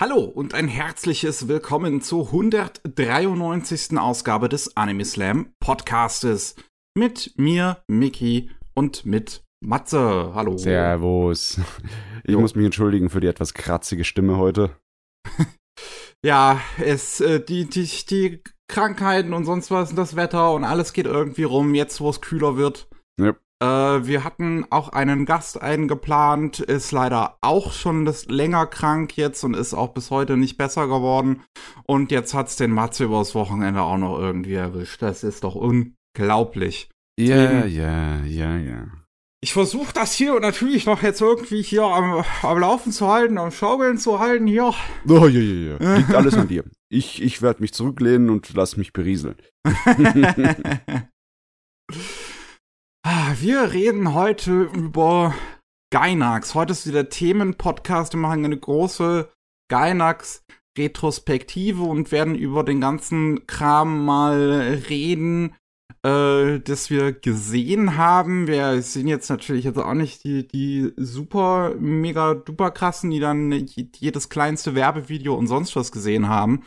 Hallo und ein herzliches Willkommen zur 193. Ausgabe des Anime Slam Podcastes. Mit mir, Miki, und mit Matze. Hallo. Servus. Ich muss mich entschuldigen für die etwas kratzige Stimme heute. Ja, die Krankheiten und sonst was, das Wetter und alles geht irgendwie rum, jetzt wo es kühler wird. Yep. Wir hatten auch einen Gast eingeplant, ist leider auch schon länger krank jetzt und ist auch bis heute nicht besser geworden. Und jetzt hat's den Matze übers Wochenende auch noch irgendwie erwischt. Das ist doch unglaublich. Ja. Ich versuche das hier natürlich noch jetzt irgendwie hier am Laufen zu halten, am Schaukeln zu halten hier. Oh, ja. Liegt alles an dir. Ich werde mich zurücklehnen und lass mich berieseln. Wir reden heute über Gainax. Heute ist wieder Themenpodcast. Wir machen eine große Gainax-Retrospektive und werden über den ganzen Kram mal reden, das wir gesehen haben. Wir sind jetzt natürlich auch nicht die super, mega, duper krassen, die dann jedes kleinste Werbevideo und sonst was gesehen haben.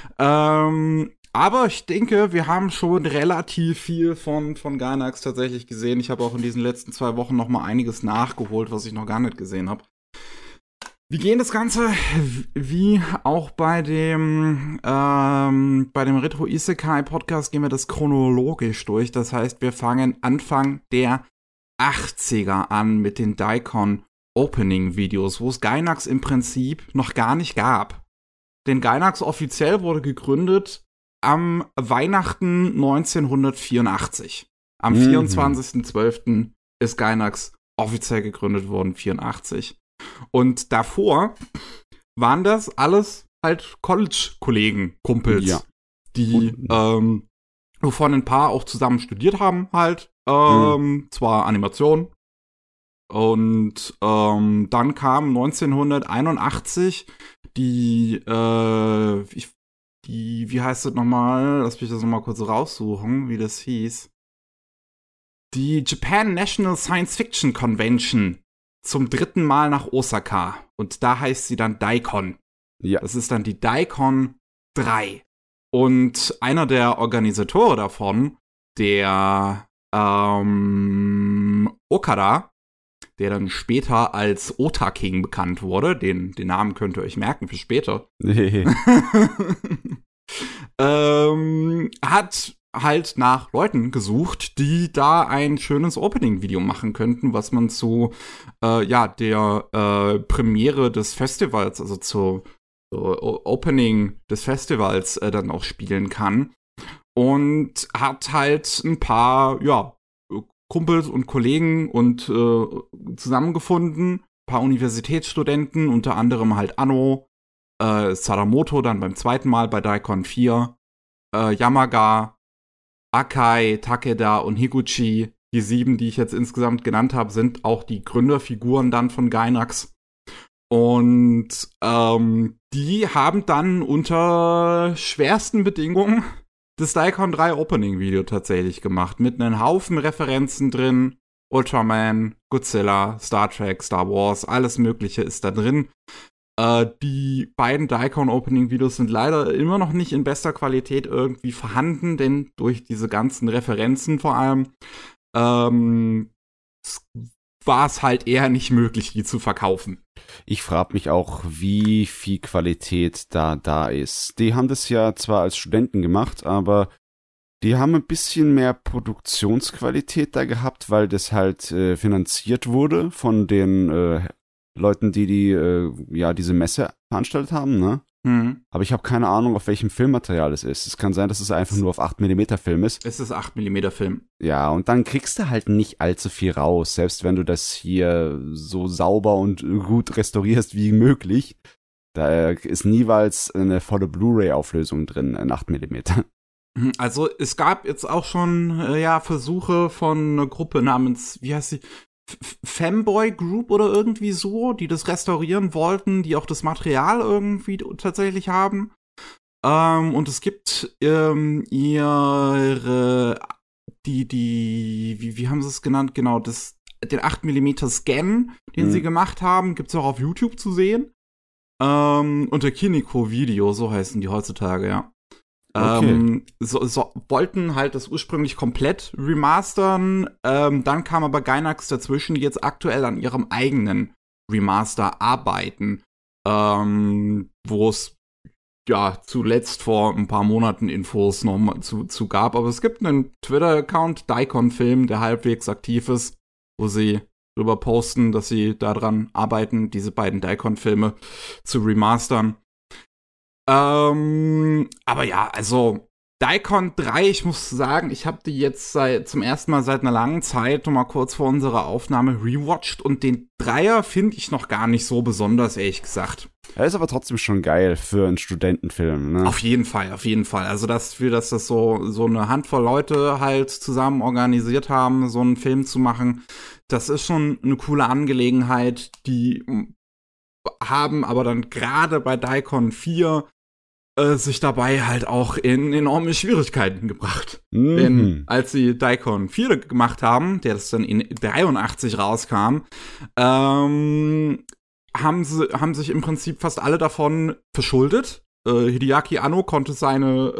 Aber ich denke, wir haben schon relativ viel von Gainax tatsächlich gesehen. Ich habe auch in diesen letzten 2 Wochen noch mal einiges nachgeholt, was ich noch gar nicht gesehen habe. Wir gehen das Ganze, wie auch bei dem Retro Isekai Podcast, gehen wir das chronologisch durch. Das heißt, wir fangen Anfang der 80er an mit den Daikon Opening Videos, wo es Gainax im Prinzip noch gar nicht gab. Denn Gainax offiziell wurde gegründet am Weihnachten 1984. Am 24.12. ist Gainax offiziell gegründet worden, 84. Und davor waren das alles halt College-Kollegen, Kumpels, ja. die wovon ein paar auch zusammen studiert haben halt. Zwar Animation. Und dann kam 1981 wie heißt das nochmal? Lass mich das nochmal kurz raussuchen, wie das hieß. Die Japan National Science Fiction Convention zum 3. Mal nach Osaka. Und da heißt sie dann Daikon. Ja. Das ist dann die Daikon 3. Und einer der Organisatoren davon, der Okada, der dann später als Ota King bekannt wurde. Den Namen könnt ihr euch merken für später. Hat halt nach Leuten gesucht, die da ein schönes Opening-Video machen könnten, was man zu der Premiere des Festivals, also zu Opening des Festivals dann auch spielen kann. Und hat halt ein paar, Kumpels und Kollegen und zusammengefunden, ein paar Universitätsstudenten, unter anderem halt Anno, Sadamoto dann beim 2. Mal bei Daikon 4, Yamaga, Akai, Takeda und Higuchi. Die 7, die ich jetzt insgesamt genannt habe, sind auch die Gründerfiguren dann von Gainax. Und die haben dann unter schwersten Bedingungen das Daikon 3 Opening Video tatsächlich gemacht, mit einem Haufen Referenzen drin. Ultraman, Godzilla, Star Trek, Star Wars, alles Mögliche ist da drin. Die beiden Daikon Opening Videos sind leider immer noch nicht in bester Qualität irgendwie vorhanden, denn durch diese ganzen Referenzen vor allem war es halt eher nicht möglich, die zu verkaufen. Ich frage mich auch, wie viel Qualität da ist. Die haben das ja zwar als Studenten gemacht, aber die haben ein bisschen mehr Produktionsqualität da gehabt, weil das halt finanziert wurde von den Leuten, die diese Messe veranstaltet haben, ne? Mhm. Aber ich habe keine Ahnung, auf welchem Filmmaterial es ist. Es kann sein, dass es einfach nur auf 8mm Film ist. Es ist 8mm Film. Ja, und dann kriegst du halt nicht allzu viel raus, selbst wenn du das hier so sauber und gut restaurierst wie möglich. Da ist niemals eine volle Blu-ray-Auflösung drin in 8mm. Also es gab jetzt auch schon Versuche von einer Gruppe namens, wie heißt sie? Femboy Group oder irgendwie so, die das restaurieren wollten, die auch das Material irgendwie tatsächlich haben. Und es gibt wie haben sie es genannt? Genau, den 8mm Scan, den sie gemacht haben, gibt's auch auf YouTube zu sehen. unter Kiniko Video, so heißen die heutzutage, ja. Okay. Wollten halt das ursprünglich komplett remastern, dann kam aber Gainax dazwischen, die jetzt aktuell an ihrem eigenen Remaster arbeiten, wo es ja zuletzt vor ein paar Monaten Infos noch mal zu gab, aber es gibt einen Twitter-Account, Daikon-Film, der halbwegs aktiv ist, wo sie drüber posten, dass sie daran arbeiten, diese beiden Daikon-Filme zu remastern. Aber ja, also Daikon 3, ich muss sagen, ich habe die jetzt zum ersten Mal seit einer langen Zeit noch mal kurz vor unserer Aufnahme rewatcht und den Dreier finde ich noch gar nicht so besonders, ehrlich gesagt. Er ist aber trotzdem schon geil für einen Studentenfilm, ne? Auf jeden Fall. Also dass das so eine Handvoll Leute halt zusammen organisiert haben, so einen Film zu machen, das ist schon eine coole Angelegenheit. Die haben aber dann gerade bei Daikon 4 sich dabei halt auch in enorme Schwierigkeiten gebracht. Denn als sie Daikon 4 gemacht haben, der das dann in 83 rauskam, haben sich im Prinzip fast alle davon verschuldet. Hideaki Anno konnte seine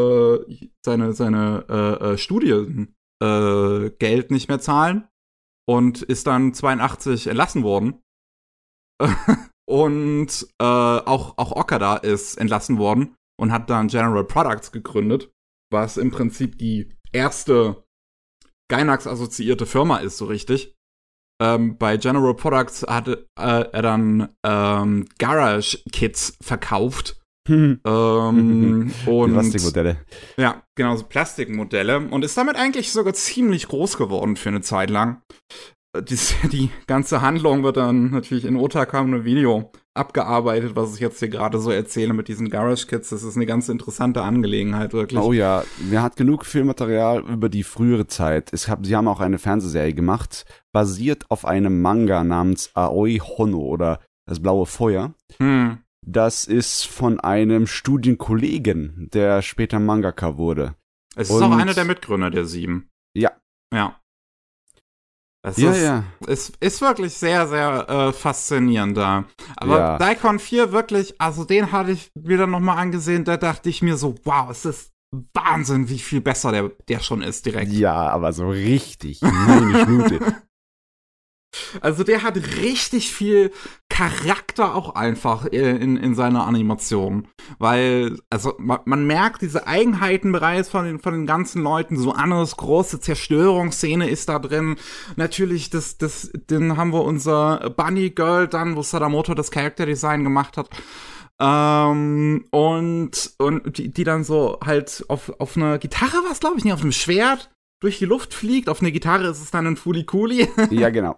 Studien Geld nicht mehr zahlen und ist dann 82 entlassen worden. Und auch Okada ist entlassen worden und hat dann General Products gegründet, was im Prinzip die erste Gainax-assoziierte Firma ist, so richtig. Bei General Products hatte er dann Garage Kits verkauft. Und Plastikmodelle. Ja, genau, so Plastikmodelle. Und ist damit eigentlich sogar ziemlich groß geworden für eine Zeit lang. Die ganze Handlung wird dann natürlich in Otakam no Video abgearbeitet, was ich jetzt hier gerade so erzähle mit diesen Garage Kits. Das ist eine ganz interessante Angelegenheit, wirklich. Oh ja, mir hat genug Filmmaterial über die frühere Zeit. Sie haben auch eine Fernsehserie gemacht, basiert auf einem Manga namens Aoi Hono oder Das blaue Feuer. Das ist von einem Studienkollegen, der später Mangaka wurde. Es ist auch einer der Mitgründer der 7. Ja. Ja. Es ist wirklich sehr, sehr faszinierend da. Aber Daikon 4 wirklich, also den hatte ich mir dann nochmal angesehen, da dachte ich mir so, wow, es ist Wahnsinn, wie viel besser der schon ist direkt. Ja, aber so richtig, meine Schnute. Also der hat richtig viel Charakter auch einfach in seiner Animation. Weil, also man merkt diese Eigenheiten bereits von den ganzen Leuten. So Annos große Zerstörungsszene ist da drin. Natürlich, dann haben wir unser Bunny Girl dann, wo Sadamoto das Character-Design gemacht hat. Und die dann so halt auf einer Gitarre war es, glaube ich, nicht, auf einem Schwert durch die Luft fliegt. Auf einer Gitarre ist es dann ein Fulikuli. Ja, genau.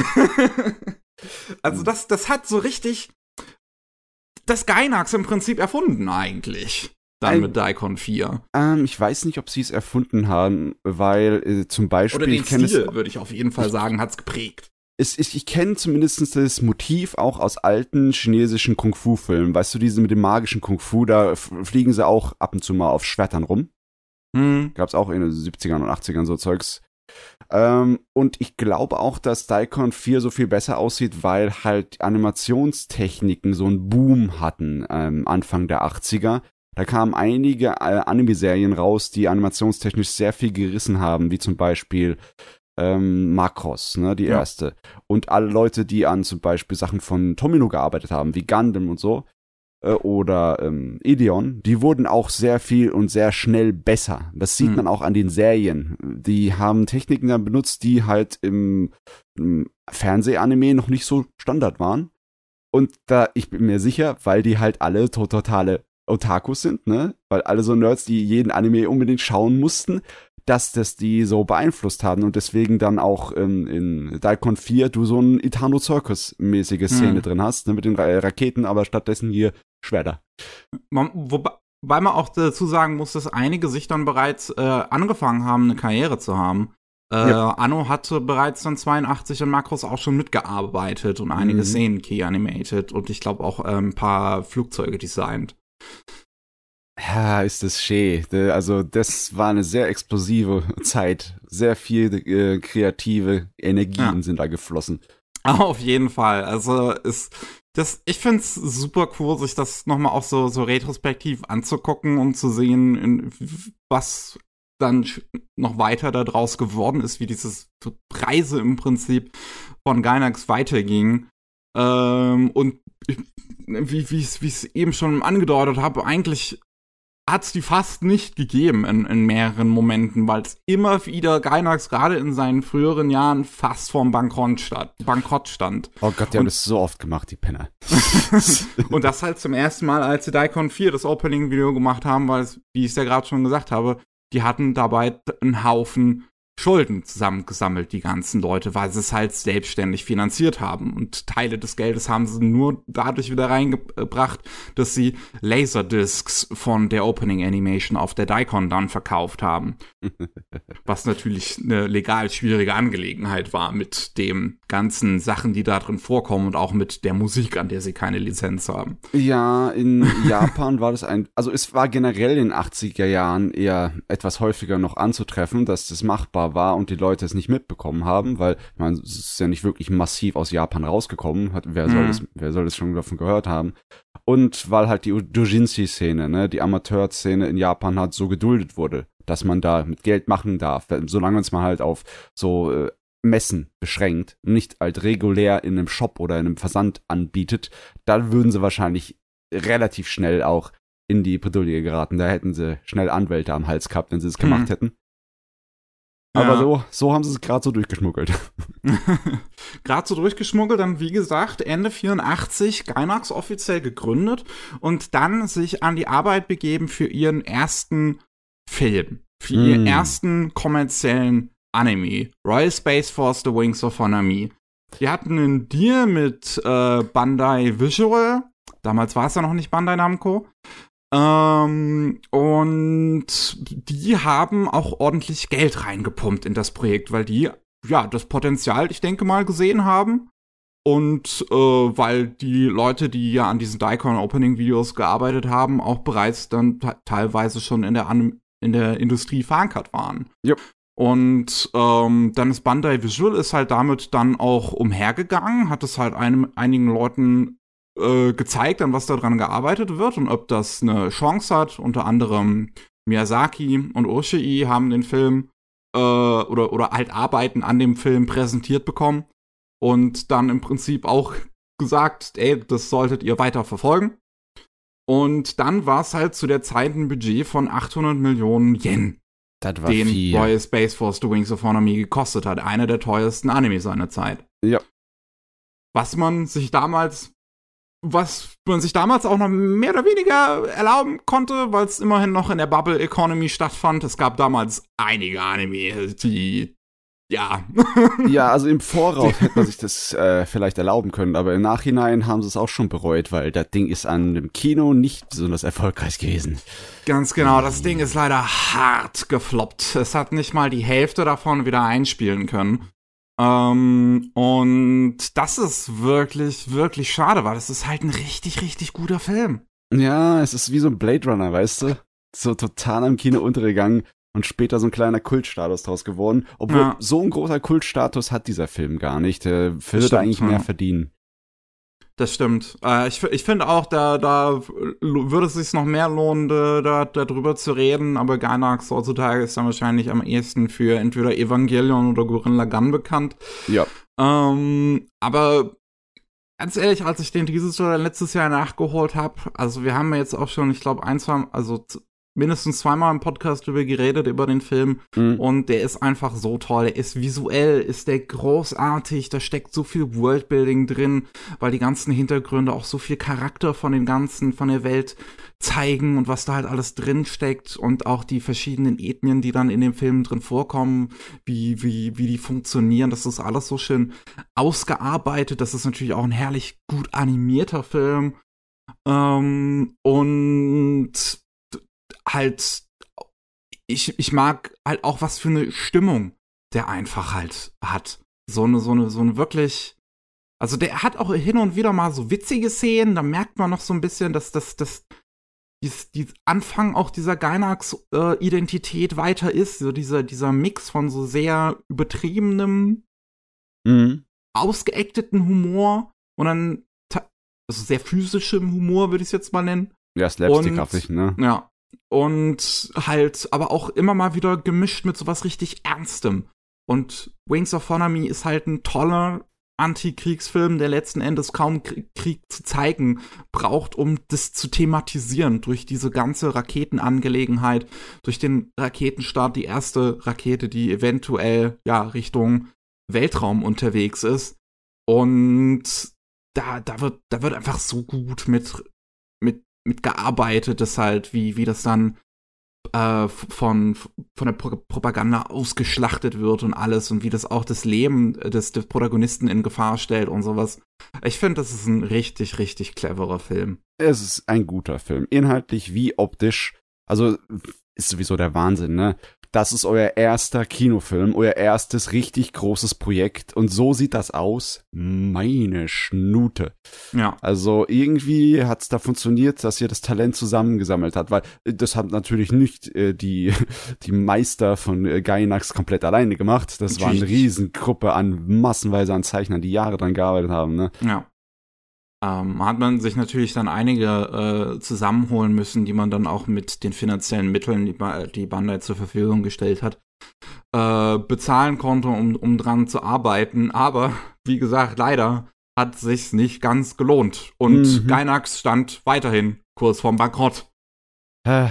Also das hat so richtig das Gainax im Prinzip erfunden eigentlich. Dann mit Daikon 4. Ich weiß nicht, ob sie es erfunden haben, weil zum Beispiel... Oder den Stil, würde ich auf jeden Fall sagen, hat's geprägt. Ich kenne zumindest das Motiv auch aus alten chinesischen Kung-Fu-Filmen. Weißt du, diese mit dem magischen Kung-Fu, da fliegen sie auch ab und zu mal auf Schwertern rum. Gab's auch in den 70ern und 80ern so Zeugs. Und ich glaube auch, dass Daikon 4 so viel besser aussieht, weil halt Animationstechniken so einen Boom hatten Anfang der 80er. Da kamen einige Anime-Serien raus, die animationstechnisch sehr viel gerissen haben, wie zum Beispiel Macross, ne, die erste. Und alle Leute, die an zum Beispiel Sachen von Tomino gearbeitet haben, wie Gundam und so, oder Ideon, die wurden auch sehr viel und sehr schnell besser. Das sieht man auch an den Serien. Die haben Techniken dann benutzt, die halt im Fernsehanime noch nicht so Standard waren. Und ich bin mir sicher, weil die halt alle totale Otakus sind, ne? Weil alle so Nerds, die jeden Anime unbedingt schauen mussten, dass das die so beeinflusst haben und deswegen dann auch in Daikon 4 du so ein Itano Circus-mäßige Szene drin hast, ne, mit den Raketen, aber stattdessen hier Schwerter. Wobei man auch dazu sagen muss, dass einige sich dann bereits angefangen haben, eine Karriere zu haben. Anno hatte bereits dann 82 in Macross auch schon mitgearbeitet und einige Szenen key-animated und ich glaube auch ein paar Flugzeuge designt. Ja, ist das schön. Also das war eine sehr explosive Zeit. Sehr viel kreative Energien sind da geflossen. Auf jeden Fall. Also Ich find's super cool, sich das nochmal auch so retrospektiv anzugucken und zu sehen, was dann noch weiter daraus geworden ist, wie dieses Reise im Prinzip von Gainax weiterging. Und wie ich es eben schon angedeutet habe, eigentlich hat es die fast nicht gegeben in mehreren Momenten, weil es immer wieder Gainax gerade in seinen früheren Jahren fast vorm Bankrott stand. Oh Gott, die haben das so oft gemacht, die Penner. Und das halt zum ersten Mal, als sie Daikon 4 das Opening-Video gemacht haben, weil, wie ich es ja gerade schon gesagt habe, die hatten dabei einen Haufen Schulden zusammengesammelt, die ganzen Leute, weil sie es halt selbstständig finanziert haben. Und Teile des Geldes haben sie nur dadurch wieder reingebracht, dass sie Laserdiscs von der Opening Animation auf der Daikon dann verkauft haben. Was natürlich eine legal schwierige Angelegenheit war mit den ganzen Sachen, die da drin vorkommen und auch mit der Musik, an der sie keine Lizenz haben. Ja, in Japan war das also es war generell in den 80er Jahren eher etwas häufiger noch anzutreffen, dass das machbar war und die Leute es nicht mitbekommen haben, weil, ich meine, es ist ja nicht wirklich massiv aus Japan rausgekommen, wer soll das schon davon gehört haben? Und weil halt die Doujinshi-Szene, ne, die Amateurszene in Japan halt so geduldet wurde, dass man da mit Geld machen darf, solange man es mal halt auf so Messen beschränkt, nicht halt regulär in einem Shop oder in einem Versand anbietet, dann würden sie wahrscheinlich relativ schnell auch in die Bredouille geraten. Da hätten sie schnell Anwälte am Hals gehabt, wenn sie es gemacht hätten. Aber so haben sie es gerade so durchgeschmuggelt. Gerade so durchgeschmuggelt, dann wie gesagt, Ende 84 Gainax offiziell gegründet und dann sich an die Arbeit begeben für ihren ersten Film, für ihren ersten kommerziellen Anime, Royal Space Force: The Wings of Honami. Die hatten einen Deal mit Bandai Visual, damals war es ja noch nicht Bandai Namco, und die haben auch ordentlich Geld reingepumpt in das Projekt, weil die das Potenzial, ich denke mal, gesehen haben. Und weil die Leute, die ja an diesen Daikon-Opening-Videos gearbeitet haben, auch bereits dann teilweise schon in der Industrie verankert waren. Yep. Und dann ist Bandai Visual ist halt damit dann auch umhergegangen, hat es halt einigen Leuten gezeigt, an was daran gearbeitet wird und ob das eine Chance hat. Unter anderem Miyazaki und Oshii haben den Film oder halt Arbeiten an dem Film präsentiert bekommen und dann im Prinzip auch gesagt, ey, das solltet ihr weiter verfolgen. Und dann war es halt zu der Zeit ein Budget von 800 Millionen Yen, den Royal Space Force: The Wings of Honami gekostet hat. Einer der teuersten Anime seiner Zeit. Ja. Was man sich damals auch noch mehr oder weniger erlauben konnte, weil es immerhin noch in der Bubble Economy stattfand. Es gab damals einige Anime, die ja, also im Voraus hätte man sich das vielleicht erlauben können, aber im Nachhinein haben sie es auch schon bereut, weil das Ding ist an dem Kino nicht besonders erfolgreich gewesen. Ganz genau, das Ding ist leider hart gefloppt. Es hat nicht mal die Hälfte davon wieder einspielen können. Und das ist wirklich, wirklich schade, weil das ist halt ein richtig, richtig guter Film. Ja, es ist wie so ein Blade Runner, weißt du? So total am Kino untergegangen und später so ein kleiner Kultstatus draus geworden. Obwohl, so ein großer Kultstatus hat dieser Film gar nicht. Der würde eigentlich mehr verdienen. Das stimmt. Ich finde auch, da würde es sich noch mehr lohnen, darüber zu reden, aber Gainax heutzutage ist dann wahrscheinlich am ehesten für entweder Evangelion oder Gurren Lagann bekannt. Ja. Aber ganz ehrlich, als ich den dieses oder letztes Jahr nachgeholt habe, also wir haben ja jetzt auch schon, ich glaube, mindestens zweimal im Podcast drüber geredet, über den Film. Und der ist einfach so toll. Der ist visuell, ist der großartig. Da steckt so viel Worldbuilding drin, weil die ganzen Hintergründe auch so viel Charakter von der Welt zeigen und was da halt alles drin steckt und auch die verschiedenen Ethnien, die dann in dem Film drin vorkommen, wie die funktionieren. Das ist alles so schön ausgearbeitet. Das ist natürlich auch ein herrlich gut animierter Film. Und halt, ich mag halt auch, was für eine Stimmung der einfach halt hat. So eine wirklich, also der hat auch hin und wieder mal so witzige Szenen, da merkt man noch so ein bisschen, dass die Anfang auch dieser Gainax-Identität weiter ist, so dieser Mix von so sehr übertriebenem, ausgeacteten Humor und dann also sehr physischem Humor, würde ich es jetzt mal nennen. Ja, slapstickhaftig, ne? Ja. Und halt, aber auch immer mal wieder gemischt mit sowas richtig Ernstem. Und Wings of Honami ist halt ein toller Antikriegsfilm, der letzten Endes kaum Krieg zu zeigen braucht, um das zu thematisieren. Durch diese ganze Raketenangelegenheit, durch den Raketenstart, die erste Rakete, die eventuell Richtung Weltraum unterwegs ist. Und da wird einfach so gut mit gearbeitet, dass halt, wie das dann von der Propaganda ausgeschlachtet wird und alles und wie das auch das Leben des Protagonisten in Gefahr stellt und sowas. Ich finde, das ist ein richtig, richtig cleverer Film. Es ist ein guter Film. Inhaltlich wie optisch. Also ist sowieso der Wahnsinn, ne? Das ist euer erster Kinofilm, euer erstes richtig großes Projekt und so sieht das aus. Meine Schnute. Ja. Also irgendwie hat es da funktioniert, dass ihr das Talent zusammengesammelt habt, weil das hat natürlich nicht die Meister von Gainax komplett alleine gemacht. Das war eine Riesengruppe massenweise an Zeichnern, die Jahre dran gearbeitet haben, ne? Ja. Hat man sich natürlich dann einige zusammenholen müssen, die man dann auch mit den finanziellen Mitteln, die Bandai zur Verfügung gestellt hat, bezahlen konnte, um dran zu arbeiten. Aber, wie gesagt, leider hat sich's nicht ganz gelohnt. Und Gainax stand weiterhin kurz vorm Bankrott. Ach,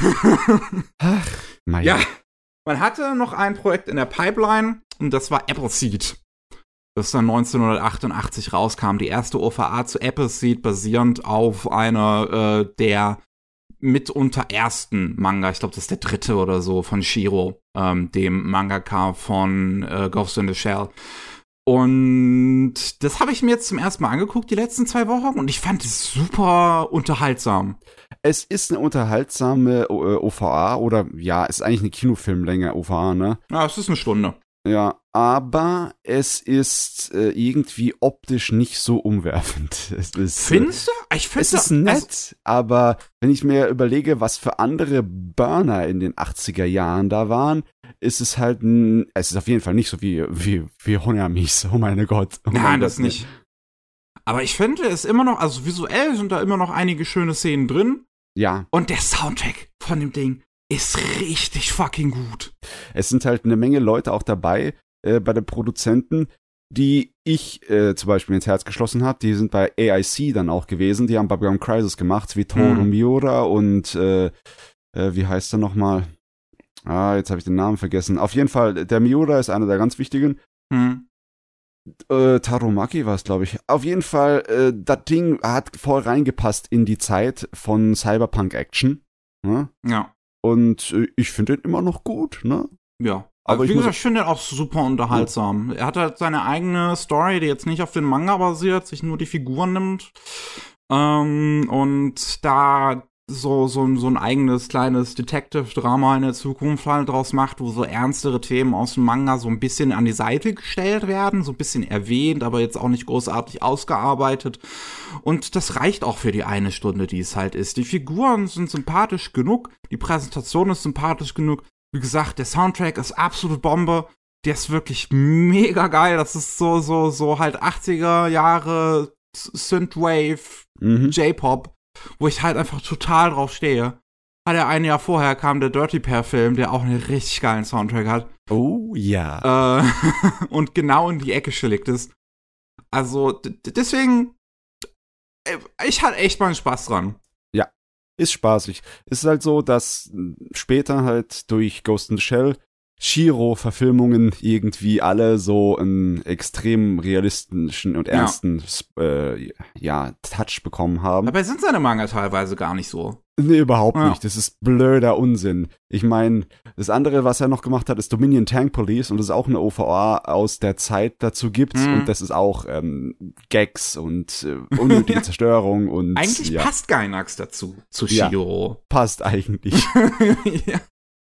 ja, man hatte noch ein Projekt in der Pipeline und das war Appleseed. Das dann 1988 rauskam, die erste OVA zu Appleseed, basierend auf einer der mitunter ersten Manga, ich glaube, das ist der 3. oder so, von Shiro, dem Mangaka von Ghost in the Shell. Und das habe ich mir jetzt zum ersten Mal angeguckt, die letzten 2 Wochen, und ich fand es super unterhaltsam. Es ist eine unterhaltsame OVA, oder ja, ist eigentlich eine Kinofilmlänge OVA, ne? Ja, es ist eine Stunde. Ja, aber es ist irgendwie optisch nicht so umwerfend. Findest du? Ich finde es ist nett, aber wenn ich mir überlege, was für andere Burner in den 80er Jahren da waren, ist es halt es ist auf jeden Fall nicht so wie Honamis, oh mein Gott. Oh Nein, das nicht. Aber ich finde es immer noch, also visuell sind da immer noch einige schöne Szenen drin. Ja. Und der Soundtrack von dem Ding ist richtig fucking gut. Es sind halt eine Menge Leute auch dabei bei den Produzenten, die ich zum Beispiel ins Herz geschlossen habe. Die sind bei AIC dann auch gewesen. Die haben Background Crisis gemacht, wie Toru Miura und wie heißt er nochmal? Jetzt habe ich den Namen vergessen. Auf jeden Fall, der Miura ist einer der ganz wichtigen. Taromaki war es, glaube ich. Auf jeden Fall, das Ding hat voll reingepasst in die Zeit von Cyberpunk-Action. Ne? Ja. Und ich finde den immer noch gut, ne? Ja. Aber wie gesagt, ich finde den auch super unterhaltsam. Er hat halt seine eigene Story, die jetzt nicht auf den Manga basiert, sich nur die Figuren nimmt. Und da so ein eigenes kleines Detective-Drama in der Zukunft halt draus macht, wo so ernstere Themen aus dem Manga so ein bisschen an die Seite gestellt werden, so ein bisschen erwähnt, aber jetzt auch nicht großartig ausgearbeitet. Und das reicht auch für die 1 Stunde, die es halt ist. Die Figuren sind sympathisch genug, die Präsentation ist sympathisch genug. Wie gesagt, der Soundtrack ist absolut Bombe. Der ist wirklich mega geil. Das ist so halt 80er Jahre Synthwave, J-Pop, wo ich halt einfach total drauf stehe. Weil ein Jahr vorher kam der Dirty Pair-Film, der auch einen richtig geilen Soundtrack hat. Oh ja. Und genau in die Ecke schlägt ist. Also, deswegen, ich hatte echt mal Spaß dran. Ja, ist spaßig. Ist halt so, dass später halt durch Ghost in the Shell Shiro-Verfilmungen irgendwie alle so einen extrem realistischen und ernsten Touch bekommen haben. Dabei sind seine Manga teilweise gar nicht so. Nee, überhaupt nicht. Das ist blöder Unsinn. Ich meine, das andere, was er noch gemacht hat, ist Dominion Tank Police und das ist auch eine OVA aus der Zeit dazu gibt und das ist auch Gags und unnötige Zerstörung und eigentlich passt Gainax dazu, zu Shiro. Ja, passt eigentlich. Ja.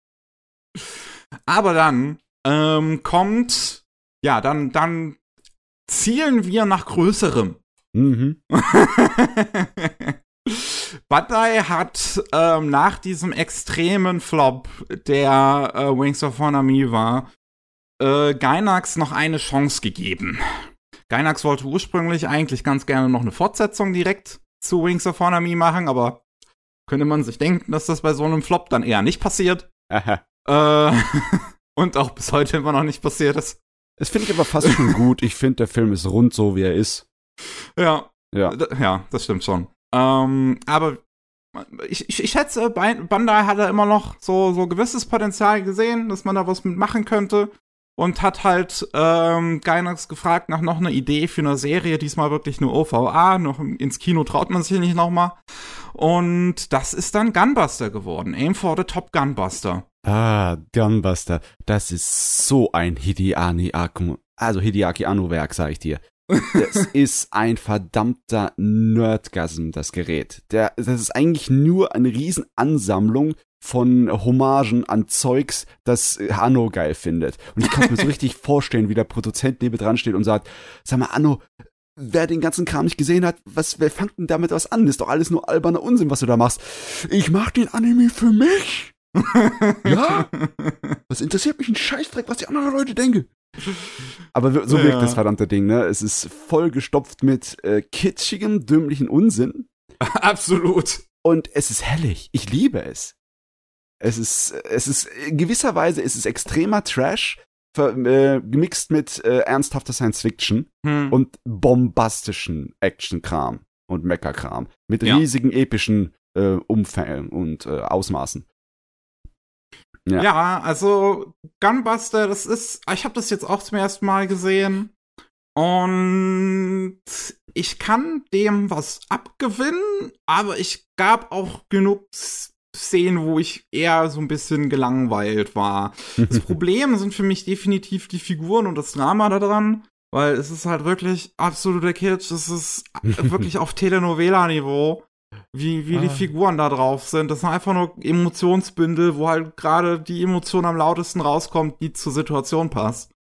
Aber dann kommt, dann zielen wir nach Größerem. Bandai hat nach diesem extremen Flop, der Wings of Honami war, Gainax noch eine Chance gegeben. Gainax wollte ursprünglich eigentlich ganz gerne noch eine Fortsetzung direkt zu Wings of Honami machen, aber könnte man sich denken, dass das bei so einem Flop dann eher nicht passiert. Und auch bis heute immer noch nicht passiert ist. Das finde ich aber fast schon gut. Ich finde, der Film ist rund so, wie er ist. Ja, das stimmt schon. Aber ich schätze, Bandai hat da immer noch so gewisses Potenzial gesehen, dass man da was mitmachen könnte. Und hat halt Gainax gefragt nach noch einer Idee für eine Serie, diesmal wirklich nur OVA, noch ins Kino traut man sich nicht nochmal. Und das ist dann Gunbuster geworden, Aim for the Top Gunbuster. Gunbuster, das ist so ein Hideaki Anno-Werk, sag ich dir. Das ist ein verdammter Nerdgasm, das Gerät. Das ist eigentlich nur eine Riesenansammlung von Hommagen an Zeugs, das Anno geil findet. Und ich kann mir so richtig vorstellen, wie der Produzent neben dran steht und sagt, sag mal, Anno, wer den ganzen Kram nicht gesehen hat, wer fängt denn damit was an? Das ist doch alles nur alberner Unsinn, was du da machst. Ich mach den Anime für mich. Ja? Was interessiert mich ein Scheißdreck, was die anderen Leute denken? Aber so wirkt das verdammte Ding, ne? Es ist voll gestopft mit kitschigem, dümmlichen Unsinn. Absolut. Und es ist herrlich. Ich liebe es. Es ist in gewisser Weise ist es extremer Trash, gemixt mit ernsthafter Science-Fiction und bombastischen Action-Kram und Mecha-Kram. Mit riesigen, epischen Umfängen und Ausmaßen. Ja, also Gunbuster, ich habe das jetzt auch zum ersten Mal gesehen und ich kann dem was abgewinnen, aber ich gab auch genug Szenen, wo ich eher so ein bisschen gelangweilt war. Das Problem sind für mich definitiv die Figuren und das Drama da dran, weil es ist halt wirklich absoluter Kitsch, es ist wirklich auf Telenovela-Niveau. Wie die Figuren da drauf sind. Das sind einfach nur Emotionsbündel, wo halt gerade die Emotion am lautesten rauskommt, die zur Situation passt.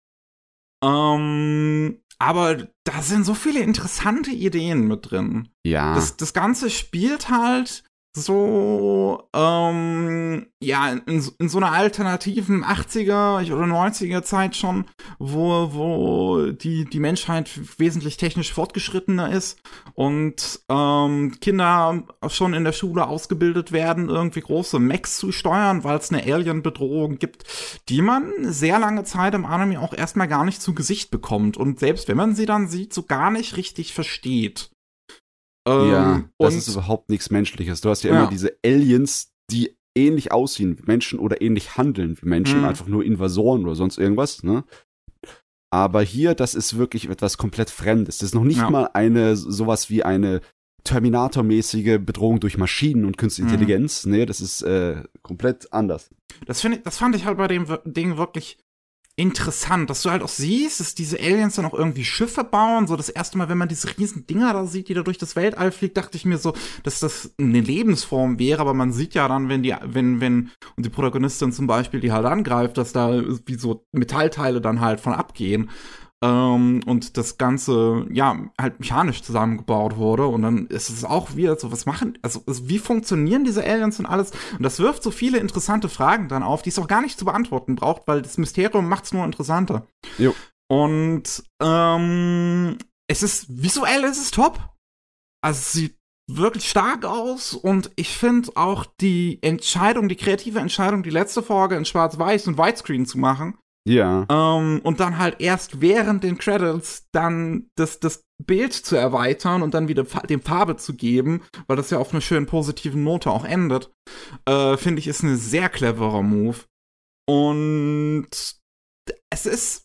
Aber da sind so viele interessante Ideen mit drin. Ja. Das Ganze spielt halt so, in so einer alternativen 80er oder 90er Zeit schon, wo die Menschheit wesentlich technisch fortgeschrittener ist und Kinder schon in der Schule ausgebildet werden, irgendwie große Mechs zu steuern, weil es eine Alien-Bedrohung gibt, die man sehr lange Zeit im Anime auch erstmal gar nicht zu Gesicht bekommt und selbst wenn man sie dann sieht, so gar nicht richtig versteht. Das ist überhaupt nichts Menschliches. Du hast ja immer diese Aliens, die ähnlich aussehen wie Menschen oder ähnlich handeln wie Menschen, einfach nur Invasoren oder sonst irgendwas, ne? Aber hier, das ist wirklich etwas komplett Fremdes. Das ist noch nicht mal sowas wie eine Terminator-mäßige Bedrohung durch Maschinen und künstliche Intelligenz. Nee, das ist komplett anders. Das fand ich halt bei dem Ding wirklich interessant, dass du halt auch siehst, dass diese Aliens dann auch irgendwie Schiffe bauen. So das erste Mal, wenn man diese riesen Dinger da sieht, die da durch das Weltall fliegt, dachte ich mir so, dass das eine Lebensform wäre. Aber man sieht ja dann, wenn und die Protagonistin zum Beispiel die halt angreift, dass da wie so Metallteile dann halt von abgehen. Und das Ganze, halt mechanisch zusammengebaut wurde. Und dann ist es auch wieder so, wie funktionieren diese Aliens und alles? Und das wirft so viele interessante Fragen dann auf, die es auch gar nicht zu beantworten braucht, weil das Mysterium macht es nur interessanter. Jo. Und visuell ist es top. Also es sieht wirklich stark aus und ich finde auch die kreative Entscheidung, die letzte Folge in Schwarz-Weiß und Widescreen zu machen, ja. Und dann halt erst während den Credits dann das Bild zu erweitern und dann wieder dem Farbe zu geben, weil das ja auf einer schönen positiven Note auch endet, finde ich, ist ein sehr cleverer Move. Und es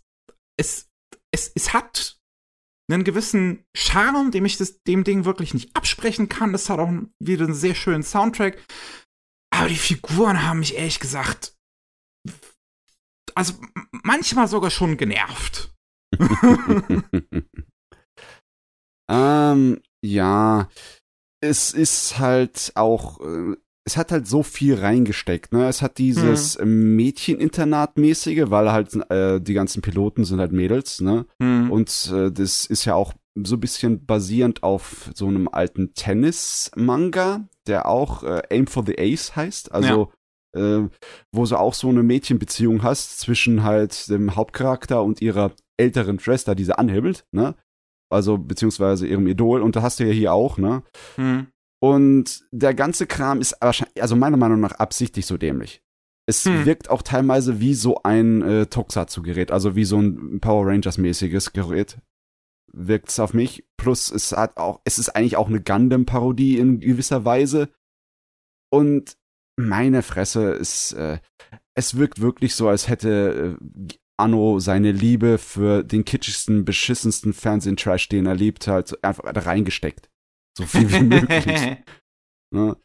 hat einen gewissen Charme, dem ich dem Ding wirklich nicht absprechen kann. Es hat auch wieder einen sehr schönen Soundtrack. Aber die Figuren haben mich ehrlich gesagt manchmal sogar schon genervt. Ja, es ist halt auch, es hat halt so viel reingesteckt, ne? Es hat dieses Mädcheninternat-mäßige, weil halt die ganzen Piloten sind halt Mädels, ne? Und das ist ja auch so ein bisschen basierend auf so einem alten Tennis-Manga, der auch Aim for the Ace heißt, also wo du auch so eine Mädchenbeziehung hast zwischen halt dem Hauptcharakter und ihrer älteren Schwester, die sie anhimmelt, ne? also beziehungsweise ihrem Idol, und da hast du ja hier auch, ne? Und der ganze Kram ist wahrscheinlich, also meiner Meinung nach absichtlich so dämlich. Es wirkt auch teilweise wie so ein Tokusatsu-Gerät, also wie so ein Power Rangers-mäßiges Gerät. Wirkt es auf mich. Plus es ist eigentlich auch eine Gundam-Parodie in gewisser Weise. Und meine Fresse, es wirkt wirklich so, als hätte Anno seine Liebe für den kitschigsten, beschissensten Fernsehen-Trash, den er liebt, halt einfach da reingesteckt. So viel wie möglich. Ne?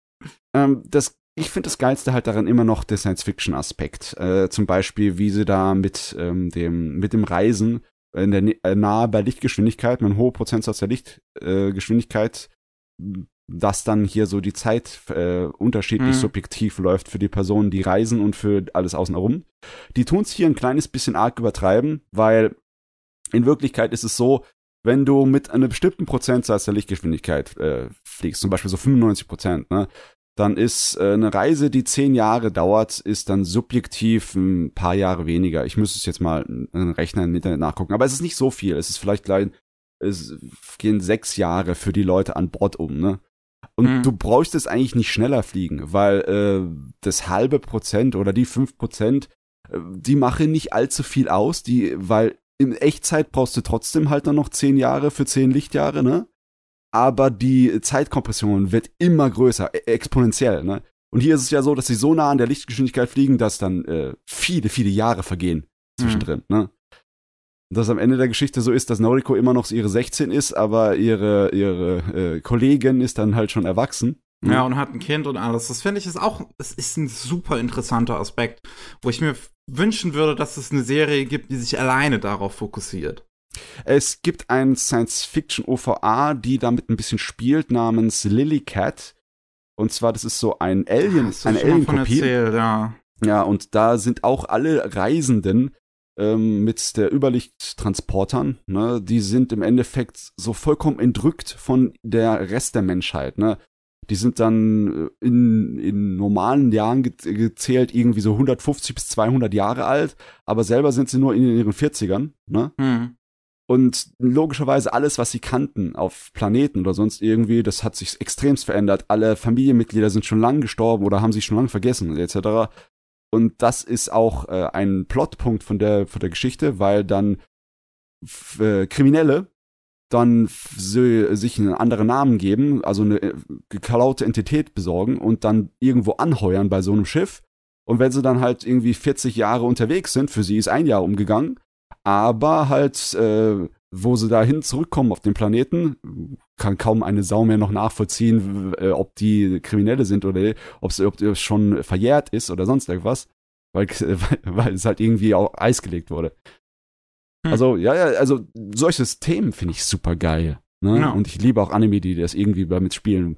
Ich finde das Geilste halt daran immer noch der Science-Fiction-Aspekt. Zum Beispiel, wie sie da mit dem Reisen in der nahe bei Lichtgeschwindigkeit, mit einem hohen Prozentsatz der Lichtgeschwindigkeit, dass dann hier so die Zeit unterschiedlich subjektiv läuft für die Personen, die reisen und für alles außen herum. Die tun es hier ein kleines bisschen arg übertreiben, weil in Wirklichkeit ist es so, wenn du mit einem bestimmten Prozentsatz der Lichtgeschwindigkeit fliegst, zum Beispiel so 95%, ne, dann ist eine Reise, die 10 Jahre dauert, ist dann subjektiv ein paar Jahre weniger. Ich müsste es jetzt mal in einem Rechner im Internet nachgucken, aber es ist nicht so viel. Es ist vielleicht es gehen 6 Jahre für die Leute an Bord ne? Und du bräuchst es eigentlich nicht schneller fliegen, weil das halbe Prozent oder die 5%, die machen nicht allzu viel aus, weil in Echtzeit brauchst du trotzdem halt dann noch 10 Jahre für 10 Lichtjahre, ne? Aber die Zeitkompression wird immer größer, exponentiell, ne? Und hier ist es ja so, dass sie so nah an der Lichtgeschwindigkeit fliegen, dass dann viele, viele Jahre vergehen zwischendrin, ne? Und dass am Ende der Geschichte so ist, dass Noriko immer noch ihre 16 ist, aber ihre Kollegin ist dann halt schon erwachsen. Ja, und hat ein Kind und alles. Das finde ich es ist ein super interessanter Aspekt, wo ich mir wünschen würde, dass es eine Serie gibt, die sich alleine darauf fokussiert. Es gibt ein Science-Fiction-OVA, die damit ein bisschen spielt, namens Lilycat. Und zwar, das ist so ein Alien, eine Alien-Kopie. Ja, und da sind auch alle Reisenden mit der Überlichttransportern, ne, die sind im Endeffekt so vollkommen entrückt von der Rest der Menschheit, ne. Die sind dann in normalen Jahren gezählt irgendwie so 150 bis 200 Jahre alt, aber selber sind sie nur in ihren 40ern, ne? Und logischerweise alles, was sie kannten auf Planeten oder sonst irgendwie, das hat sich extremst verändert. Alle Familienmitglieder sind schon lang gestorben oder haben sich schon lang vergessen, etc. Und das ist auch ein Plotpunkt von der Geschichte, weil dann Kriminelle dann sich einen anderen Namen geben, also eine geklaute Entität besorgen und dann irgendwo anheuern bei so einem Schiff. Und wenn sie dann halt irgendwie 40 Jahre unterwegs sind, für sie ist ein Jahr umgegangen, aber halt, wo sie dahin zurückkommen auf den Planeten, kann kaum eine Sau mehr noch nachvollziehen, ob die Kriminelle sind oder ob es schon verjährt ist oder sonst irgendwas, weil es halt irgendwie auch Eis gelegt wurde. Also, also solche Themen finde ich super geil. Ne? Ja. Und ich liebe auch Anime, die das irgendwie damit spielen.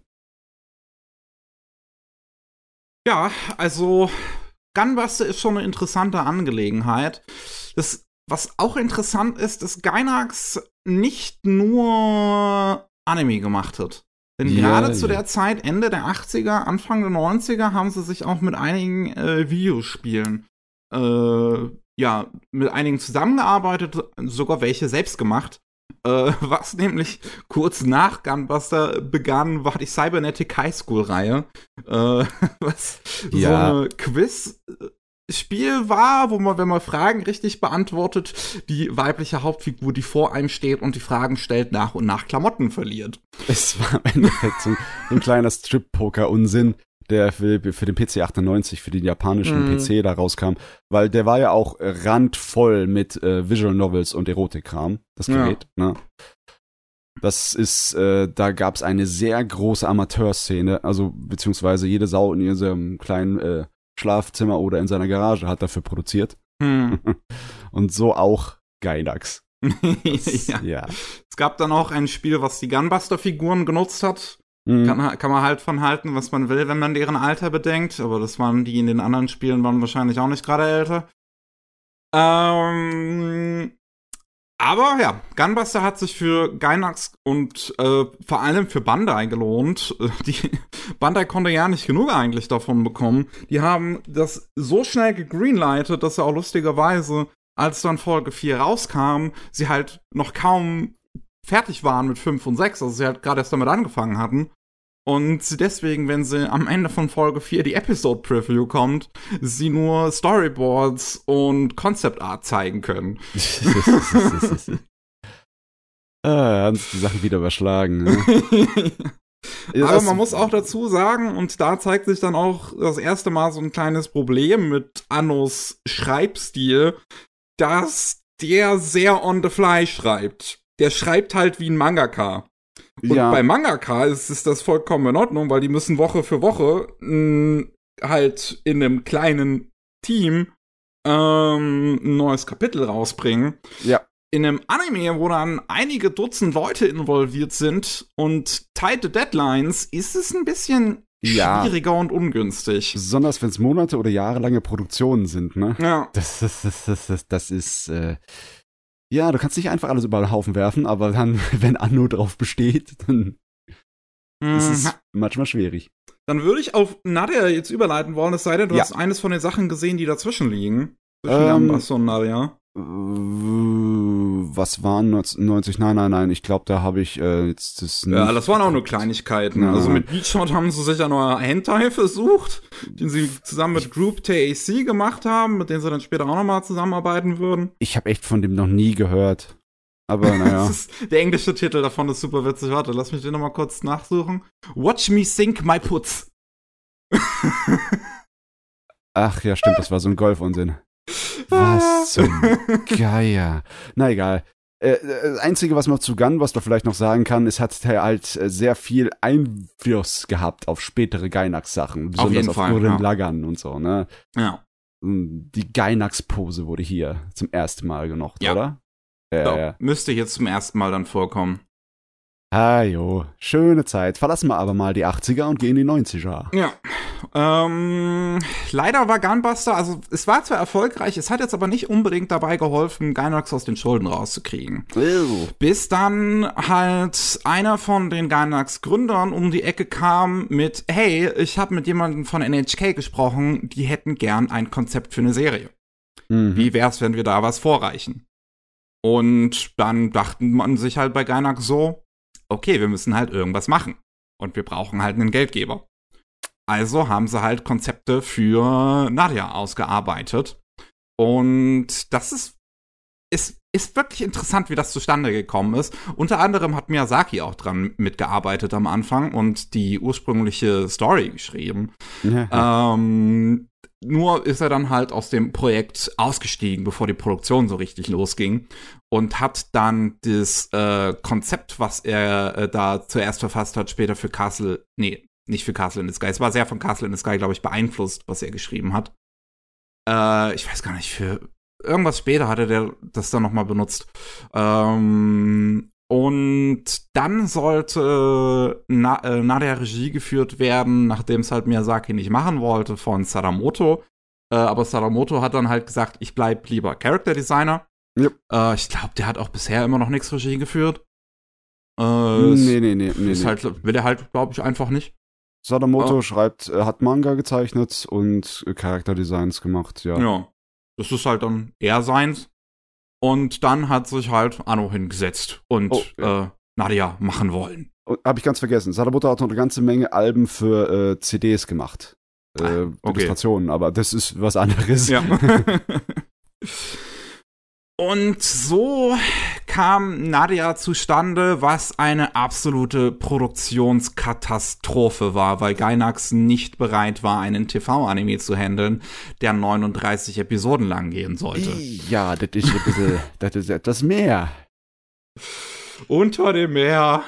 Ja, also Gunbuster ist schon eine interessante Angelegenheit. Was auch interessant ist, dass Gainax nicht nur Anime gemacht hat. Denn gerade zu der Zeit, Ende der 80er, Anfang der 90er, haben sie sich auch mit einigen Videospielen mit einigen zusammengearbeitet, sogar welche selbst gemacht. Was nämlich kurz nach Gunbuster begann, war die Cybernetic High School-Reihe, was so eine Quiz-Spiel war, wo man, wenn man Fragen richtig beantwortet, die weibliche Hauptfigur, die vor einem steht und die Fragen stellt, nach und nach Klamotten verliert. Es war im Endeffekt so ein kleiner Strip-Poker-Unsinn, der für den PC 98, für den japanischen PC da rauskam, weil der war ja auch randvoll mit Visual Novels und Erotikkram, das Gerät, ne? Das ist, da gab's eine sehr große Amateurszene, also beziehungsweise jede Sau in ihrem kleinen Schlafzimmer oder in seiner Garage hat dafür produziert. Und so auch Gainax. Ja. Es gab dann auch ein Spiel, was die Gunbuster-Figuren genutzt hat. Kann man halt von halten, was man will, wenn man deren Alter bedenkt. Aber das waren die in den anderen Spielen, waren wahrscheinlich auch nicht gerade älter. Aber ja, Gunbuster hat sich für Gainax und vor allem für Bandai gelohnt. Bandai konnte ja nicht genug eigentlich davon bekommen. Die haben das so schnell gegreenlightet, dass sie auch lustigerweise, als dann Folge 4 rauskam, sie halt noch kaum fertig waren mit 5 und 6, also sie halt gerade erst damit angefangen hatten. Und deswegen, wenn sie am Ende von Folge 4 die Episode-Preview kommt, sie nur Storyboards und Concept Art zeigen können. Haben sie die Sachen wieder überschlagen. Ne? Aber man muss auch dazu sagen, und da zeigt sich dann auch das erste Mal so ein kleines Problem mit Annos Schreibstil, dass der sehr on the fly schreibt. Der schreibt halt wie ein Mangaka. Und bei Mangaka ist das vollkommen in Ordnung, weil die müssen Woche für Woche halt in einem kleinen Team ein neues Kapitel rausbringen. Ja. In einem Anime, wo dann einige Dutzend Leute involviert sind und tighte Deadlines, ist es ein bisschen schwieriger und ungünstig. Besonders wenn es Monate oder jahrelange Produktionen sind, ne? Ja. Das ist ja, du kannst nicht einfach alles über den Haufen werfen, aber dann, wenn Anno drauf besteht, dann ist es manchmal schwierig. Dann würde ich auf Nadia jetzt überleiten wollen, es sei denn, du hast eines von den Sachen gesehen, die dazwischen liegen. Zwischen Ambasso und Nadia. Was waren 90? Nein. Ich glaube, da habe ich jetzt das nicht. Ja, das waren auch nur Kleinigkeiten. Ja. Also mit Beachshot haben sie sich ja neuer Hentai versucht, den sie zusammen mit Group TAC gemacht haben, mit denen sie dann später auch nochmal zusammenarbeiten würden. Ich habe echt von dem noch nie gehört. Aber naja. Der englische Titel davon ist super witzig. Warte, lass mich den nochmal kurz nachsuchen. Watch me sink my puts. Ach ja, stimmt, das war so ein Golf-Unsinn. Was zum Geier. Na egal. Das Einzige, was man zu Gunbuster vielleicht noch sagen kann, es hat halt sehr viel Einfluss gehabt auf spätere Gainax-Sachen. Besonders auf Gurren Lagann und so, ne? Ja. Die Gainax-Pose wurde hier zum ersten Mal genocht, oder? Ja. Müsste jetzt zum ersten Mal dann vorkommen. Ah jo, schöne Zeit. Verlassen wir aber mal die 80er und gehen in die 90er. Ja. Leider war Gunbuster, also es war zwar erfolgreich, es hat jetzt aber nicht unbedingt dabei geholfen, Gainax aus den Schulden rauszukriegen. Bis dann halt einer von den Gainax-Gründern um die Ecke kam mit, hey, ich habe mit jemandem von NHK gesprochen, die hätten gern ein Konzept für eine Serie. Wie wär's, wenn wir da was vorreichen? Und dann dachten man sich halt bei Gainax so, okay, wir müssen halt irgendwas machen. Und wir brauchen halt einen Geldgeber. Also haben sie halt Konzepte für Nadia ausgearbeitet. Und das ist wirklich interessant, wie das zustande gekommen ist. Unter anderem hat Miyazaki auch dran mitgearbeitet am Anfang und die ursprüngliche Story geschrieben. Nur ist er dann halt aus dem Projekt ausgestiegen, bevor die Produktion so richtig losging. Und hat dann das Konzept, was er da zuerst verfasst hat, später für nicht für Castle in the Sky. Es war sehr von Castle in the Sky, glaube ich, beeinflusst, was er geschrieben hat. Ich weiß gar nicht, für irgendwas später hatte der das dann nochmal benutzt. Und dann sollte Nadia Regie geführt werden, nachdem es halt Miyazaki nicht machen wollte, von Sadamoto. Aber Sadamoto hat dann halt gesagt, ich bleib lieber Character Designer. Yep. Ich glaube, der hat auch bisher immer noch nichts Regie geführt. Nee. Halt, will er halt, glaube ich, einfach nicht. Sadamoto hat Manga gezeichnet und Charakterdesigns gemacht, ja. Ja, das ist halt dann eher seins. Und dann hat sich halt Anno hingesetzt und Nadia machen wollen. Hab ich ganz vergessen. Sadamoto hat noch eine ganze Menge Alben für CDs gemacht. Illustrationen, aber das ist was anderes. Ja. Und so kam Nadia zustande, was eine absolute Produktionskatastrophe war, weil Gainax nicht bereit war, einen TV-Anime zu handeln, der 39 Episoden lang gehen sollte. Ja, das ist ein bisschen, das ist etwas mehr. Unter dem Meer.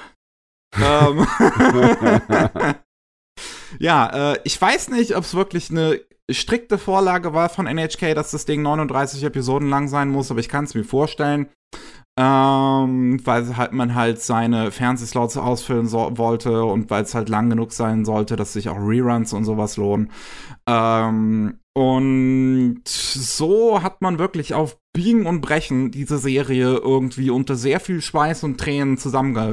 Ja, ich weiß nicht, ob es wirklich eine strikte Vorlage war von NHK, dass das Ding 39 Episoden lang sein muss, aber ich kann es mir vorstellen, weil halt man halt seine Fernsehslots ausfüllen wollte und weil es halt lang genug sein sollte, dass sich auch Reruns und sowas lohnen. Und so hat man wirklich auf Biegen und Brechen diese Serie irgendwie unter sehr viel Schweiß und Tränen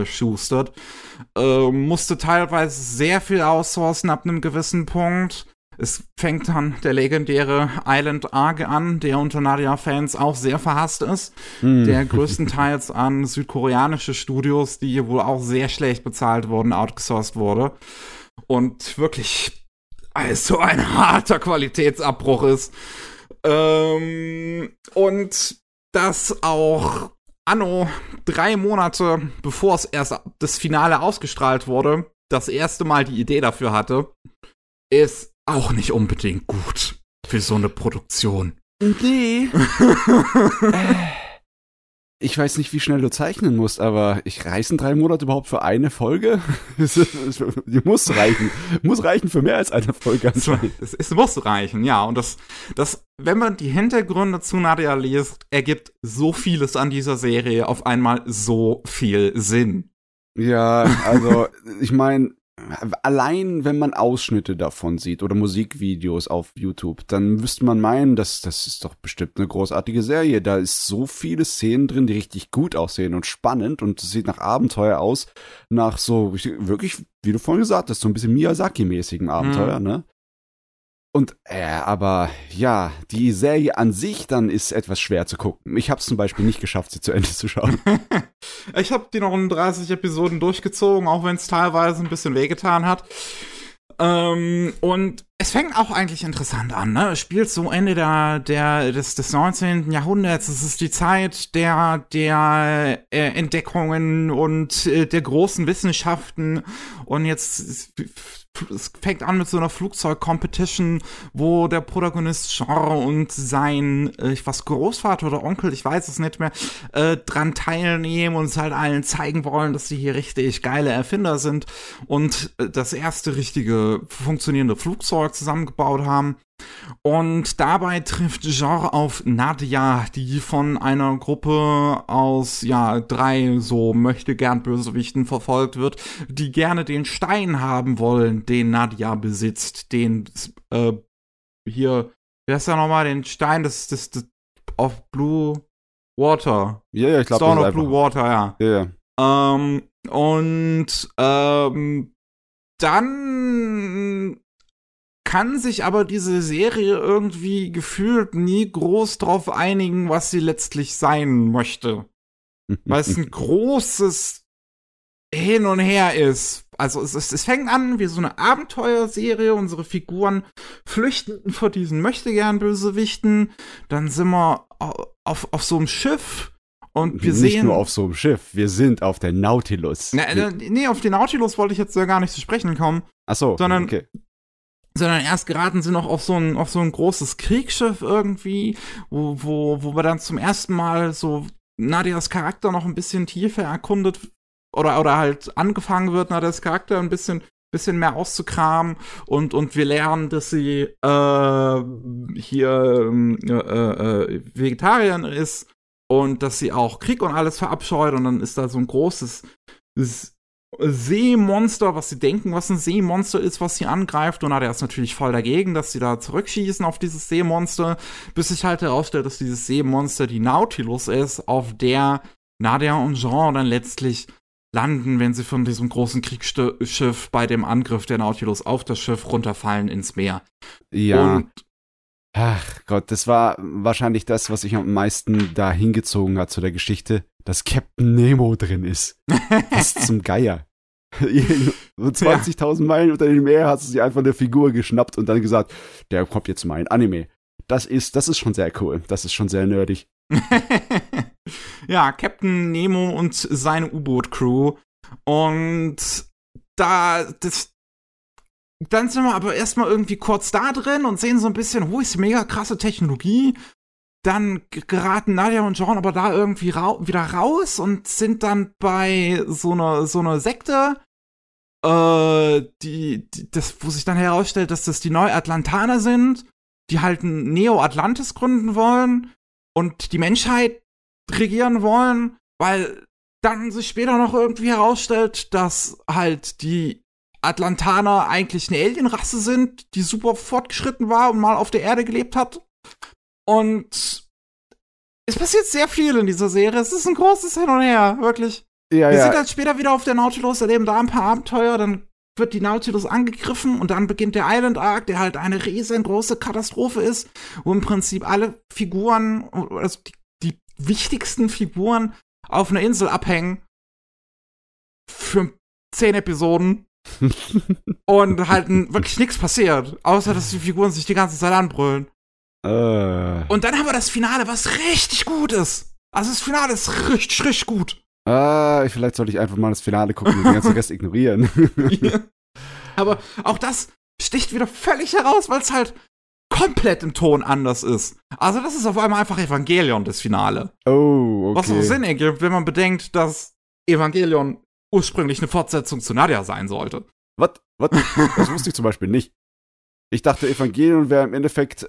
zusammengeschustert. Musste teilweise sehr viel outsourcen ab einem gewissen Punkt. Es fängt dann der legendäre Island Arc an, der unter Nadia-Fans auch sehr verhasst ist. Der größtenteils an südkoreanische Studios, die wohl auch sehr schlecht bezahlt wurden, outgesourced wurde. Und wirklich so ein harter Qualitätsabbruch ist. Und das auch anno 3 Monate, bevor es erst das Finale ausgestrahlt wurde, das erste Mal die Idee dafür hatte, ist auch nicht unbedingt gut für so eine Produktion. Nee. Ich weiß nicht, wie schnell du zeichnen musst, aber reißen 3 Monate überhaupt für eine Folge? Die muss reichen. Muss reichen für mehr als eine Folge. Es muss reichen, ja. Und das, wenn man die Hintergründe zu Nadia liest, ergibt so vieles an dieser Serie auf einmal so viel Sinn. Ja, also ich meine, allein wenn man Ausschnitte davon sieht oder Musikvideos auf YouTube, dann müsste man meinen, das ist doch bestimmt eine großartige Serie. Da ist so viele Szenen drin, die richtig gut aussehen und spannend und es sieht nach Abenteuer aus, nach so wirklich, wie du vorhin gesagt hast, so ein bisschen Miyazaki-mäßigen Abenteuer, ne? Und, aber ja, die Serie an sich dann ist etwas schwer zu gucken. Ich habe es zum Beispiel nicht geschafft, sie zu Ende zu schauen. Ich habe die noch in 30 Episoden durchgezogen, auch wenn es teilweise ein bisschen wehgetan hat. Und es fängt auch eigentlich interessant an, ne? Es spielt so Ende des 19. Jahrhunderts. Es ist die Zeit der Entdeckungen und der großen Wissenschaften. Und jetzt es fängt an mit so einer Flugzeug-Competition, wo der Protagonist Jean und sein, Großvater oder Onkel, ich weiß es nicht mehr, dran teilnehmen und es halt allen zeigen wollen, dass sie hier richtig geile Erfinder sind und das erste richtige funktionierende Flugzeug zusammengebaut haben. Und dabei trifft Jean auf Nadia, die von einer Gruppe aus, 3 so Möchte-gern-Bösewichten verfolgt wird, die gerne den Stein haben wollen, den Nadia besitzt. Den, hier, wie heißt der nochmal? Den Stein des auf Blue Water. Ja, ich glaube, Stone of Blue Water, ja. Dann kann sich aber diese Serie irgendwie gefühlt nie groß drauf einigen, was sie letztlich sein möchte. Weil es ein großes Hin und Her ist. Also es fängt an wie so eine Abenteuerserie. Unsere Figuren flüchten vor diesen Möchtegern-Bösewichten. Dann sind wir auf so einem Schiff. Und wir nicht nur auf so einem Schiff, wir sind auf der Nautilus. Nee, auf den Nautilus wollte ich jetzt ja gar nicht zu sprechen kommen. Ach so, okay. Sondern erst geraten sie noch auf so ein großes Kriegsschiff irgendwie, wo wir dann zum ersten Mal so Nadias Charakter noch ein bisschen tiefer erkundet oder halt angefangen wird, Nadias Charakter ein bisschen mehr auszukramen und wir lernen, dass sie Vegetarierin ist und dass sie auch Krieg und alles verabscheut und dann ist da so ein großes Seemonster, was sie denken, was ein Seemonster ist, was sie angreift. Und Nadia ist natürlich voll dagegen, dass sie da zurückschießen auf dieses Seemonster, bis sich halt herausstellt, dass dieses Seemonster die Nautilus ist, auf der Nadia und Jean dann letztlich landen, wenn sie von diesem großen Kriegsschiff bei dem Angriff der Nautilus auf das Schiff runterfallen ins Meer. Ja. Ach Gott, das war wahrscheinlich das, was ich am meisten da hingezogen hat zu der Geschichte, dass Captain Nemo drin ist. Was zum Geier. So 20.000 Meilen unter dem Meer hast du sie einfach eine Figur geschnappt und dann gesagt, der kommt jetzt mal in Anime. Das ist schon sehr cool. Das ist schon sehr nerdig. Ja, Captain Nemo und seine U-Boot-Crew. Und dann sind wir aber erstmal irgendwie kurz da drin und sehen so ein bisschen, ist mega krasse Technologie. Dann geraten Nadia und Jean aber da irgendwie wieder raus und sind dann bei so einer Sekte, wo sich dann herausstellt, dass das die Neuatlantaner sind, die halt ein Neo-Atlantis gründen wollen und die Menschheit regieren wollen, weil dann sich später noch irgendwie herausstellt, dass halt die Atlantaner eigentlich eine Alienrasse sind, die super fortgeschritten war und mal auf der Erde gelebt hat. Und es passiert sehr viel in dieser Serie. Es ist ein großes Hin und Her, wirklich. Wir sind halt später wieder auf der Nautilus, erleben da ein paar Abenteuer, dann wird die Nautilus angegriffen und dann beginnt der Island Arc, der halt eine riesengroße Katastrophe ist, wo im Prinzip alle Figuren, also die wichtigsten Figuren auf einer Insel abhängen für 10 Episoden und halt wirklich nichts passiert, außer dass die Figuren sich die ganze Zeit anbrüllen. Und dann haben wir das Finale, was richtig gut ist. Also das Finale ist richtig, richtig gut. Vielleicht sollte ich einfach mal das Finale gucken und den ganzen Rest ignorieren. Ja. Aber auch das sticht wieder völlig heraus, weil es halt komplett im Ton anders ist. Also das ist auf einmal einfach Evangelion, das Finale. Oh, okay. Was auch Sinn ergibt, wenn man bedenkt, dass Evangelion ursprünglich eine Fortsetzung zu Nadia sein sollte. Was? Das wusste ich zum Beispiel nicht. Ich dachte, Evangelion wäre im Endeffekt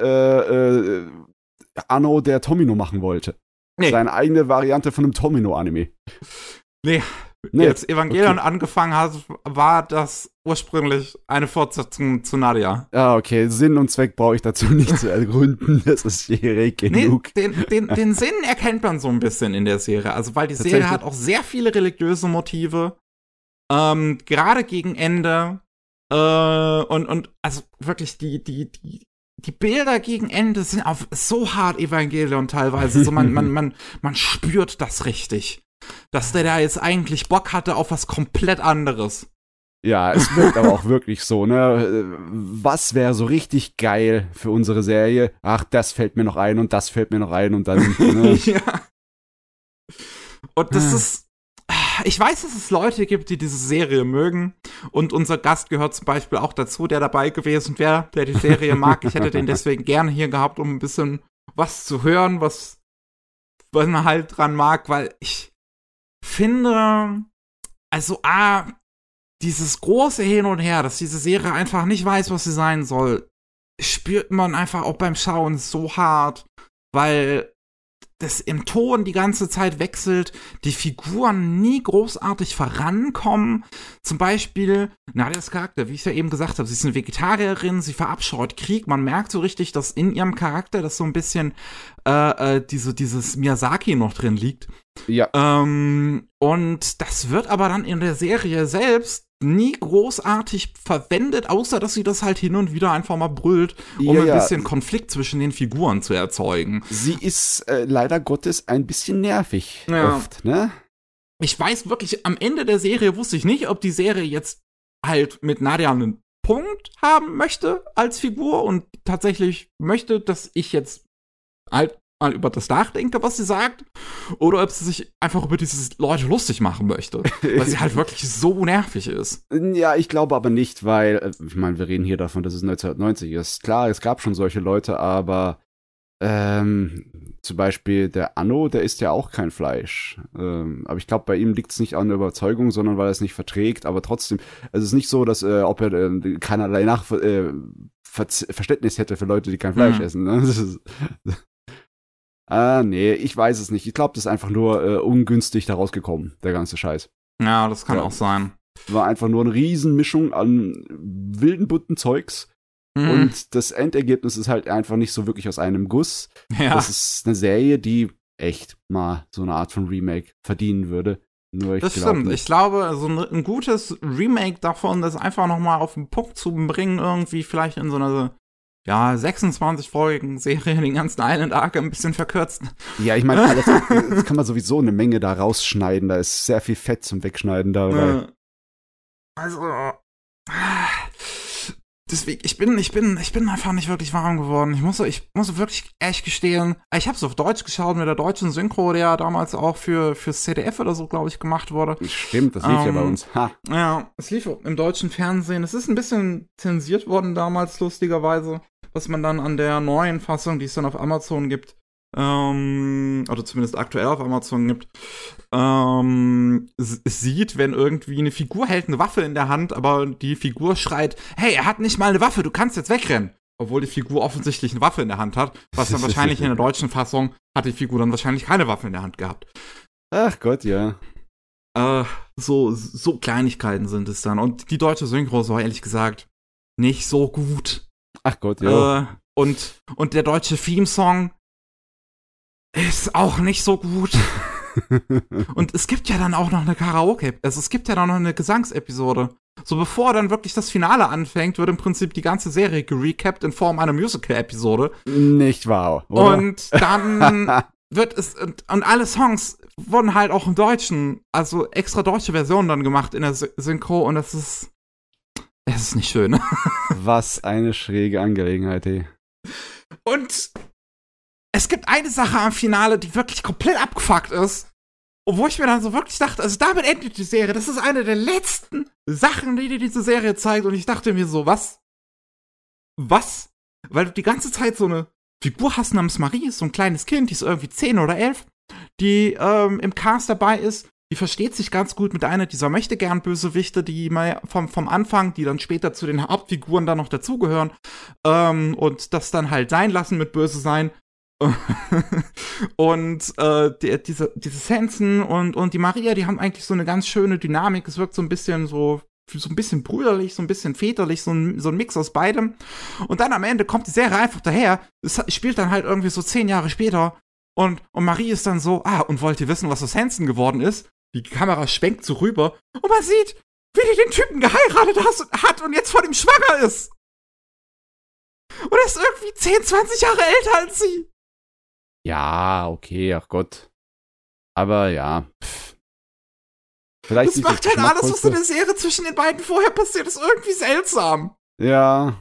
Anno, der Tomino machen wollte. Nee. Seine eigene Variante von einem Tomino-Anime. Nee. Als Evangelion angefangen hat, war das ursprünglich eine Fortsetzung zu Nadia. Okay. Sinn und Zweck brauche ich dazu nicht zu ergründen. Das ist schwierig genug. Den Sinn erkennt man so ein bisschen in der Serie. Also, weil die Serie hat auch sehr viele religiöse Motive. Gerade gegen Ende. Und also wirklich die Bilder gegen Ende sind auf so hart Evangelion teilweise. So man spürt das richtig. Dass der da jetzt eigentlich Bock hatte auf was komplett anderes. Ja, es wirkt aber auch wirklich so, ne? Was wäre so richtig geil für unsere Serie? Ach, das fällt mir noch ein und das fällt mir noch ein und dann, ne? Ja. Und das ist, ich weiß, dass es Leute gibt, die diese Serie mögen. Und unser Gast gehört zum Beispiel auch dazu, der dabei gewesen wäre, der die Serie mag. Ich hätte den deswegen gerne hier gehabt, um ein bisschen was zu hören, was man halt dran mag, weil ich finde, also dieses große Hin und Her, dass diese Serie einfach nicht weiß, was sie sein soll, spürt man einfach auch beim Schauen so hart, weil das im Ton die ganze Zeit wechselt, die Figuren nie großartig vorankommen. Zum Beispiel Nadias Charakter, wie ich ja eben gesagt habe, sie ist eine Vegetarierin, sie verabscheut Krieg. Man merkt so richtig, dass in ihrem Charakter das so ein bisschen dieses Miyazaki noch drin liegt. Ja. Und das wird aber dann in der Serie selbst nie großartig verwendet, außer dass sie das halt hin und wieder einfach mal brüllt, um ein bisschen Konflikt zwischen den Figuren zu erzeugen. Sie ist leider Gottes ein bisschen nervig oft, ne? Ich weiß wirklich, am Ende der Serie wusste ich nicht, ob die Serie jetzt halt mit Nadia einen Punkt haben möchte als Figur und tatsächlich möchte, dass ich jetzt halt mal über das nachdenke, was sie sagt, oder ob sie sich einfach über diese Leute lustig machen möchte, weil sie halt wirklich so nervig ist. Ja, ich glaube aber nicht, weil, ich meine, wir reden hier davon, dass es 1990 ist. Klar, es gab schon solche Leute, aber zum Beispiel der Anno, der isst ja auch kein Fleisch. Aber ich glaube, bei ihm liegt es nicht an der Überzeugung, sondern weil er es nicht verträgt. Aber trotzdem, es ist nicht so, dass ob er keinerlei Verständnis hätte für Leute, die kein Fleisch essen. Ne? Das ist, nee, ich weiß es nicht. Ich glaube, das ist einfach nur ungünstig da rausgekommen, der ganze Scheiß. Ja, das kann auch sein. War einfach nur eine Riesenmischung an wilden, bunten Zeugs. Und das Endergebnis ist halt einfach nicht so wirklich aus einem Guss. Ja. Das ist eine Serie, die echt mal so eine Art von Remake verdienen würde. Nur ich das stimmt. Nicht. Ich glaube, so ein gutes Remake davon, das einfach noch mal auf den Punkt zu bringen, irgendwie vielleicht in so einer 26-folgigen Serie den ganzen Island Arc ein bisschen verkürzt. Ja, ich meine, das kann man sowieso eine Menge da rausschneiden. Da ist sehr viel Fett zum Wegschneiden dabei. Also, deswegen, ich bin einfach nicht wirklich warm geworden. Ich muss wirklich echt gestehen, ich habe es auf Deutsch geschaut mit der deutschen Synchro, der ja damals auch fürs ZDF oder so, glaube ich, gemacht wurde. Stimmt, das lief ja bei uns. Ha. Ja, es lief im deutschen Fernsehen. Es ist ein bisschen zensiert worden damals, lustigerweise, was man dann an der neuen Fassung, die es dann auf Amazon gibt, oder zumindest aktuell auf Amazon gibt, sieht, wenn irgendwie eine Figur hält eine Waffe in der Hand, aber die Figur schreit, hey, er hat nicht mal eine Waffe, du kannst jetzt wegrennen. Obwohl die Figur offensichtlich eine Waffe in der Hand hat, was dann wahrscheinlich in der deutschen Fassung hat die Figur dann wahrscheinlich keine Waffe in der Hand gehabt. Ach Gott, ja. So Kleinigkeiten sind es dann. Und die deutsche Synchro war ehrlich gesagt nicht so gut. Ach Gott, ja. Und der deutsche Theme-Song ist auch nicht so gut. Und es gibt ja dann auch noch eine Karaoke, also es gibt ja dann noch eine Gesangsepisode so bevor dann wirklich das Finale anfängt, wird im Prinzip die ganze Serie gerecapt in Form einer Musical-Episode. Nicht wahr, oder? Und dann wird es, und alle Songs wurden halt auch im Deutschen, also extra deutsche Versionen dann gemacht in der Synchro, und es ist nicht schön. Was eine schräge Angelegenheit, ey. Und es gibt eine Sache am Finale, die wirklich komplett abgefuckt ist. Und wo ich mir dann so wirklich dachte, also damit endet die Serie. Das ist eine der letzten Sachen, die dir diese Serie zeigt. Und ich dachte mir so, was? Was? Weil du die ganze Zeit so eine Figur hast namens Marie, so ein kleines Kind, die ist irgendwie 10 oder 11, die im Cast dabei ist. Die versteht sich ganz gut mit einer dieser Möchtegern-Bösewichte, die mal vom Anfang, die dann später zu den Hauptfiguren dann noch dazugehören. Und das dann halt sein lassen mit Böse sein. Und diese Sanson und die Maria, die haben eigentlich so eine ganz schöne Dynamik. Es wirkt so ein bisschen brüderlich, so ein bisschen väterlich, so ein Mix aus beidem. Und dann am Ende kommt die Serie einfach daher. Es spielt dann halt irgendwie so 10 Jahre später. Und Marie ist dann so, und wollt ihr wissen, was aus Sanson geworden ist? Die Kamera schwenkt so rüber und man sieht, wie die den Typen geheiratet hat und jetzt von ihm schwanger ist. Und er ist irgendwie 10, 20 Jahre älter als sie. Ja, okay, ach Gott. Aber ja, Vielleicht das macht halt alles, was in der Serie zwischen den beiden vorher passiert, ist irgendwie seltsam. Ja.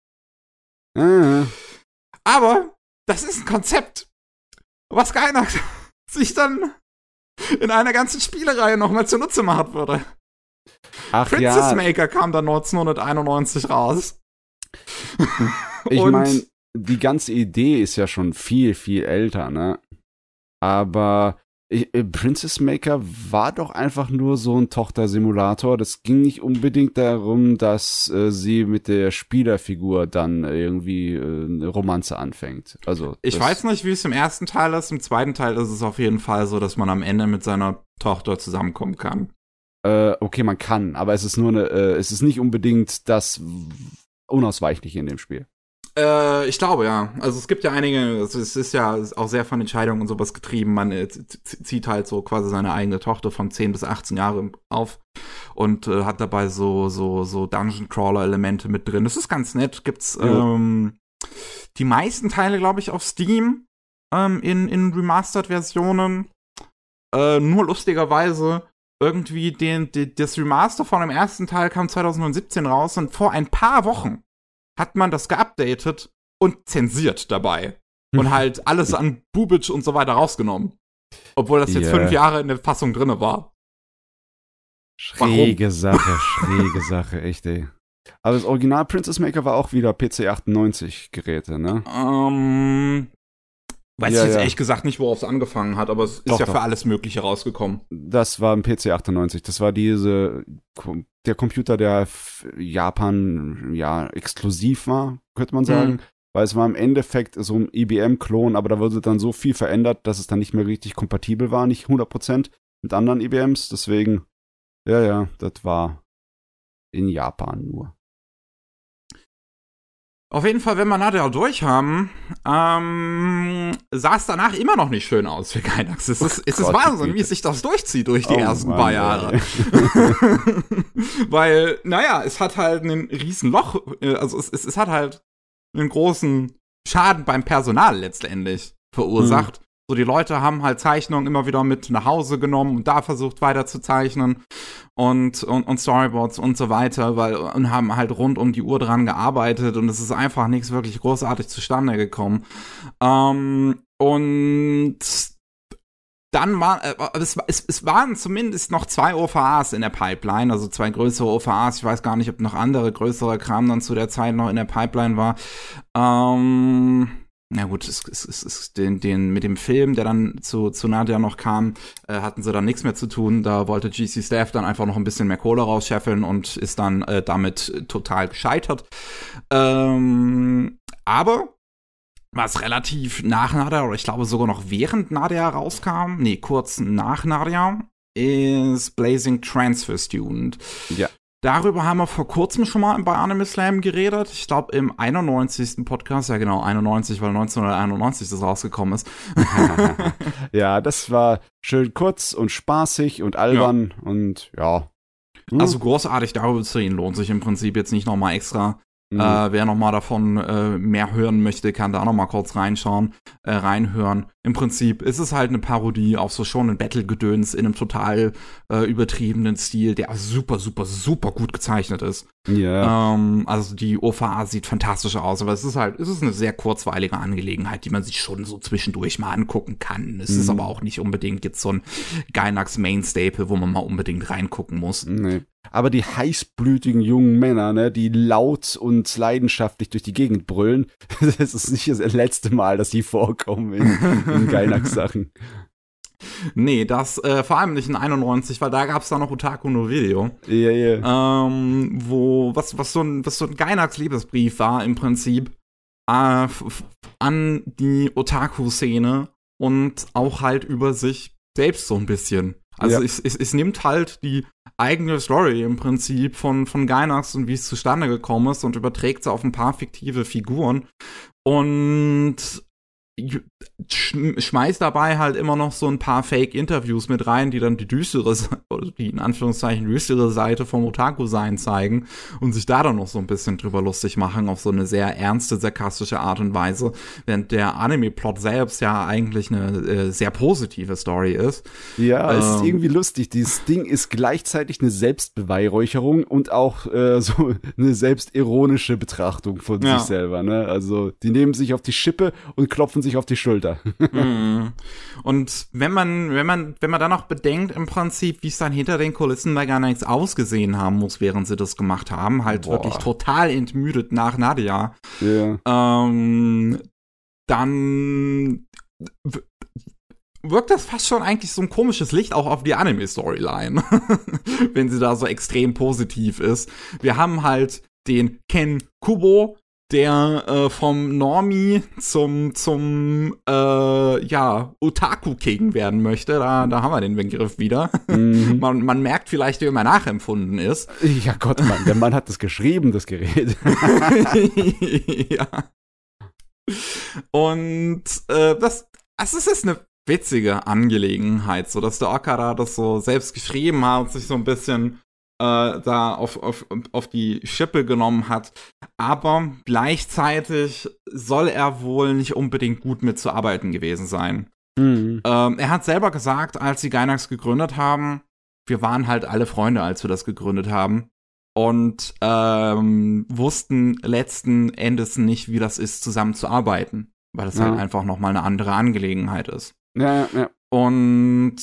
Aber das ist ein Konzept, was keiner sich dann in einer ganzen Spielereihe nochmal zunutze machen würde. Ach Princess Maker kam dann 1991 raus. Ich meine, die ganze Idee ist ja schon viel, viel älter, ne? Aber Princess Maker war doch einfach nur so ein Tochtersimulator. Das ging nicht unbedingt darum, dass sie mit der Spielerfigur dann irgendwie eine Romanze anfängt. Also ich weiß nicht, wie es im ersten Teil ist. Im zweiten Teil ist es auf jeden Fall so, dass man am Ende mit seiner Tochter zusammenkommen kann. Okay, man kann, aber es ist nur es ist nicht unbedingt das Unausweichliche in dem Spiel. Ich glaube, ja. Also es gibt ja einige, also es ist ja auch sehr von Entscheidungen und sowas getrieben. Man zieht halt so quasi seine eigene Tochter von 10 bis 18 Jahre auf und hat dabei so Dungeon-Crawler-Elemente mit drin. Das ist ganz nett. Gibt's die meisten Teile, glaube ich, auf Steam in Remastered-Versionen. Nur lustigerweise irgendwie das Remaster von dem ersten Teil kam 2017 raus und vor ein paar Wochen hat man das geupdatet und zensiert dabei. Und halt alles an Boobage und so weiter rausgenommen. Obwohl das jetzt 5 Jahre in der Fassung drinne war. Schräge Sache, echt, ey. Aber das Original Princess Maker war auch wieder PC98-Geräte, ne? Weiß ich jetzt ehrlich gesagt nicht, worauf es angefangen hat, aber es ist ja für alles Mögliche rausgekommen. Das war ein PC98. Das war der Computer, der Japan, exklusiv war, könnte man sagen. Weil es war im Endeffekt so ein IBM-Klon, aber da wurde dann so viel verändert, dass es dann nicht mehr richtig kompatibel war, nicht 100% mit anderen IBMs. Deswegen, das war in Japan nur. Auf jeden Fall, wenn wir nachher durch haben, sah es danach immer noch nicht schön aus für Gainax. Es ist Wahnsinn, wie sich das durchzieht durch die ersten paar Jahre. Weil, es hat halt ein Riesenloch, also es hat halt einen großen Schaden beim Personal letztendlich verursacht. So, die Leute haben halt Zeichnungen immer wieder mit nach Hause genommen und da versucht weiter zu zeichnen und Storyboards und so weiter, und haben halt rund um die Uhr dran gearbeitet und es ist einfach nichts wirklich großartig zustande gekommen. Und dann es waren zumindest noch 2 OVAs in der Pipeline, also 2 größere OVAs. Ich weiß gar nicht, ob noch andere größere Kram dann zu der Zeit noch in der Pipeline war. Na gut, den mit dem Film, der dann zu Nadia noch kam, hatten sie dann nichts mehr zu tun. Da wollte GC Staff dann einfach noch ein bisschen mehr Kohle rausscheffeln und ist dann damit total gescheitert. Aber was relativ nach Nadia, oder ich glaube sogar noch während Nadia rauskam, kurz nach Nadia, ist Blazing Transfer Student. Ja. Darüber haben wir vor kurzem schon mal bei Anime Slam geredet. Ich glaube im 91. Podcast, ja genau, 91, weil 1991 das rausgekommen ist. Ja, das war schön kurz und spaßig und albern und ja. Also großartig darüber zu reden lohnt sich im Prinzip jetzt nicht nochmal extra. Wer nochmal davon mehr hören möchte, kann da nochmal kurz reinhören. Im Prinzip ist es halt eine Parodie auf so schon ein Battle-Gedöns in einem total übertriebenen Stil, der super, super, super gut gezeichnet ist. Ja. Also die OVA sieht fantastisch aus, aber es ist eine sehr kurzweilige Angelegenheit, die man sich schon so zwischendurch mal angucken kann. Es ist aber auch nicht unbedingt jetzt so ein Gainax Main-Staple, wo man mal unbedingt reingucken muss. Nee. Aber die heißblütigen jungen Männer, ne, die laut und leidenschaftlich durch die Gegend brüllen, das ist nicht das letzte Mal, dass die vorkommen in Gainax-Sachen. Nee, das vor allem nicht in 91, weil da gab's da noch Otaku no Video. Ja. Was so ein Gainax-Liebesbrief war im Prinzip an die Otaku-Szene und auch halt über sich selbst so ein bisschen. Also es nimmt halt die eigene Story im Prinzip von Gainax und wie es zustande gekommen ist und überträgt sie auf ein paar fiktive Figuren und schmeißt dabei halt immer noch so ein paar Fake-Interviews mit rein, die dann die düstere, oder die in Anführungszeichen düstere Seite vom Otaku-Sein zeigen und sich da dann noch so ein bisschen drüber lustig machen, auf so eine sehr ernste, sarkastische Art und Weise, während der Anime-Plot selbst ja eigentlich eine sehr positive Story ist. Ja, es ist irgendwie lustig. Dieses Ding ist gleichzeitig eine Selbstbeweihräucherung und auch so eine selbstironische Betrachtung von sich selber, ne? Also, die nehmen sich auf die Schippe und klopfen sich auf die Schulter. Und wenn man dann noch bedenkt, im Prinzip, wie es dann hinter den Kulissen bei Gainax ausgesehen haben muss, während sie das gemacht haben, halt wirklich total entmüdet nach Nadia, dann wirkt das fast schon eigentlich so ein komisches Licht auch auf die Anime-Storyline, wenn sie da so extrem positiv ist. Wir haben halt den Ken Kubo, der vom Normie zum Otaku-King werden möchte. Da haben wir den Begriff wieder. Man merkt vielleicht, wie er nachempfunden ist. Ja Gott, Mann, der Mann hat das geschrieben, das Gerät. Ja. Und das ist eine witzige Angelegenheit, so dass der Okada das so selbst geschrieben hat und sich so ein bisschen da auf die Schippe genommen hat. Aber gleichzeitig soll er wohl nicht unbedingt gut mitzuarbeiten gewesen sein. Er hat selber gesagt, als sie Gainax gegründet haben, wir waren halt alle Freunde, als wir das gegründet haben. Und wussten letzten Endes nicht, wie das ist, zusammenzuarbeiten. Weil das halt einfach nochmal eine andere Angelegenheit ist. Ja. Und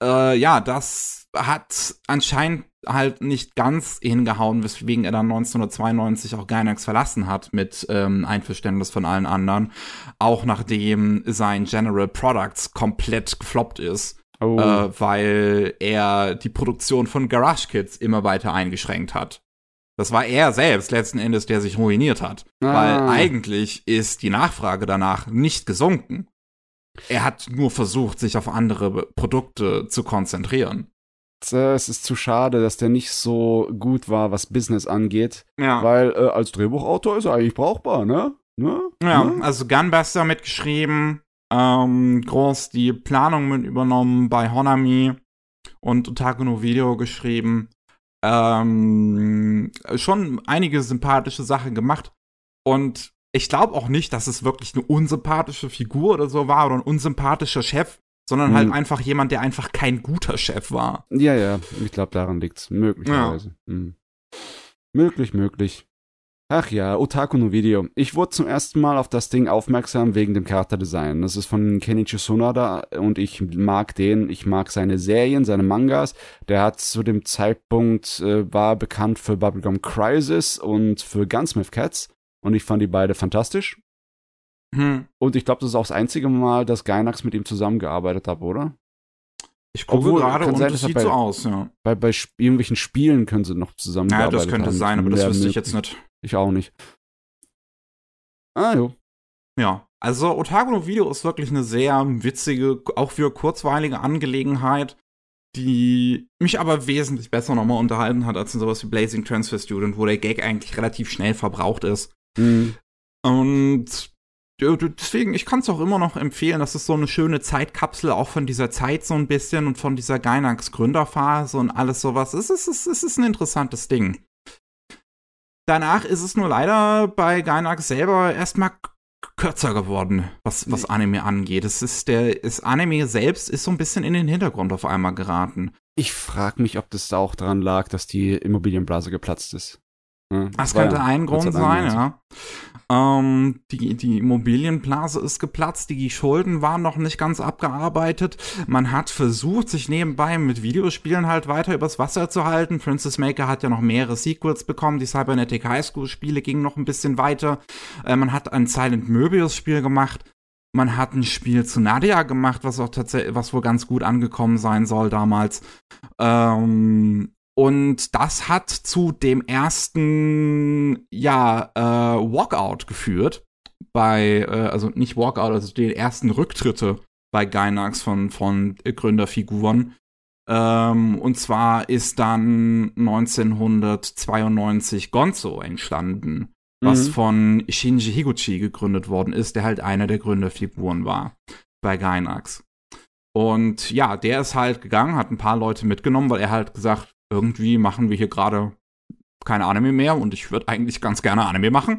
das hat anscheinend halt nicht ganz hingehauen, weswegen er dann 1992 auch Gainax verlassen hat mit Einverständnis von allen anderen, auch nachdem sein General Products komplett gefloppt ist, weil er die Produktion von Garage Kids immer weiter eingeschränkt hat. Das war er selbst letzten Endes, der sich ruiniert hat, weil eigentlich ist die Nachfrage danach nicht gesunken. Er hat nur versucht, sich auf andere Produkte zu konzentrieren. Es ist zu schade, dass der nicht so gut war, was Business angeht. Ja. Weil als Drehbuchautor ist er eigentlich brauchbar, ne? Also Gunbuster mitgeschrieben, groß die Planung mit übernommen bei Honami und Otaku no Video geschrieben. Schon einige sympathische Sachen gemacht. Und ich glaube auch nicht, dass es wirklich eine unsympathische Figur oder so war oder ein unsympathischer Chef, sondern halt einfach jemand, der einfach kein guter Chef war. Ja, ich glaube, daran liegt's. Möglicherweise. Ja. Möglich. Ach ja, Otaku no Video. Ich wurde zum ersten Mal auf das Ding aufmerksam wegen dem Charakterdesign. Das ist von Kenichi Sonoda und ich mag den. Ich mag seine Serien, seine Mangas. Der hat zu dem Zeitpunkt, war bekannt für Bubblegum Crisis und für Gunsmith Cats. Und ich fand die beide fantastisch. Und ich glaube, das ist auch das einzige Mal, dass Gainax mit ihm zusammengearbeitet hat, oder? Ich gucke gerade und es sieht so aus, ja. Bei irgendwelchen Spielen können sie noch zusammengearbeitet haben. Ja, das könnte sein, aber das wüsste ich jetzt nicht. Ich auch nicht. Jo. Ja, also Otaku no Video ist wirklich eine sehr witzige, auch für kurzweilige Angelegenheit, die mich aber wesentlich besser nochmal unterhalten hat als in sowas wie Blazing Transfer Student, wo der Gag eigentlich relativ schnell verbraucht ist. Und deswegen, ich kann es auch immer noch empfehlen. Das ist so eine schöne Zeitkapsel auch von dieser Zeit so ein bisschen und von dieser Gainax Gründerphase und alles sowas. Es ist ein interessantes Ding. Danach ist es nur leider bei Gainax selber erstmal kürzer geworden, was Anime angeht. Das Anime selbst ist so ein bisschen in den Hintergrund auf einmal geraten. Ich frage mich, ob das da auch daran lag, dass die Immobilienblase geplatzt ist. Ja, das könnte ein Grund sein, ja. Die Immobilienblase ist geplatzt, die Schulden waren noch nicht ganz abgearbeitet. Man hat versucht, sich nebenbei mit Videospielen halt weiter übers Wasser zu halten. Princess Maker hat ja noch mehrere Sequels bekommen. Die Cybernetic High School Spiele gingen noch ein bisschen weiter. Man hat ein Silent Möbius Spiel gemacht. Man hat ein Spiel zu Nadia gemacht, was wohl ganz gut angekommen sein soll damals. Und das hat zu dem ersten, Walkout geführt. Also nicht Walkout, also den ersten Rücktritte bei Gainax von Gründerfiguren. Und zwar ist dann 1992 Gonzo entstanden, was von Shinji Higuchi gegründet worden ist, der halt einer der Gründerfiguren war bei Gainax. Und ja, der ist halt gegangen, hat ein paar Leute mitgenommen, weil er halt gesagt, irgendwie machen wir hier gerade keine Anime mehr und ich würde eigentlich ganz gerne Anime machen.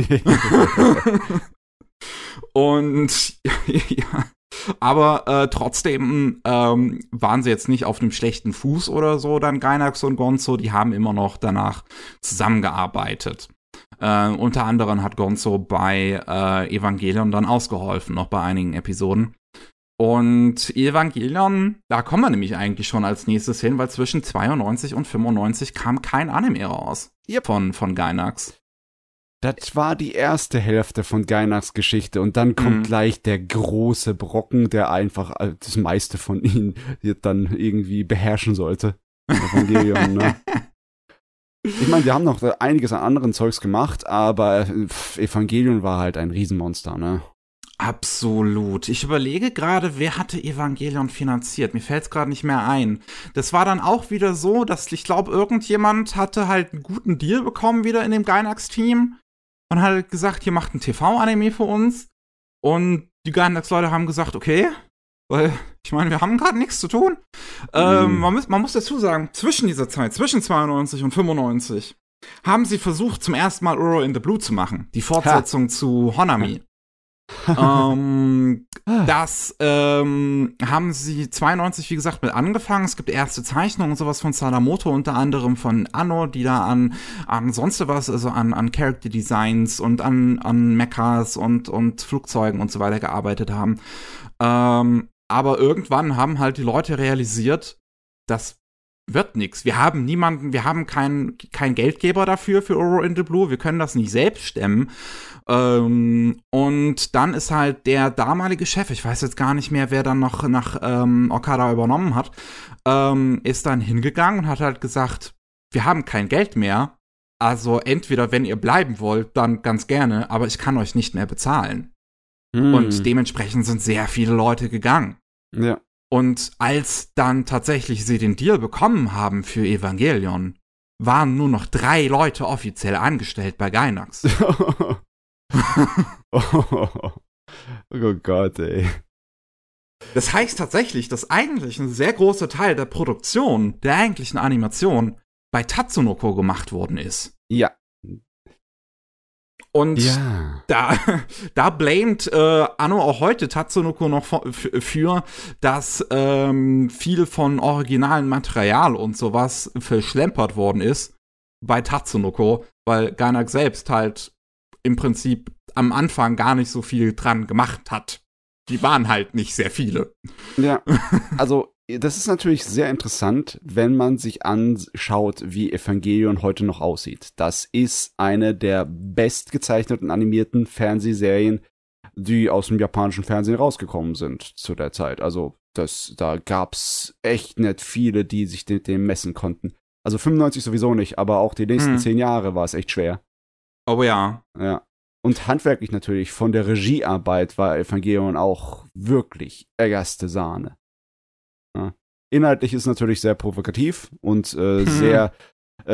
Und ja, aber trotzdem waren sie jetzt nicht auf einem schlechten Fuß oder so, dann Gainax und Gonzo, die haben immer noch danach zusammengearbeitet. Unter anderem hat Gonzo bei Evangelion dann ausgeholfen, noch bei einigen Episoden. Und Evangelion, da kommen wir nämlich eigentlich schon als nächstes hin, weil zwischen 92 und 95 kam kein Anime raus von Gainax. Das war die erste Hälfte von Gainax Geschichte und dann kommt gleich der große Brocken, der einfach das meiste von ihnen dann irgendwie beherrschen sollte. Evangelion, ne? Ich meine, wir haben noch einiges an anderen Zeugs gemacht, aber Evangelion war halt ein Riesenmonster, ne? Absolut. Ich überlege gerade, wer hatte Evangelion finanziert? Mir fällt es gerade nicht mehr ein. Das war dann auch wieder so, dass ich glaube, irgendjemand hatte halt einen guten Deal bekommen wieder in dem Gainax-Team und hat halt gesagt, ihr macht ein TV-Anime für uns. Und die Gainax-Leute haben gesagt, okay, weil ich meine, wir haben gerade nichts zu tun. Man muss dazu sagen, zwischen dieser Zeit, zwischen 92 und 95, haben sie versucht, zum ersten Mal Uro in the Blue zu machen. Die Fortsetzung zu Honami. Das haben sie 92, wie gesagt, mit angefangen. Es gibt erste Zeichnungen und sowas von Sadamoto, unter anderem von Anno, die da an sonst was, also an Character Designs und an Mechas und Flugzeugen und so weiter gearbeitet haben. Aber irgendwann haben halt die Leute realisiert, das wird nix. Wir haben niemanden, wir haben keinen Geldgeber dafür für Uro in the Blue, wir können das nicht selbst stemmen. Und dann ist halt der damalige Chef, ich weiß jetzt gar nicht mehr, wer dann noch nach Okada übernommen hat, ist dann hingegangen und hat halt gesagt, wir haben kein Geld mehr, also entweder, wenn ihr bleiben wollt, dann ganz gerne, aber ich kann euch nicht mehr bezahlen. Und dementsprechend sind sehr viele Leute gegangen. Ja. Und als dann tatsächlich sie den Deal bekommen haben für Evangelion, waren nur noch 3 Leute offiziell angestellt bei Gainax. Oh Gott, ey. Das heißt tatsächlich, dass eigentlich ein sehr großer Teil der Produktion, der eigentlichen Animation, bei Tatsunoko gemacht worden ist. Ja. Und da blamet Anno auch heute Tatsunoko noch für, dass viel von originalen Material und sowas verschlempert worden ist bei Tatsunoko, weil Gainax selbst halt im Prinzip am Anfang gar nicht so viel dran gemacht hat. Die waren halt nicht sehr viele. Ja, also das ist natürlich sehr interessant, wenn man sich anschaut, wie Evangelion heute noch aussieht. Das ist eine der bestgezeichneten animierten Fernsehserien, die aus dem japanischen Fernsehen rausgekommen sind zu der Zeit. Also da gab's echt nicht viele, die sich dem messen konnten. Also 95 sowieso nicht, aber auch die nächsten 10 Jahre war es echt schwer. Oh ja. Ja. Und handwerklich natürlich, von der Regiearbeit war Evangelion auch wirklich erste Sahne. Ja. Inhaltlich ist es natürlich sehr provokativ und sehr,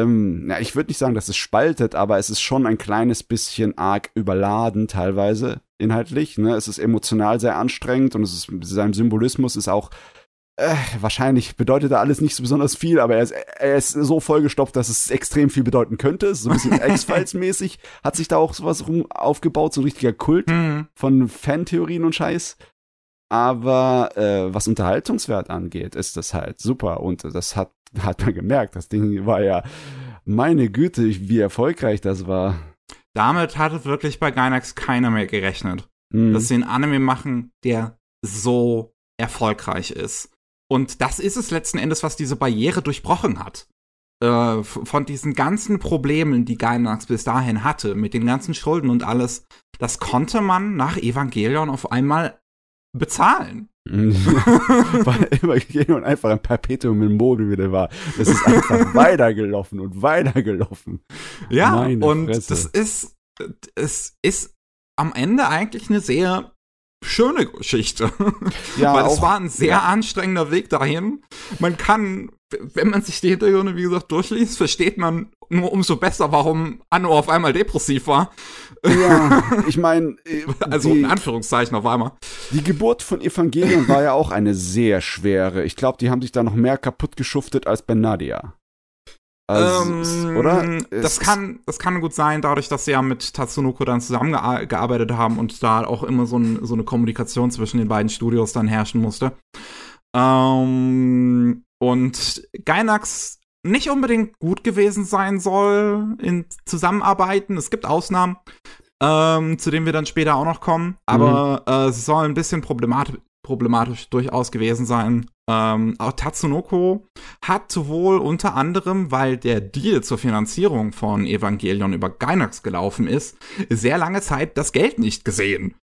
ich würde nicht sagen, dass es spaltet, aber es ist schon ein kleines bisschen arg überladen teilweise. inhaltlich. Ne? Es ist emotional sehr anstrengend und sein Symbolismus ist auch wahrscheinlich bedeutet da alles nicht so besonders viel, aber er ist so vollgestopft, dass es extrem viel bedeuten könnte. So ein bisschen X-Files-mäßig hat sich da auch sowas rum aufgebaut, so ein richtiger Kult von Fantheorien und Scheiß. Aber was Unterhaltungswert angeht, ist das halt super. Und das hat man gemerkt. Das Ding war ja, meine Güte, wie erfolgreich das war. Damit hatte wirklich bei Gainax keiner mehr gerechnet, dass sie einen Anime machen, der so erfolgreich ist. Und das ist es letzten Endes, was diese Barriere durchbrochen hat. Von diesen ganzen Problemen, die Gainax bis dahin hatte, mit den ganzen Schulden und alles, das konnte man nach Evangelion auf einmal bezahlen. Weil Evangelion einfach ein Perpetuum mobile wieder war. Das ist einfach weitergelaufen und weitergelaufen. Ja, Meine und Fresse. es ist am Ende eigentlich eine sehr schöne Geschichte. Ja, weil es auch, war ein sehr anstrengender Weg dahin. Man kann, wenn man sich die Hintergründe, wie gesagt, durchliest, versteht man nur umso besser, warum Anno auf einmal depressiv war. Ja, ich meine, also in Anführungszeichen auf einmal. Die Geburt von Evangelion war ja auch eine sehr schwere. Ich glaube, die haben sich da noch mehr kaputt geschuftet als bei Nadia. Also, oder? Das kann gut sein, dadurch, dass sie ja mit Tatsunoko dann zusammengearbeitet haben und da auch immer so eine Kommunikation zwischen den beiden Studios dann herrschen musste. Und Gainax nicht unbedingt gut gewesen sein soll in Zusammenarbeiten. Es gibt Ausnahmen, zu denen wir dann später auch noch kommen. Aber es soll ein bisschen problematisch durchaus gewesen sein. Auch Tatsunoko hat sowohl unter anderem, weil der Deal zur Finanzierung von Evangelion über Gainax gelaufen ist, sehr lange Zeit das Geld nicht gesehen.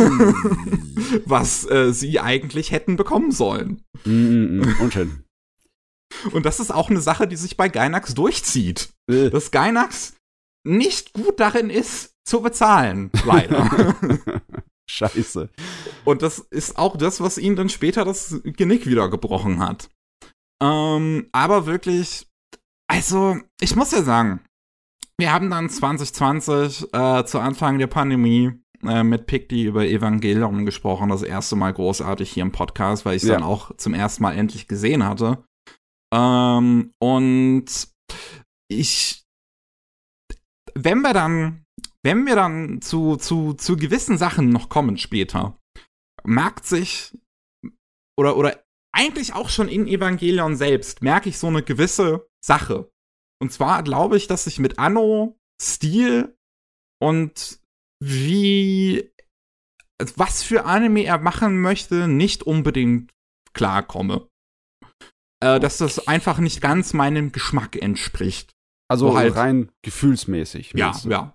Was sie eigentlich hätten bekommen sollen. Unschön. Und das ist auch eine Sache, die sich bei Gainax durchzieht. Dass Gainax nicht gut darin ist, zu bezahlen, leider. Scheiße. Und das ist auch das, was ihm dann später das Genick wieder gebrochen hat. Aber wirklich, also, ich muss ja sagen, wir haben dann 2020 zu Anfang der Pandemie mit Picti über Evangelion gesprochen, das erste Mal großartig hier im Podcast, weil ich es dann auch zum ersten Mal endlich gesehen hatte. Und wenn wir dann zu gewissen Sachen noch kommen später, merkt sich, oder eigentlich auch schon in Evangelion selbst, merke ich so eine gewisse Sache. Und zwar glaube ich, dass ich mit Anno Stil und was für Anime er machen möchte, nicht unbedingt klarkomme. Dass das einfach nicht ganz meinem Geschmack entspricht. Also so halt rein gefühlsmäßig. Ja.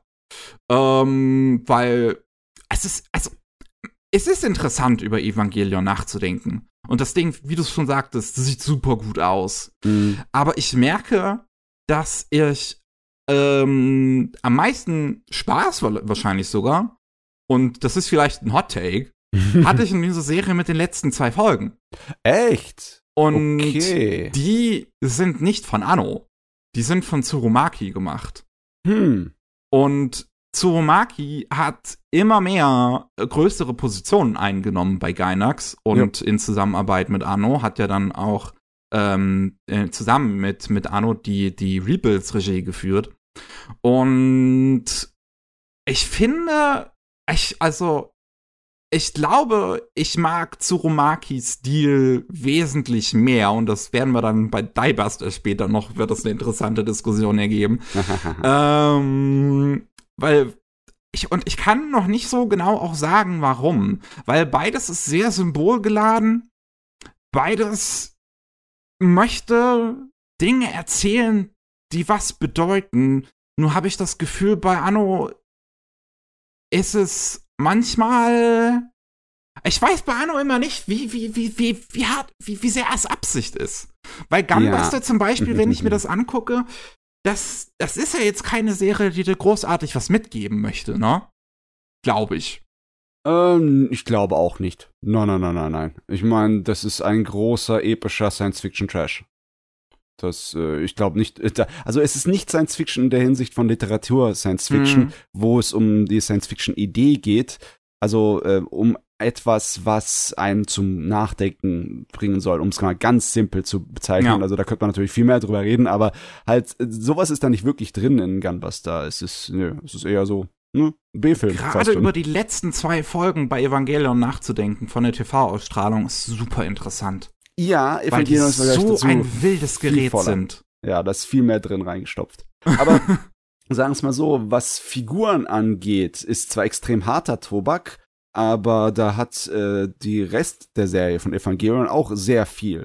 Weil es ist interessant, über Evangelion nachzudenken. Und das Ding, wie du es schon sagtest, das sieht super gut aus. Aber ich merke, dass ich am meisten Spaß wahrscheinlich sogar, und das ist vielleicht ein Hot Take, hatte ich in dieser Serie mit den letzten 2 Folgen. Echt? Und okay. Die sind nicht von Anno. Die sind von Tsurumaki gemacht. Und Tsurumaki hat immer mehr größere Positionen eingenommen bei Gainax und in Zusammenarbeit mit Anno hat ja dann auch zusammen mit Anno die Rebuilds-Regie geführt. Und ich finde, ich glaube, ich mag Tsurumakis Stil wesentlich mehr und das werden wir dann bei Diebuster später noch, wird das eine interessante Diskussion ergeben. Weil ich kann noch nicht so genau auch sagen, warum. Weil beides ist sehr symbolgeladen. Beides möchte Dinge erzählen, die was bedeuten. Nur habe ich das Gefühl, bei Anno ist es manchmal, ich weiß bei Anno immer nicht, wie sehr es Absicht ist. Weil Gunbuster zum Beispiel, wenn ich mir das angucke, das ist ja jetzt keine Serie, die dir großartig was mitgeben möchte, ne? Glaube ich. Ich glaube auch nicht. Nein. Ich meine, das ist ein großer, epischer Science-Fiction-Trash. Ich glaube nicht, also es ist nicht Science-Fiction in der Hinsicht von Literatur Science-Fiction, wo es um die Science-Fiction-Idee geht, Also um etwas, was einen zum Nachdenken bringen soll, um es mal ganz simpel zu bezeichnen. Ja. Also da könnte man natürlich viel mehr drüber reden, aber halt sowas ist da nicht wirklich drin in Gunbuster. Es ist eher so ein B-Film. Gerade über die letzten 2 Folgen bei Evangelion nachzudenken von der TV-Ausstrahlung ist super interessant. Ja, weil die so ein wildes Gerät voller. sind. Ja, da ist viel mehr drin reingestopft. Aber sagen wir es mal so, was Figuren angeht, ist zwar extrem harter Tobak, aber da hat die Rest der Serie von Evangelion auch sehr viel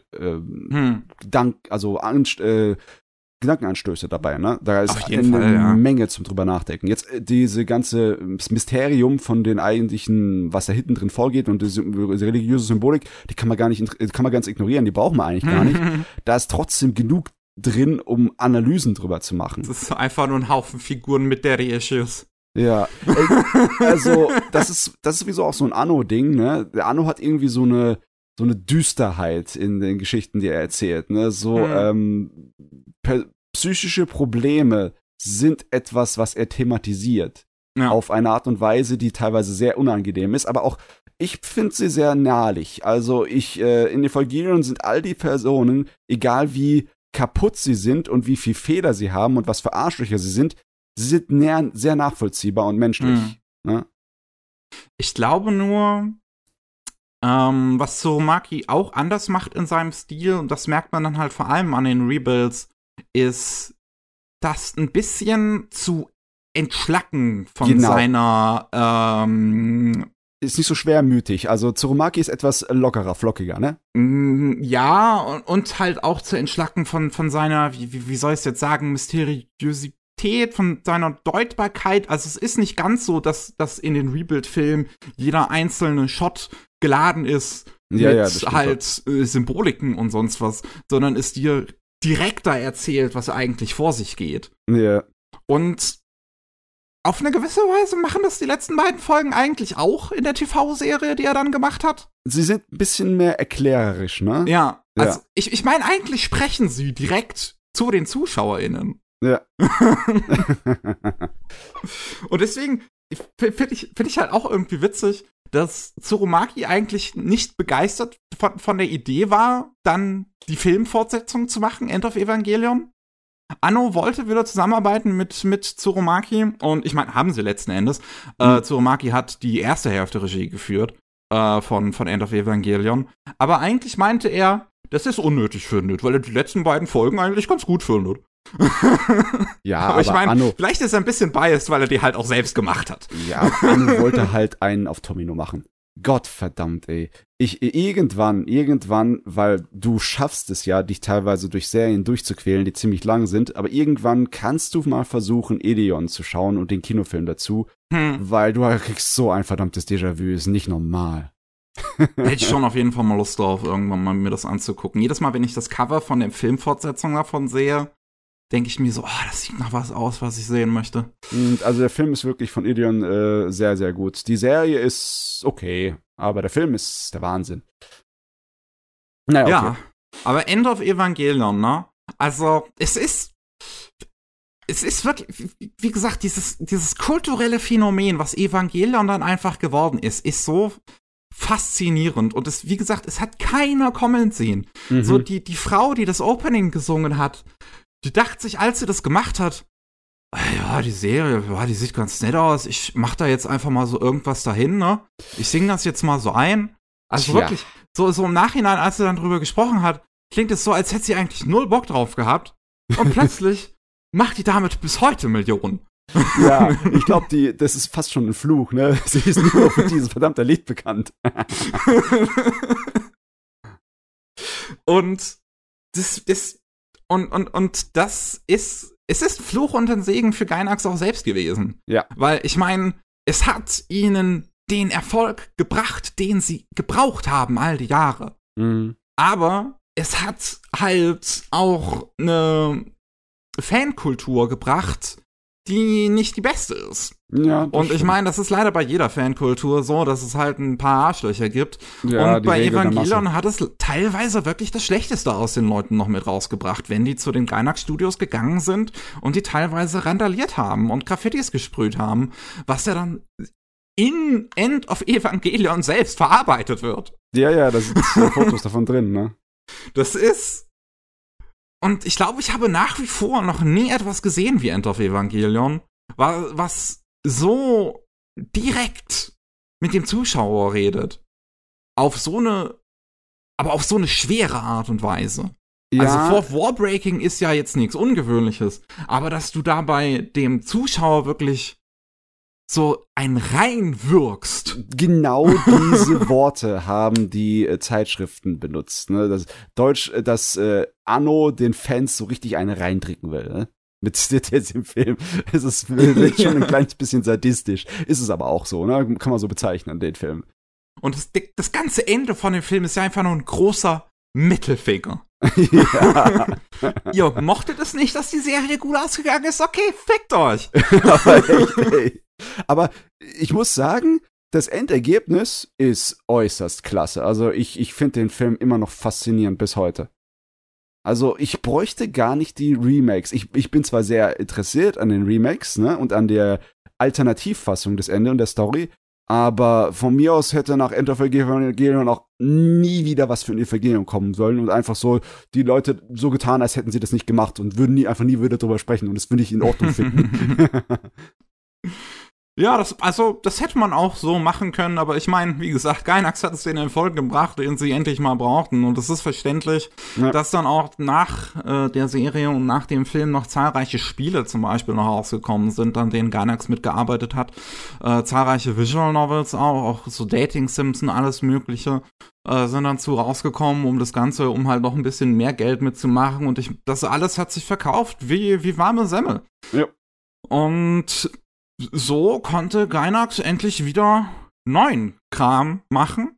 Gedankenanstöße dabei, ne? Da ist eine Menge zum drüber nachdenken. Jetzt diese ganze Mysterium von den eigentlichen, was da hinten drin vorgeht und diese religiöse Symbolik, die kann man ganz ignorieren, die braucht man eigentlich gar nicht. Da ist trotzdem genug drin, um Analysen drüber zu machen. Das ist einfach nur ein Haufen Figuren mit Daddy-Issues. Ja, also das ist sowieso auch so ein Anno-Ding, ne? Der Anno hat irgendwie so eine Düsterheit in den Geschichten, die er erzählt, ne? So psychische Probleme sind etwas, was er thematisiert. Ja. Auf eine Art und Weise, die teilweise sehr unangenehm ist, aber auch ich finde sie sehr nahlich. Also in Evangelion sind all die Personen, egal wie kaputt sie sind und wie viel Fehler sie haben und was für Arschlöcher sie sind sehr nachvollziehbar und menschlich. Ne? Ich glaube nur, was Tsurumaki auch anders macht in seinem Stil, und das merkt man dann halt vor allem an den Rebuilds, ist das ein bisschen zu entschlacken von seiner ist nicht so schwermütig. Also Tsurumaki ist etwas lockerer, flockiger, ne? Ja, und halt auch zu entschlacken von seiner, wie soll ich es jetzt sagen, Mysteriosität, von seiner Deutbarkeit. Also es ist nicht ganz so, dass in den Rebuild-Filmen jeder einzelne Shot geladen ist mit halt Symboliken und sonst was, sondern es dir direkter erzählt, was eigentlich vor sich geht. Ja. Und auf eine gewisse Weise machen das die letzten beiden Folgen eigentlich auch in der TV-Serie, die er dann gemacht hat. Sie sind ein bisschen mehr erklärerisch, ne? Ja, also ich meine, eigentlich sprechen sie direkt zu den ZuschauerInnen. Ja. Und deswegen finde ich halt auch irgendwie witzig, dass Tsurumaki eigentlich nicht begeistert von der Idee war, dann die Filmfortsetzung zu machen, End of Evangelion. Anno wollte wieder zusammenarbeiten mit Tsurumaki und ich meine, haben sie letzten Endes. Tsurumaki hat die erste Hälfte Regie geführt von End of Evangelion. Aber eigentlich meinte er, dass er es unnötig findet, weil er die letzten beiden Folgen eigentlich ganz gut findet. Ja, aber ich meine, vielleicht ist er ein bisschen biased, weil er die halt auch selbst gemacht hat. Ja, Anno wollte halt einen auf Tomino machen. Gottverdammt, ey. Irgendwann, weil du schaffst es ja, dich teilweise durch Serien durchzuquälen, die ziemlich lang sind, aber irgendwann kannst du mal versuchen, Ideon zu schauen und den Kinofilm dazu, weil du kriegst so ein verdammtes Déjà-vu, ist nicht normal. Hätte ich schon auf jeden Fall mal Lust drauf, irgendwann mal mir das anzugucken. Jedes Mal, wenn ich das Cover von der Filmfortsetzung davon sehe, denke ich mir so, das sieht nach was aus, was ich sehen möchte. Also der Film ist wirklich von Ideon sehr, sehr gut. Die Serie ist okay, aber der Film ist der Wahnsinn. Naja, okay. Ja, aber End of Evangelion, ne? Also, es ist wirklich, wie gesagt, dieses kulturelle Phänomen, was Evangelion dann einfach geworden ist so faszinierend. Und es, wie gesagt, es hat keiner kommen sehen. So, die Frau, die das Opening gesungen hat, die dachte sich, als sie das gemacht hat, ja, die Serie, die sieht ganz nett aus. Ich mach da jetzt einfach mal so irgendwas dahin, ne? Ich singe das jetzt mal so ein. Also wirklich, so im Nachhinein, als sie dann drüber gesprochen hat, klingt es so, als hätte sie eigentlich null Bock drauf gehabt. Und plötzlich macht die damit bis heute Millionen. Ja, ich glaube, das ist fast schon ein Fluch, ne? Sie ist nur für dieses verdammte Lied bekannt. Und das ist Fluch und ein Segen für Gainax auch selbst gewesen. Ja. Weil, ich meine, es hat ihnen den Erfolg gebracht, den sie gebraucht haben all die Jahre. Aber es hat halt auch eine Fankultur gebracht, die nicht die beste ist. Ja, und ich meine, das ist leider bei jeder Fankultur so, dass es halt ein paar Arschlöcher gibt. Ja, und bei Evangelion hat es teilweise wirklich das Schlechteste aus den Leuten noch mit rausgebracht, wenn die zu den Gainax-Studios gegangen sind und die teilweise randaliert haben und Graffitis gesprüht haben, was ja dann in End of Evangelion selbst verarbeitet wird. Ja, da sind Fotos davon drin, ne? Das ist. Und ich glaube, ich habe nach wie vor noch nie etwas gesehen wie End of Evangelion, was so direkt mit dem Zuschauer redet. Aber auf so eine schwere Art und Weise. Ja. Also Fourth Wall Breaking ist ja jetzt nichts Ungewöhnliches, aber dass du da bei dem Zuschauer wirklich so ein reinwirkst. Genau diese Worte haben die Zeitschriften benutzt. Ne? Das Deutsch, dass Anno den Fans so richtig eine reindrücken will. Ne? Mit jetzt im Film. Es ist wirklich schon ein kleines bisschen sadistisch. Ist es aber auch so, ne? Kann man so bezeichnen, den Film. Und das ganze Ende von dem Film ist ja einfach nur ein großer Mittelfinger. Ja. Ihr mochtet es nicht, dass die Serie gut ausgegangen ist? Okay, fickt euch. Aber echt, ey. Aber ich muss sagen, das Endergebnis ist äußerst klasse. Also ich finde den Film immer noch faszinierend bis heute. Also ich bräuchte gar nicht die Remakes. Ich bin zwar sehr interessiert an den Remakes, ne, und an der Alternativfassung des Ende und der Story, aber von mir aus hätte nach End of Evangelion auch nie wieder was für ein Evangelion kommen sollen und einfach so die Leute so getan, als hätten sie das nicht gemacht und würden einfach nie wieder drüber sprechen und das würde ich in Ordnung finden. Ja, das hätte man auch so machen können, aber ich meine, wie gesagt, Gainax hat es den Erfolg gebracht, den sie endlich mal brauchten. Und es ist verständlich, dass dann auch nach der Serie und nach dem Film noch zahlreiche Spiele zum Beispiel noch rausgekommen sind, an denen Gainax mitgearbeitet hat. Zahlreiche Visual Novels auch so Dating-Sims und alles Mögliche sind dann rausgekommen, um das Ganze, um halt noch ein bisschen mehr Geld mitzumachen. Und das alles hat sich verkauft wie warme Semmel. Ja. Und so konnte Gainax endlich wieder neuen Kram machen.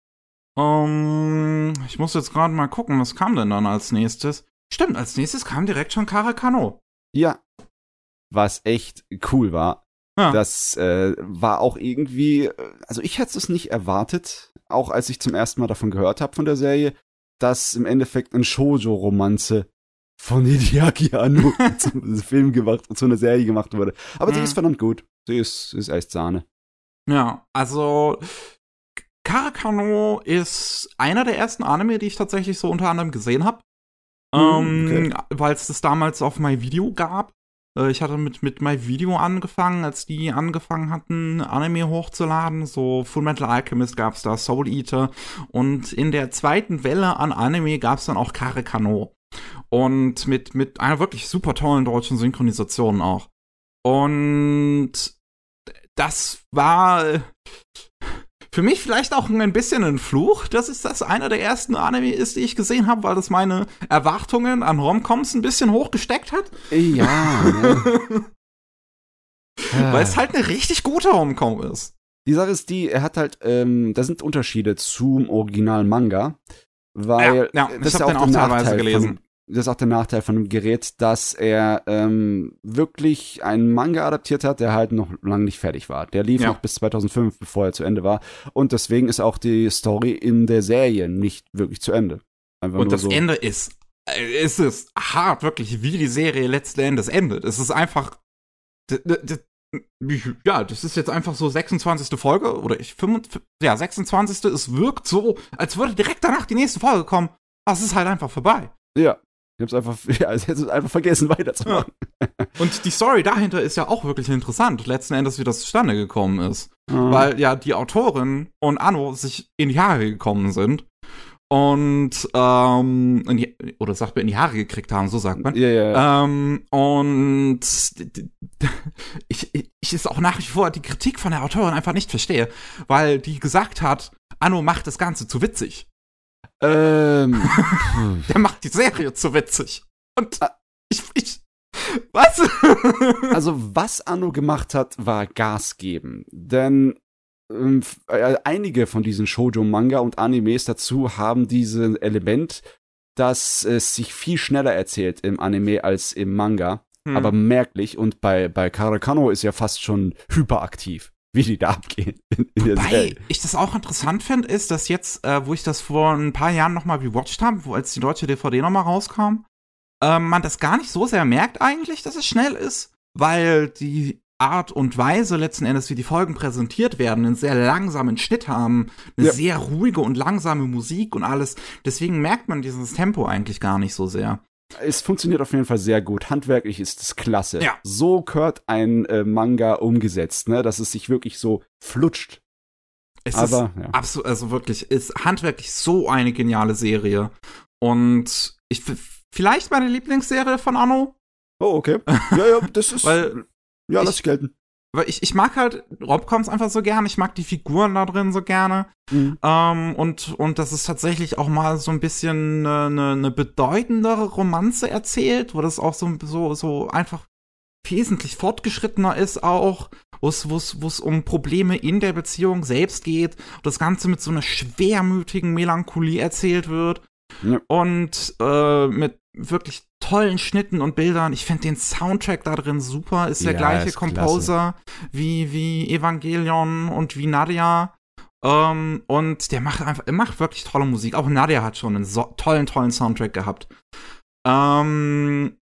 Ich muss jetzt gerade mal gucken, was kam denn dann als nächstes? Stimmt, als nächstes kam direkt schon Karakano. Ja. Was echt cool war. Ja. Das war auch irgendwie, also ich hätte es nicht erwartet, auch als ich zum ersten Mal davon gehört habe von der Serie, dass im Endeffekt eine Shoujo-Romanze von Hideaki Anno zum Film gemacht, zu einer Serie gemacht wurde. Aber die ist verdammt gut. Die ist echt Sahne. Ja, also Karakano ist einer der ersten Anime, die ich tatsächlich so unter anderem gesehen habe. Okay. Weil es das damals auf MyVideo gab. Ich hatte mit MyVideo angefangen, als die angefangen hatten, Anime hochzuladen. So Fullmetal Alchemist gab's da, Soul Eater. Und in der zweiten Welle an Anime gab's dann auch Karakano. Und mit einer wirklich super tollen deutschen Synchronisation auch. Und das war für mich vielleicht auch ein bisschen ein Fluch, dass es das einer der ersten Anime ist, die ich gesehen habe, weil das meine Erwartungen an Romcoms ein bisschen hochgesteckt hat. Ja. Ne? Weil es halt eine richtig gute Romcom ist. Die Sache ist die, er hat halt, da sind Unterschiede zum Original-Manga, weil ja, das ist ja auch teilweise gelesen. Das ist auch der Nachteil von dem Gerät, dass er wirklich einen Manga adaptiert hat, der halt noch lange nicht fertig war. Der lief noch bis 2005, bevor er zu Ende war. Und deswegen ist auch die Story in der Serie nicht wirklich zu Ende. Einfach und das so. Ende ist hart, wirklich, wie die Serie letzten Endes endet. Es ist einfach ja, das ist jetzt einfach so 26. Folge oder 26. Es wirkt so, als würde direkt danach die nächste Folge kommen. Aber es ist halt einfach vorbei. Ja. Ich hätte es einfach vergessen, weiterzumachen. Ja. Und die Story dahinter ist ja auch wirklich interessant, letzten Endes, wie das zustande gekommen ist. Weil ja die Autorin und Anno sich in die Haare gekommen sind und oder sagt man, in die Haare gekriegt haben, so sagt man. Ja. Und ich ist auch nach wie vor die Kritik von der Autorin einfach nicht verstehe, weil die gesagt hat, Anno macht das Ganze zu witzig. Der macht die Serie zu witzig. Und was? Also, was Anno gemacht hat, war Gas geben. Denn einige von diesen Shoujo-Manga und Animes dazu haben dieses Element, dass es sich viel schneller erzählt im Anime als im Manga. Aber merklich. Und bei Karakano ist ja fast schon hyperaktiv, wie die da abgehen. Wobei ich das auch interessant finde, ist, dass jetzt, wo ich das vor ein paar Jahren nochmal rewatcht habe, als die deutsche DVD nochmal rauskam, man das gar nicht so sehr merkt eigentlich, dass es schnell ist, weil die Art und Weise letzten Endes, wie die Folgen präsentiert werden, einen sehr langsamen Schnitt haben, eine sehr ruhige und langsame Musik und alles. Deswegen merkt man dieses Tempo eigentlich gar nicht so sehr. Es funktioniert auf jeden Fall sehr gut. Handwerklich ist es klasse. Ja. So gehört ein Manga umgesetzt, ne, dass es sich wirklich so flutscht. Es ist absolut, also wirklich, ist handwerklich so eine geniale Serie. Und vielleicht meine Lieblingsserie von Anno. Oh, okay. Ja, das ist. Lass ich gelten. Weil ich mag halt Romcoms einfach so gerne. Ich mag die Figuren da drin so gerne. Mhm. Und das ist tatsächlich auch mal so ein bisschen eine bedeutendere Romanze erzählt, wo das auch so einfach wesentlich fortgeschrittener ist auch, wo es um Probleme in der Beziehung selbst geht. Das Ganze mit so einer schwermütigen Melancholie erzählt wird. Ja. Und mit wirklich tollen Schnitten und Bildern. Ich finde den Soundtrack da drin super. Ist der gleiche Composer wie Evangelion und wie Nadia. Und der macht wirklich tolle Musik. Auch Nadia hat schon einen tollen Soundtrack gehabt. Und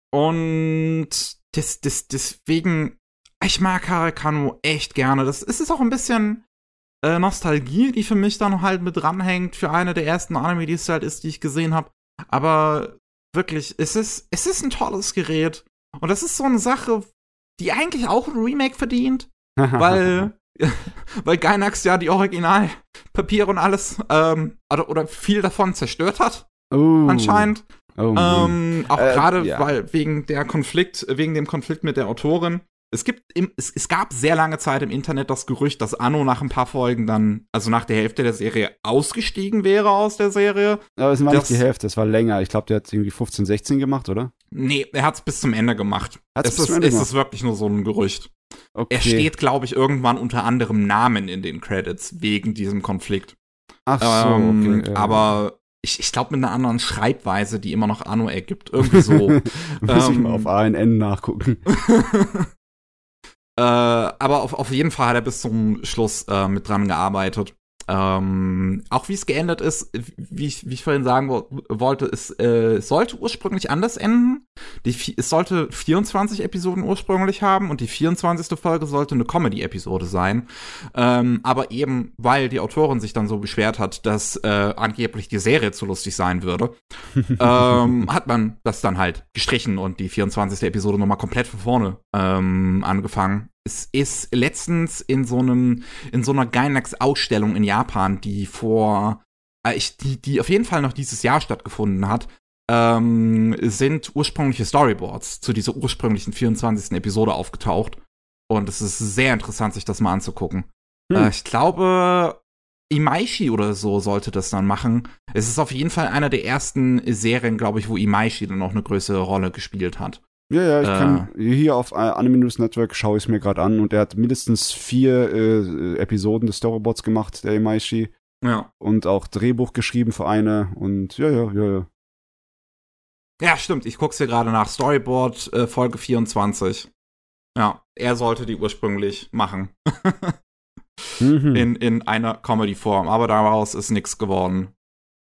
deswegen, ich mag Harekano echt gerne. Es ist auch ein bisschen Nostalgie, die für mich dann halt mit dranhängt für eine der ersten Anime, die es halt ist, die ich gesehen habe. Aber wirklich, es ist ein tolles Gerät. Und das ist so eine Sache, die eigentlich auch ein Remake verdient, weil Gainax ja die Originalpapiere und alles oder viel davon zerstört hat. Anscheinend. Auch gerade weil wegen dem Konflikt mit der Autorin. Es gab sehr lange Zeit im Internet das Gerücht, dass Anno nach ein paar Folgen dann, also nach der Hälfte der Serie, ausgestiegen wäre aus der Serie. Aber es war nicht die Hälfte, es war länger. Ich glaube, der hat irgendwie 15, 16 gemacht, oder? Nee, er hat es bis zum Ende gemacht. Es ist wirklich nur so ein Gerücht. Okay. Er steht, glaube ich, irgendwann unter anderem Namen in den Credits wegen diesem Konflikt. Ach so, okay. Aber ich glaube mit einer anderen Schreibweise, die immer noch Anno ergibt. Irgendwie so. Muss ich mal auf ANN nachgucken. Aber auf jeden Fall hat er bis zum Schluss mit dran gearbeitet. Auch wie es geendet ist, wie ich vorhin sagen wollte, es sollte ursprünglich anders enden. Es sollte 24 Episoden ursprünglich haben und die 24. Folge sollte eine Comedy-Episode sein. Aber eben, weil die Autorin sich dann so beschwert hat, dass angeblich die Serie zu lustig sein würde, hat man das dann halt gestrichen und die 24. Episode nochmal komplett von vorne angefangen. Es ist letztens in so einer Gainax-Ausstellung in Japan, die die auf jeden Fall noch dieses Jahr stattgefunden hat, sind ursprüngliche Storyboards zu dieser ursprünglichen 24. Episode aufgetaucht. Und es ist sehr interessant, sich das mal anzugucken. Ich glaube, Imaishi oder so sollte das dann machen. Es ist auf jeden Fall einer der ersten Serien, glaube ich, wo Imaishi dann noch eine größere Rolle gespielt hat. Ja, ich kann hier auf Anime News Network schaue ich es mir gerade an und er hat mindestens 4 Episoden des Storyboards gemacht, der Imaishi. Ja. Und auch Drehbuch geschrieben für eine und ja. Ja, stimmt, ich guck's hier gerade nach. Storyboard, Folge 24. Ja, er sollte die ursprünglich machen. in einer Comedy-Form, aber daraus ist nichts geworden.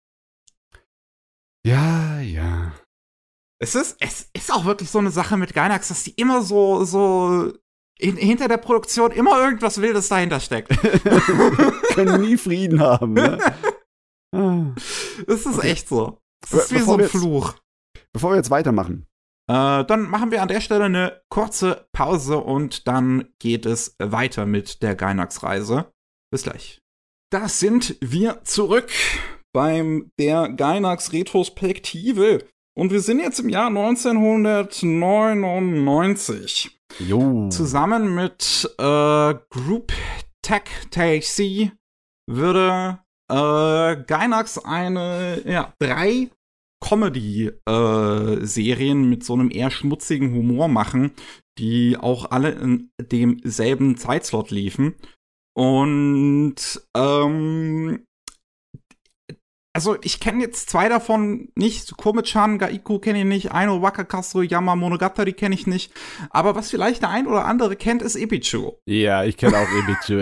Ja. Es ist auch wirklich so eine Sache mit Gainax, dass die immer so hinter der Produktion immer irgendwas Wildes dahinter steckt. Können nie Frieden haben, ne? Das ist echt so. Das ist wie so ein Fluch. Bevor wir jetzt weitermachen. Dann machen wir an der Stelle eine kurze Pause und dann geht es weiter mit der Gainax-Reise. Bis gleich. Da sind wir zurück beim der Gainax-Retrospektive. Und wir sind jetzt im Jahr 1999. Jo. Zusammen mit Group Tech THC würde Gainax 3 Comedy-Serien mit so einem eher schmutzigen Humor machen, die auch alle in demselben Zeitslot liefen. Und also ich kenne jetzt 2 davon nicht. Kome-chan, Gaiku kenne ich nicht. Aino Wakakasu Yama Monogatari kenne ich nicht. Aber was vielleicht der ein oder andere kennt, ist Ebichu. Ja, ich kenne auch Ebichu.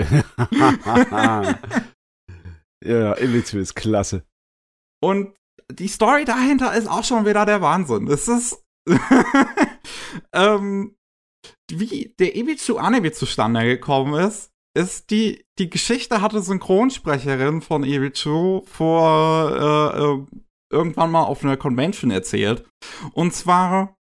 Ja, Ebichu ist klasse. Und die Story dahinter ist auch schon wieder der Wahnsinn. Es ist wie der Ibizu-Anime zustande gekommen ist die Geschichte hatte Synchronsprecherin von Ibizu vor irgendwann mal auf einer Convention erzählt. Und zwar,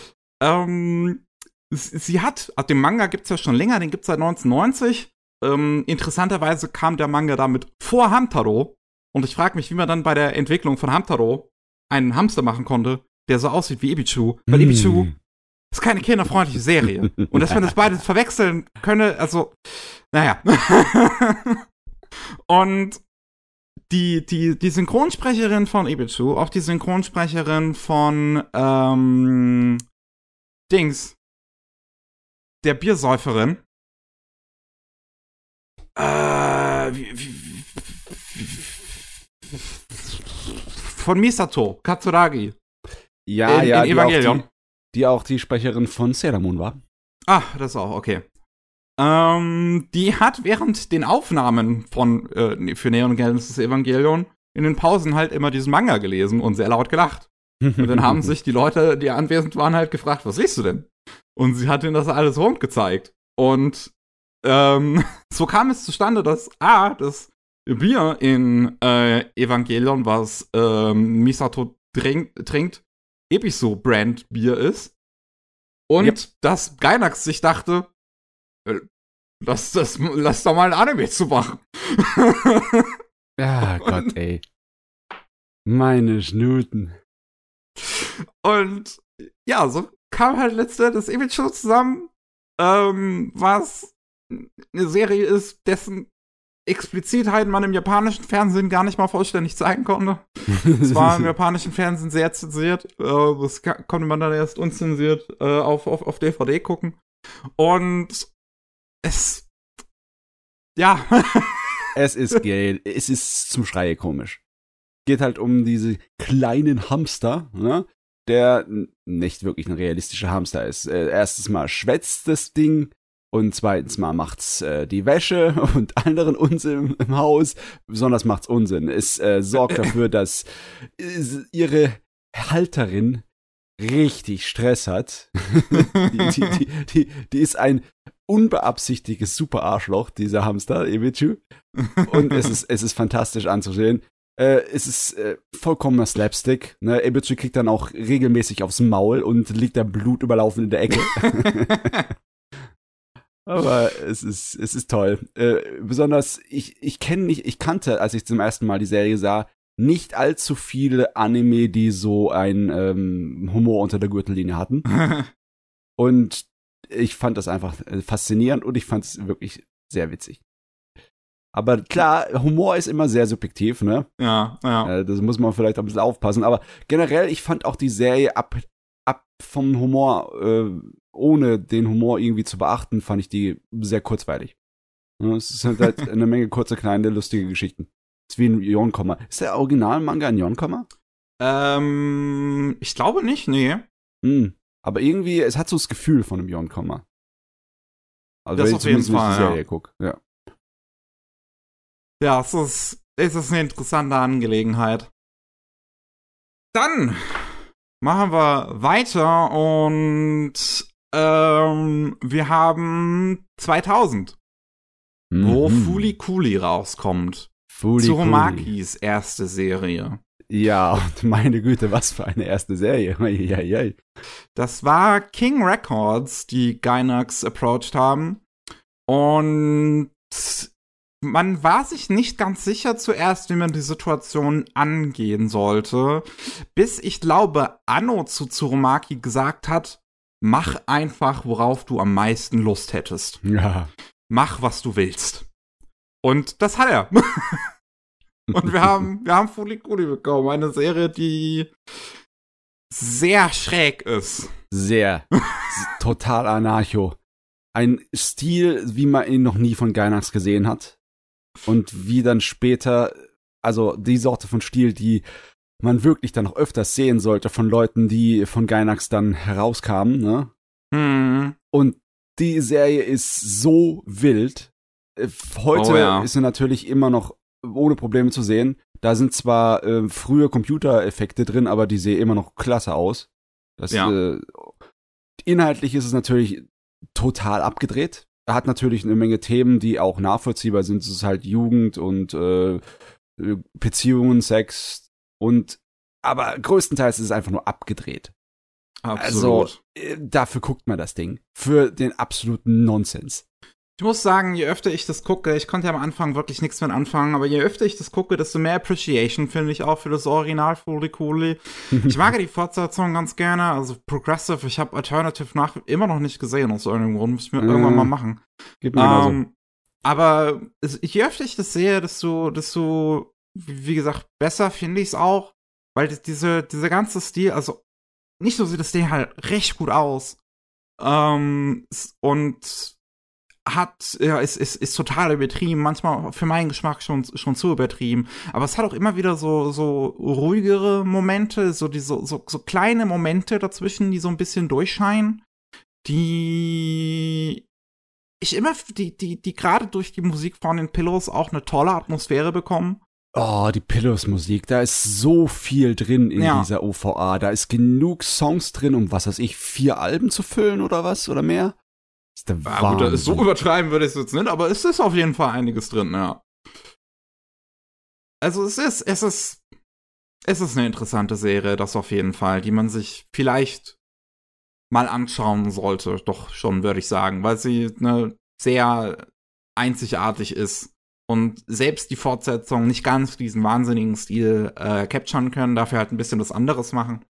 sie hat, den Manga gibt's ja schon länger, den gibt's seit 1990. Interessanterweise kam der Manga damit vor Hamtaro. Und ich frage mich, wie man dann bei der Entwicklung von Hamtaro einen Hamster machen konnte, der so aussieht wie Ibizu. Weil Ibizu ist keine kinderfreundliche Serie. Und dass man das beides verwechseln könne, also, naja. Und die Synchronsprecherin von Ibizu, auch die Synchronsprecherin von Dings, der Biersäuferin, von Misato Katsuragi. Ja, in Evangelion. Die auch die Sprecherin von Sailor Moon war. Ah, das auch, okay. Die hat während den Aufnahmen von für Neon Genesis Evangelion in den Pausen halt immer diesen Manga gelesen und sehr laut gelacht. Und dann haben sich die Leute, die anwesend waren, halt gefragt, was liest du denn? Und sie hat ihnen das alles rund gezeigt. Und so kam es zustande, dass das Bier in Evangelion, was Misato trinkt, Ebisu-Brand-Bier ist. Und dass Gainax sich dachte, lass doch mal ein Anime zu machen. Ja, Gott, ey. Meine Schnuten. Und ja, so kam halt letztendlich das Ibizu zusammen, was eine Serie ist, dessen Explizitheit man im japanischen Fernsehen gar nicht mal vollständig zeigen konnte. Es war im japanischen Fernsehen sehr zensiert. Das konnte man dann erst unzensiert auf DVD gucken. Und es ist geil. Es ist zum Schreie komisch. Geht halt um diese kleinen Hamster, ne? Der nicht wirklich ein realistischer Hamster ist. Erstens mal schwätzt das Ding und zweitens mal macht's die Wäsche und anderen Unsinn im Haus. Besonders macht's Unsinn. Es sorgt dafür, dass ihre Halterin richtig Stress hat. Die ist ein unbeabsichtigtes super Arschloch, dieser Hamster, Ibizu. Und es ist fantastisch anzusehen. Es ist vollkommener Slapstick. Ne? Ibizu kriegt dann auch regelmäßig aufs Maul und liegt da blutüberlaufen in der Ecke. Aber es ist toll. Besonders, ich kannte, als ich zum ersten Mal die Serie sah, nicht allzu viele Anime, die so ein Humor unter der Gürtellinie hatten. Und ich fand das einfach faszinierend und ich fand es wirklich sehr witzig. Aber klar, Humor ist immer sehr subjektiv, ne? Ja. Das muss man vielleicht ein bisschen aufpassen. Aber generell, ich fand auch die Serie ab vom Humor, ohne den Humor irgendwie zu beachten, fand ich die sehr kurzweilig. Es sind halt eine Menge kurze, kleine, lustige Geschichten. Es ist wie ein Yon-Komma. Ist der Original-Manga ein Yon-Komma? Ich glaube nicht, nee. Aber irgendwie, es hat so das Gefühl von einem Yon-Komma. Also das wenn auf jeden Fall, die Serie gucke, ja. Ja, es ist eine interessante Angelegenheit. Dann machen wir weiter und wir haben 2000, wo Fooly Cooly rauskommt. Tsurumakis erste Serie. Ja, und meine Güte, was für eine erste Serie. Das war King Records, die Gainax approached haben. Und man war sich nicht ganz sicher zuerst, wie man die Situation angehen sollte, bis ich glaube, Anno zu Tsurumaki gesagt hat, mach einfach, worauf du am meisten Lust hättest. Ja. Mach, was du willst. Und das hat er. Und wir haben Fooly Cooly bekommen, eine Serie, die sehr schräg ist. Sehr. Total anarcho. Ein Stil, wie man ihn noch nie von Gainax gesehen hat. Und wie dann später, also die Sorte von Stil, die man wirklich dann noch öfters sehen sollte von Leuten, die von Gainax dann herauskamen, ne? Und die Serie ist so wild. Heute ist sie natürlich immer noch ohne Probleme zu sehen. Da sind zwar frühe Computereffekte drin, aber die sehen immer noch klasse aus. Inhaltlich ist es natürlich total abgedreht. Er hat natürlich eine Menge Themen, die auch nachvollziehbar sind. Es ist halt Jugend und Beziehungen, Sex aber größtenteils ist es einfach nur abgedreht. Absolut. Also, dafür guckt man das Ding. Für den absoluten Nonsens. Ich muss sagen, je öfter ich das gucke, ich konnte ja am Anfang wirklich nichts mit anfangen, aber je öfter ich das gucke, desto mehr Appreciation finde ich auch für das Original Fooly. Ich mag ja die Fortsetzung ganz gerne, also Progressive, ich habe Alternative immer noch nicht gesehen, aus irgendeinem Grund, muss ich mir irgendwann mal machen. Geht mir genauso. Aber je öfter ich das sehe, desto, wie gesagt, besser finde ich es auch, weil dieser ganze Stil, also nicht so sieht das Ding halt recht gut aus. Und ist total übertrieben, manchmal für meinen Geschmack schon zu übertrieben. Aber es hat auch immer wieder so ruhigere Momente, so kleine Momente dazwischen, die so ein bisschen durchscheinen, die gerade durch die Musik von den Pillows auch eine tolle Atmosphäre bekommen. Oh, die Pillows-Musik, da ist so viel drin in dieser OVA. Da ist genug Songs drin, um, was weiß ich, 4 Alben zu füllen oder was, oder mehr? Das ist der Wahnsinn. Gut, so übertreiben würde ich es jetzt nicht, aber es ist auf jeden Fall einiges drin, ja. Also es ist eine interessante Serie, das auf jeden Fall, die man sich vielleicht mal anschauen sollte, doch schon, würde ich sagen, weil sie sehr einzigartig ist. Und selbst die Fortsetzung nicht ganz diesen wahnsinnigen Stil capturen können, dafür halt ein bisschen was anderes machen.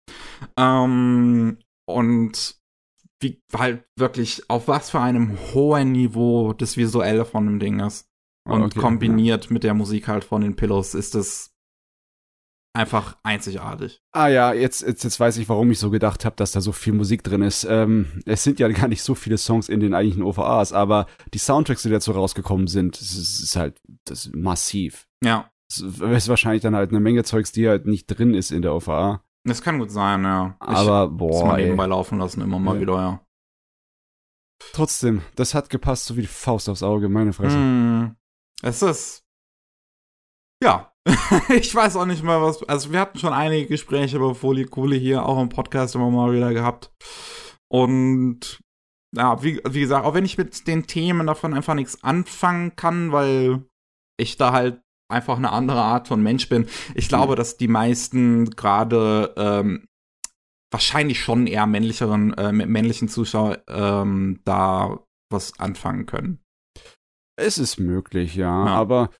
Und wie halt wirklich auf was für einem hohen Niveau das Visuelle von dem Ding ist. Und kombiniert mit der Musik halt von den Pillows ist es einfach einzigartig. Ah ja, jetzt weiß ich, warum ich so gedacht habe, dass da so viel Musik drin ist. Es sind ja gar nicht so viele Songs in den eigentlichen OVAs, aber die Soundtracks, die dazu rausgekommen sind, das ist massiv. Ja. Es ist wahrscheinlich dann halt eine Menge Zeugs, die halt nicht drin ist in der OVA. Das kann gut sein, ja. Aber, das mal nebenbei laufen lassen, immer mal wieder, ja. Trotzdem, das hat gepasst, so wie die Faust aufs Auge, meine Fresse. Es ist, ja, ich weiß auch nicht mal was, also wir hatten schon einige Gespräche über Fooly hier, auch im Podcast immer mal wieder gehabt. Und, ja, wie gesagt, auch wenn ich mit den Themen davon einfach nichts anfangen kann, weil ich da halt einfach eine andere Art von Mensch bin. Ich glaube, dass die meisten gerade wahrscheinlich schon eher männlichen Zuschauer da was anfangen können. Es ist möglich, ja. Aber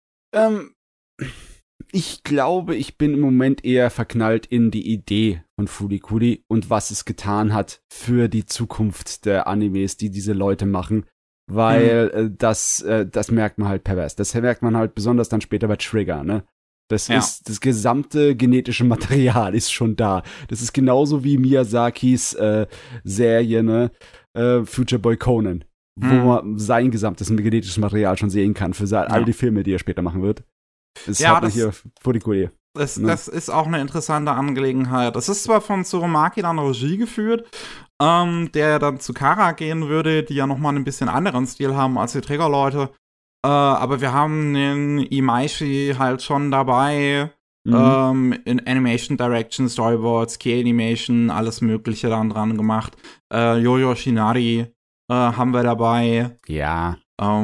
ich glaube, ich bin im Moment eher verknallt in die Idee von Fooly und was es getan hat für die Zukunft der Animes, die diese Leute machen. Weil das merkt man halt pervers. Das merkt man halt besonders dann später bei Trigger, ne? Das gesamte genetische Material ist schon da. Das ist genauso wie Miyazakis Serie, ne? Future Boy Conan, wo man sein gesamtes genetisches Material schon sehen kann für all die Filme, die er später machen wird. Das hat man hier Furikuri. Das ist auch eine interessante Angelegenheit. Das ist zwar von Tsurumaki dann Regie geführt, der dann zu Kara gehen würde, die ja nochmal ein bisschen anderen Stil haben als die Trigger-Leute. Aber wir haben den Imaishi halt schon dabei. In Animation Direction, Storyboards, Key Animation, alles Mögliche dann dran gemacht. Yoyo Shinari haben wir dabei. Ja.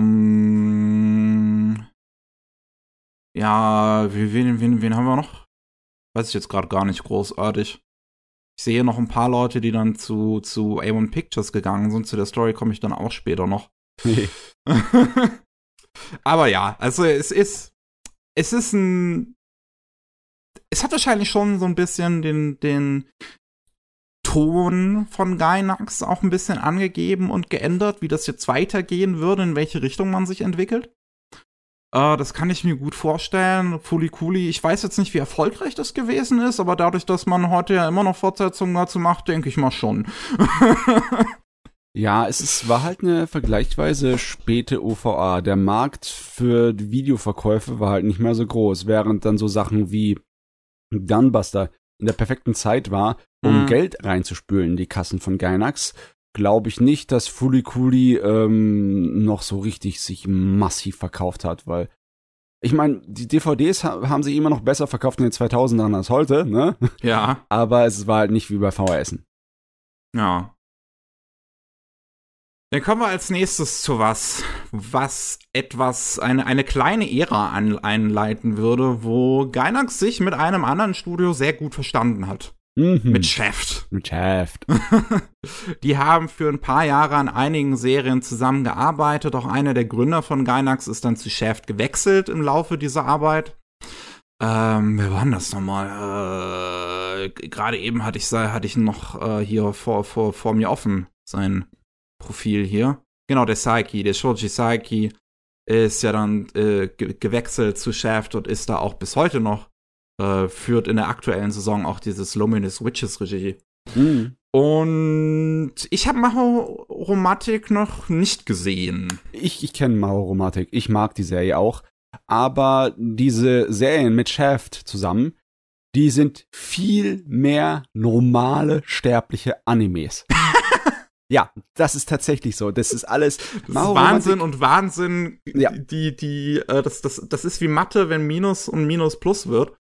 Ja, wen haben wir noch? Weiß ich jetzt gerade gar nicht großartig. Ich sehe noch ein paar Leute, die dann zu A1 Pictures gegangen sind. Zu der Story komme ich dann auch später noch. Nee. Aber ja, also es hat wahrscheinlich schon so ein bisschen den Ton von Gainax auch ein bisschen angegeben und geändert, wie das jetzt weitergehen würde, in welche Richtung man sich entwickelt. Das kann ich mir gut vorstellen. Fooly, ich weiß jetzt nicht, wie erfolgreich das gewesen ist, aber dadurch, dass man heute ja immer noch Fortsetzungen dazu macht, denke ich mal schon. Ja, war halt eine vergleichsweise späte OVA. Der Markt für die Videoverkäufe war halt nicht mehr so groß, während dann so Sachen wie Gunbuster in der perfekten Zeit war, um Geld reinzuspülen in die Kassen von Gainax. Glaube ich nicht, dass Fooly noch so richtig sich massiv verkauft hat, weil ich meine, die DVDs haben sich immer noch besser verkauft in den 2000ern als heute, ne? Ja. Aber es war halt nicht wie bei VHS. Ja. Dann kommen wir als nächstes zu eine kleine Ära einleiten würde, wo Gainax sich mit einem anderen Studio sehr gut verstanden hat. Mit Shaft. Die haben für ein paar Jahre an einigen Serien zusammengearbeitet. Auch einer der Gründer von Gainax ist dann zu Shaft gewechselt im Laufe dieser Arbeit. Wer war denn das nochmal? Gerade eben hatte ich noch hier vor mir offen sein Profil hier. Genau, der Shoji Saiki ist ja dann gewechselt zu Shaft und ist da auch bis heute noch, führt in der aktuellen Saison auch dieses Luminous Witches Regie. Und ich habe Mahoromatic noch nicht gesehen. Ich kenne Mahoromatic, ich mag die Serie auch. Aber diese Serien mit Shaft zusammen, die sind viel mehr normale, sterbliche Animes. Ja, das ist tatsächlich so. Das ist alles Wahnsinn und Wahnsinn. Ja. Das ist wie Mathe, wenn Minus und Minus Plus wird.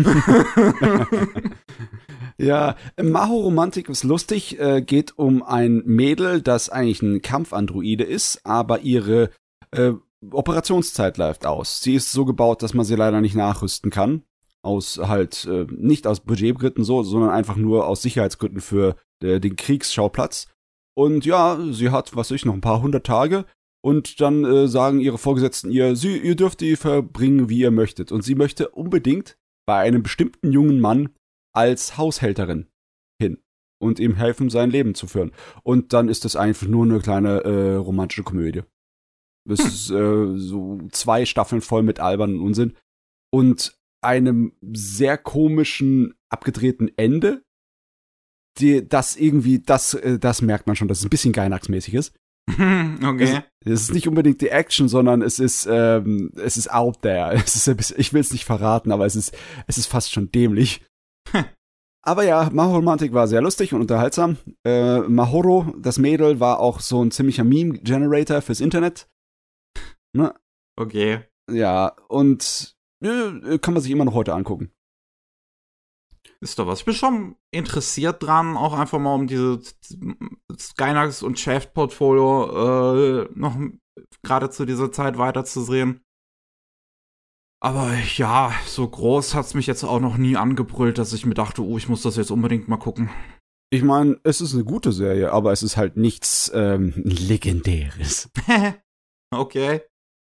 Ja, Mahoromantik ist lustig. Geht um ein Mädel, das eigentlich ein Kampfandroide ist, aber ihre Operationszeit läuft aus. Sie ist so gebaut, dass man sie leider nicht nachrüsten kann. Nicht aus Budgetgründen so, sondern einfach nur aus Sicherheitsgründen für den Kriegsschauplatz. Und ja, sie hat, noch ein paar 100 Tage. Und dann sagen ihre Vorgesetzten ihr dürft die verbringen, wie ihr möchtet. Und sie möchte unbedingt bei einem bestimmten jungen Mann als Haushälterin hin und ihm helfen, sein Leben zu führen. Und dann ist das einfach nur eine kleine romantische Komödie. Das ist so 2 Staffeln voll mit albernen Unsinn und einem sehr komischen, abgedrehten Ende. Das merkt man schon, dass es ein bisschen Gainax-mäßig ist. Okay. Es ist nicht unbedingt die Action, sondern es ist out there. Ich will es nicht verraten, aber es ist fast schon dämlich. Aber ja, Mahoromantik war sehr lustig und unterhaltsam. Mahoro, das Mädel, war auch so ein ziemlicher Meme-Generator fürs Internet. Ne? Okay. Ja, und kann man sich immer noch heute angucken. Ist doch was. Ich bin schon interessiert dran, auch einfach mal um dieses Gainax und Shaft-Portfolio noch gerade zu dieser Zeit weiterzusehen. Aber ja, so groß hat's mich jetzt auch noch nie angebrüllt, dass ich mir dachte, ich muss das jetzt unbedingt mal gucken. Ich meine, es ist eine gute Serie, aber es ist halt nichts Legendäres. Okay.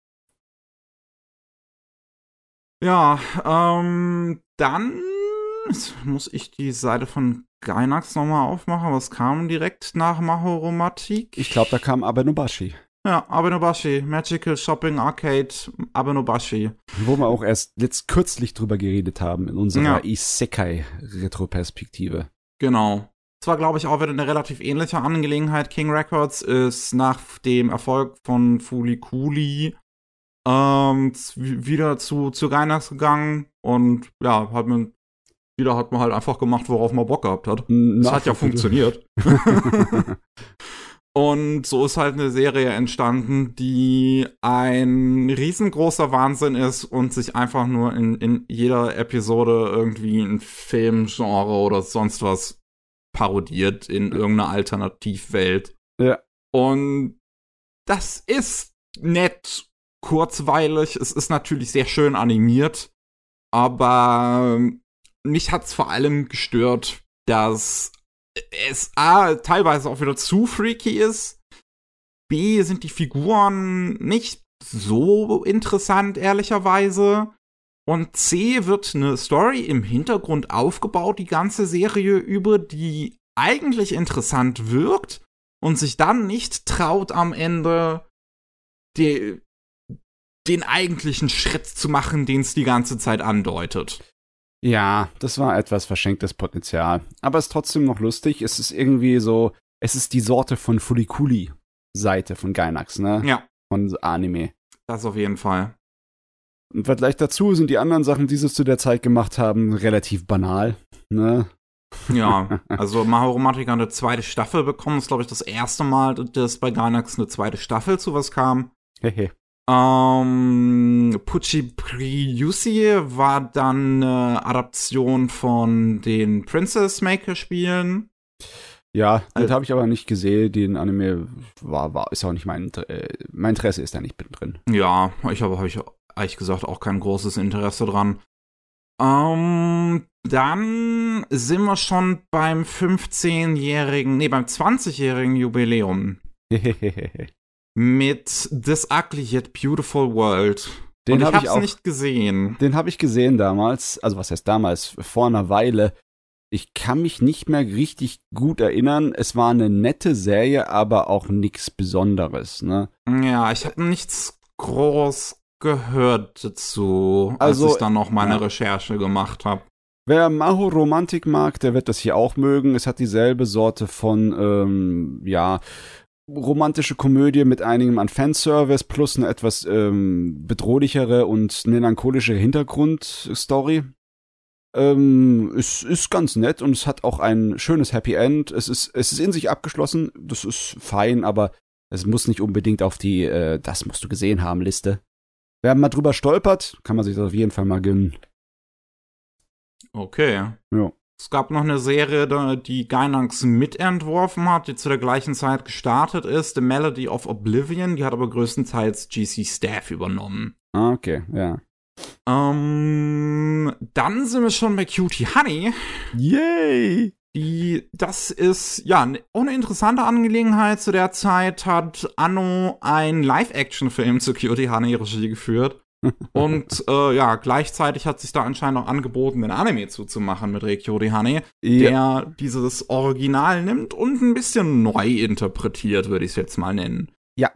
Ja, dann muss ich die Seite von Gainax nochmal aufmachen. Was kam direkt nach Mahoromatic? Ich glaube, da kam Abenobashi. Ja, Abenobashi. Magical Shopping Arcade Abenobashi. Wo wir auch erst jetzt kürzlich drüber geredet haben in unserer Isekai-Retroperspektive. Genau. Es war, glaube ich, auch wieder eine relativ ähnliche Angelegenheit. King Records ist nach dem Erfolg von Fooly Cooly wieder zu Gainax gegangen und ja, hat man halt einfach gemacht, worauf man Bock gehabt hat. Das hat ja funktioniert. Und so ist halt eine Serie entstanden, die ein riesengroßer Wahnsinn ist und sich einfach nur in jeder Episode irgendwie ein Filmgenre oder sonst was parodiert in irgendeiner Alternativwelt. Ja. Und das ist nett, kurzweilig. Es ist natürlich sehr schön animiert, aber mich hat's vor allem gestört, dass es teilweise auch wieder zu freaky ist. B, sind die Figuren nicht so interessant, ehrlicherweise. Und C, wird eine Story im Hintergrund aufgebaut, die ganze Serie über, die eigentlich interessant wirkt und sich dann nicht traut, am Ende den eigentlichen Schritt zu machen, den es die ganze Zeit andeutet. Ja, das war etwas verschenktes Potenzial. Aber es ist trotzdem noch lustig. Es ist irgendwie so, es ist die Sorte von Furikuli-Seite von Gainax, ne? Ja. Von Anime. Das auf jeden Fall. Im Vergleich dazu sind die anderen Sachen, die sie zu der Zeit gemacht haben, relativ banal, ne? Ja, also Mahoromatic hat eine 2. Staffel bekommen. Das ist, glaube ich, das erste Mal, dass bei Gainax eine 2. Staffel zu was kam. Hehe. Pucci Priusi war dann eine Adaption von den Princess Maker Spielen. Ja, das habe ich aber nicht gesehen. Den Anime ist auch nicht mein Interesse ist da nicht drin. Ja, hab ich ehrlich gesagt auch kein großes Interesse dran. Dann sind wir schon beim 20-jährigen Jubiläum. Mit This Ugly Yet Beautiful World. Und ich hab's nicht gesehen. Den habe ich gesehen damals. Also was heißt damals? Vor einer Weile. Ich kann mich nicht mehr richtig gut erinnern. Es war eine nette Serie, aber auch nichts Besonderes, ne? Ja, ich habe nichts groß gehört dazu, als ich dann noch meine Recherche gemacht habe. Wer Maho-Romantik mag, der wird das hier auch mögen. Es hat dieselbe Sorte von, romantische Komödie mit einigem an Fanservice plus eine etwas bedrohlichere und melancholische Hintergrundstory. Es ist ganz nett und es hat auch ein schönes Happy End. Es ist in sich abgeschlossen, das ist fein, aber es muss nicht unbedingt auf die das musst du gesehen haben Liste. Wer mal drüber stolpert, kann man sich das auf jeden Fall mal gönnen. Okay. Ja. Es gab noch eine Serie, die Gainax mitentworfen hat, die zu der gleichen Zeit gestartet ist, The Melody of Oblivion, die hat aber größtenteils GC Staff übernommen. Ah, okay, ja. Dann sind wir schon bei Cutie Honey. Yay! Das ist, ja, auch eine interessante Angelegenheit. Zu der Zeit hat Anno einen Live-Action-Film zu Cutie Honey Regie geführt. Und gleichzeitig hat sich da anscheinend auch angeboten, einen Anime zuzumachen mit Cutie Honey, der dieses Original nimmt und ein bisschen neu interpretiert, würde ich es jetzt mal nennen. Ja.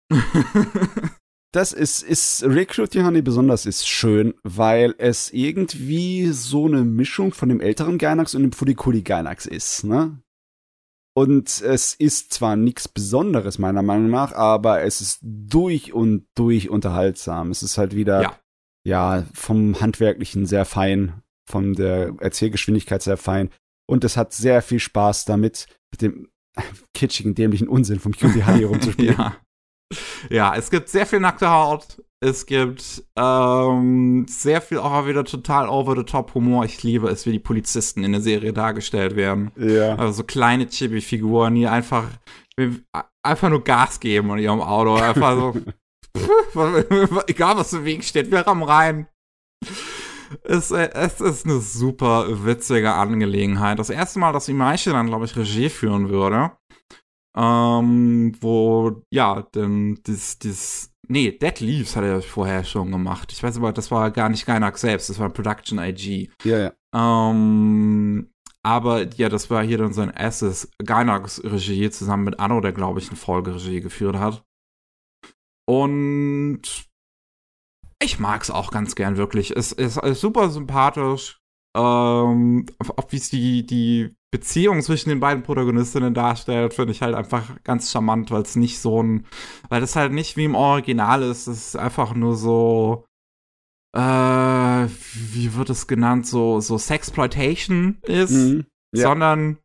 Das ist Cutie Honey besonders ist schön, weil es irgendwie so eine Mischung von dem älteren Gainax und dem Furikuri Gainax ist, ne? Und es ist zwar nichts Besonderes meiner Meinung nach, aber es ist durch und durch unterhaltsam. Es ist halt wieder, vom Handwerklichen sehr fein, von der Erzählgeschwindigkeit sehr fein. Und es hat sehr viel Spaß damit, mit dem kitschigen, dämlichen Unsinn vom Cutie Honey rumzuspielen. Ja, es gibt sehr viel nackte Haut. Es gibt sehr viel auch wieder total over-the-top-Humor. Ich liebe es, wie die Polizisten in der Serie dargestellt werden. Ja. Also so kleine Chibi-Figuren, die einfach nur Gas geben in ihrem Auto. Einfach so, egal was im Weg steht, wir rammen rein. Es ist eine super witzige Angelegenheit. Das erste Mal, dass Imaishi dann, glaube ich, Regie führen würde. Dead Leaves hat er vorher schon gemacht. Ich weiß aber, das war gar nicht Gainax selbst, das war Production IG. Ja. Aber ja, das war hier dann sein erstes Gainax-Regie zusammen mit Anno, der, glaube ich, eine Folgeregie geführt hat. Und ich mag's auch ganz gern, wirklich. Es ist super sympathisch. Auch wie es die Beziehung zwischen den beiden Protagonistinnen darstellt, finde ich halt einfach ganz charmant, weil das halt nicht wie im Original ist, es ist einfach nur so, wie wird es genannt, so Sexploitation ist, sondern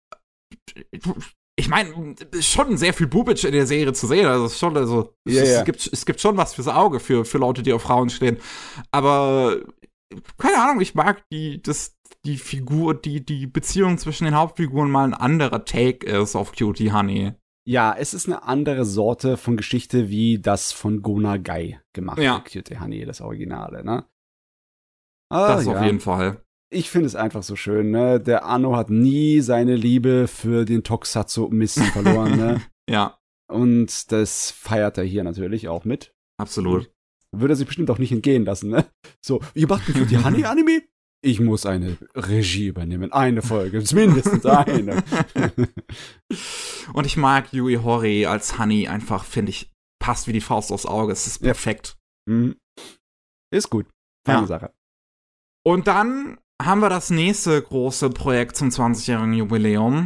ich meine, schon sehr viel Boobage in der Serie zu sehen, es gibt schon was fürs Auge für Leute, die auf Frauen stehen, aber keine Ahnung, ich mag die Beziehung zwischen den Hauptfiguren mal ein anderer Take ist auf Cutie Honey. Ja, es ist eine andere Sorte von Geschichte, wie das von Go Nagai gemacht wird, Cutie Honey, das Originale, ne? Das auf jeden Fall. Ich finde es einfach so schön, ne? Der Anno hat nie seine Liebe für den Tokusatsu-Mist verloren, ne? Ja. Und das feiert er hier natürlich auch mit. Absolut. Würde er sich bestimmt auch nicht entgehen lassen, ne? So, ihr macht ein Cutie Honey Anime? Ich muss eine Regie übernehmen. Eine Folge, mindestens eine. Und ich mag Yui Horii als Honey einfach, finde ich, passt wie die Faust aufs Auge. Es ist perfekt. Ja. Ist gut. Feine Sache. Und dann haben wir das nächste große Projekt zum 20-jährigen Jubiläum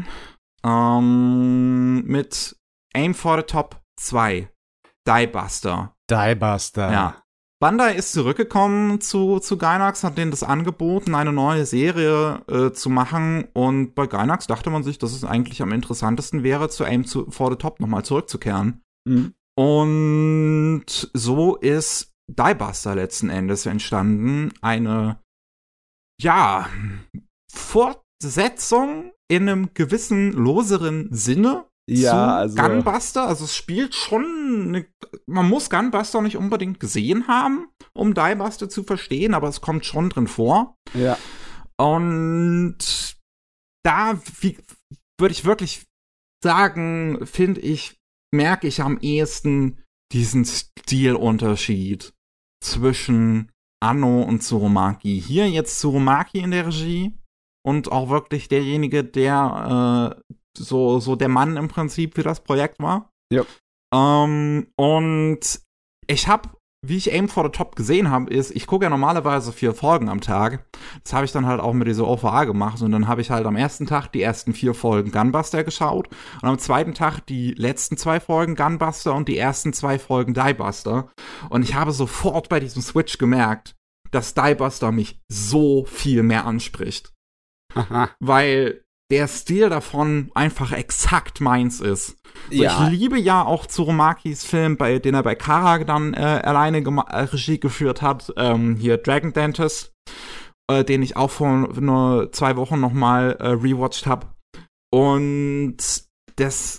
mit Aim for the Top 2. Die-Buster. Ja. Bandai ist zurückgekommen zu Gainax, hat denen das angeboten, eine neue Serie zu machen. Und bei Gainax dachte man sich, dass es eigentlich am interessantesten wäre, zu Aim for the Top nochmal zurückzukehren. Mhm. Und so ist Die-Buster letzten Endes entstanden. Eine, Fortsetzung in einem gewissen loseren Sinne ja, zu Gunbuster. Also es spielt schon, man muss Gunbuster nicht unbedingt gesehen haben, um Diebuster zu verstehen, aber es kommt schon drin vor. Ja. Und da würde ich wirklich sagen, merke ich am ehesten diesen Stilunterschied zwischen Anno und Tsurumaki. Hier jetzt Tsurumaki in der Regie und auch wirklich derjenige, der so der Mann im Prinzip für das Projekt war. Ja. Und ich habe, wie ich Aim for the Top gesehen habe, ich gucke ja normalerweise 4 Folgen am Tag. Das habe ich dann halt auch mit dieser OVA gemacht und dann habe ich halt am ersten Tag die ersten 4 Folgen Gunbuster geschaut und am zweiten Tag die letzten 2 Folgen Gunbuster und die ersten 2 Folgen Diebuster. Und ich habe sofort bei diesem Switch gemerkt, dass Diebuster mich so viel mehr anspricht. Aha. Weil der Stil davon einfach exakt meins ist. So, Ja. Ich liebe ja auch Tsurumakis Film, den er bei Kara dann alleine Regie geführt hat, hier Dragon Dentist, den ich auch vor nur 2 Wochen noch mal rewatcht habe. Und das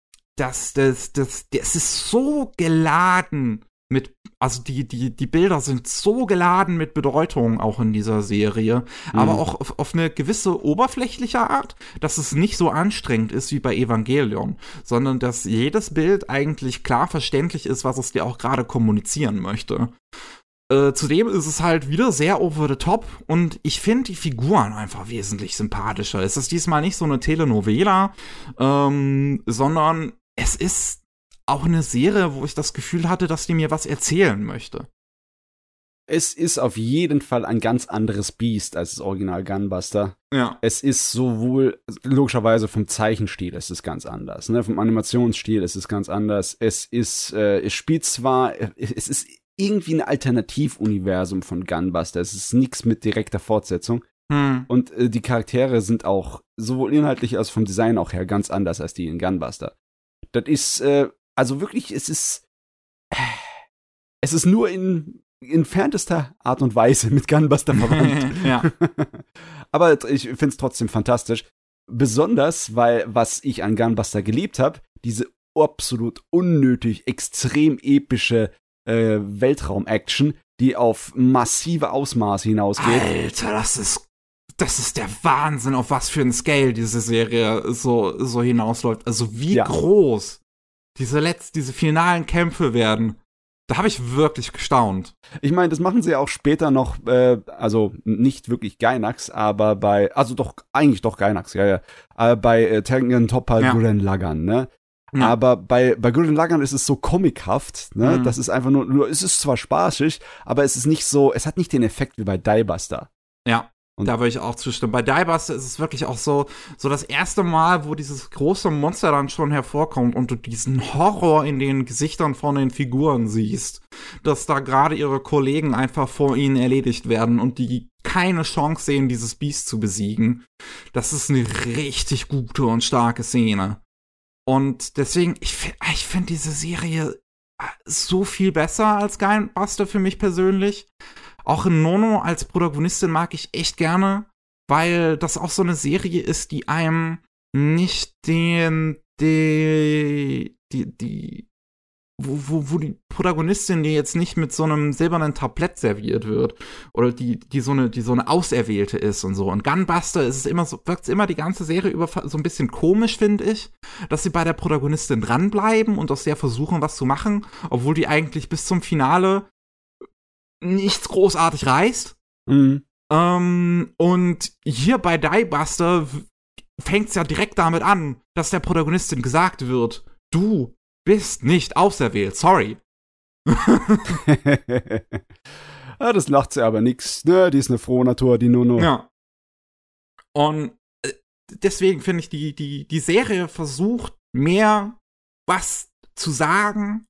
ist so geladen mit, also die Bilder sind so geladen mit Bedeutung auch in dieser Serie, aber auch auf eine gewisse oberflächliche Art, dass es nicht so anstrengend ist wie bei Evangelion, sondern dass jedes Bild eigentlich klar verständlich ist, was es dir auch gerade kommunizieren möchte. Zudem ist es halt wieder sehr over the top und ich finde die Figuren einfach wesentlich sympathischer. Es ist diesmal nicht so eine Telenovela, sondern es ist auch eine Serie, wo ich das Gefühl hatte, dass die mir was erzählen möchte. Es ist auf jeden Fall ein ganz anderes Biest als das Original Gunbuster. Ja. Es ist sowohl, logischerweise vom Zeichenstil ist es ganz anders, ne? Vom Animationsstil ist es ganz anders. Es spielt zwar, es ist irgendwie ein Alternativuniversum von Gunbuster. Es ist nichts mit direkter Fortsetzung. Und die Charaktere sind auch sowohl inhaltlich als vom Design auch her ganz anders als die in Gunbuster. Das ist, also wirklich, es ist nur in entferntester Art und Weise mit Gunbuster verwandt. Ja. Aber ich finde es trotzdem fantastisch. Besonders, weil, was ich an Gunbuster geliebt habe, diese absolut unnötig, extrem epische Weltraum-Action, die auf massive Ausmaße hinausgeht. Alter, das ist der Wahnsinn, auf was für ein Scale diese Serie so hinausläuft. Also wie groß diese finalen Kämpfe werden. Da habe ich wirklich gestaunt. Ich meine, das machen sie auch später noch, also nicht wirklich Gainax, aber eigentlich doch Gainax, ja. Bei Tengen Toppa Gurren Lagann, ne? Ja. Aber bei Gurren Lagann ist es so comichaft, ne? Das ist einfach nur, es ist zwar spaßig, aber es ist nicht so, es hat nicht den Effekt wie bei Diebuster. Ja. Und da würde ich auch zustimmen. Bei Diebuster ist es wirklich auch so das erste Mal, wo dieses große Monster dann schon hervorkommt und du diesen Horror in den Gesichtern von den Figuren siehst, dass da gerade ihre Kollegen einfach vor ihnen erledigt werden und die keine Chance sehen, dieses Biest zu besiegen. Das ist eine richtig gute und starke Szene. Und deswegen, ich finde diese Serie so viel besser als Gunbuster für mich persönlich. Auch in Nono als Protagonistin mag ich echt gerne, weil das auch so eine Serie ist, die einem nicht wo die Protagonistin, die jetzt nicht mit so einem silbernen Tablett serviert wird oder die so eine Auserwählte ist und so. Und Gunbuster ist es immer so, wirkt es immer die ganze Serie über so ein bisschen komisch, finde ich, dass sie bei der Protagonistin dranbleiben und aus der versuchen, was zu machen, obwohl die eigentlich bis zum Finale nichts großartig reißt. Und hier bei Diebuster fängt's ja direkt damit an, dass der Protagonistin gesagt wird, du bist nicht auserwählt, sorry. Das lacht sie aber nix, ne? Die ist eine frohe Natur, die Nono. Ja. Und deswegen finde ich, die Serie versucht mehr was zu sagen.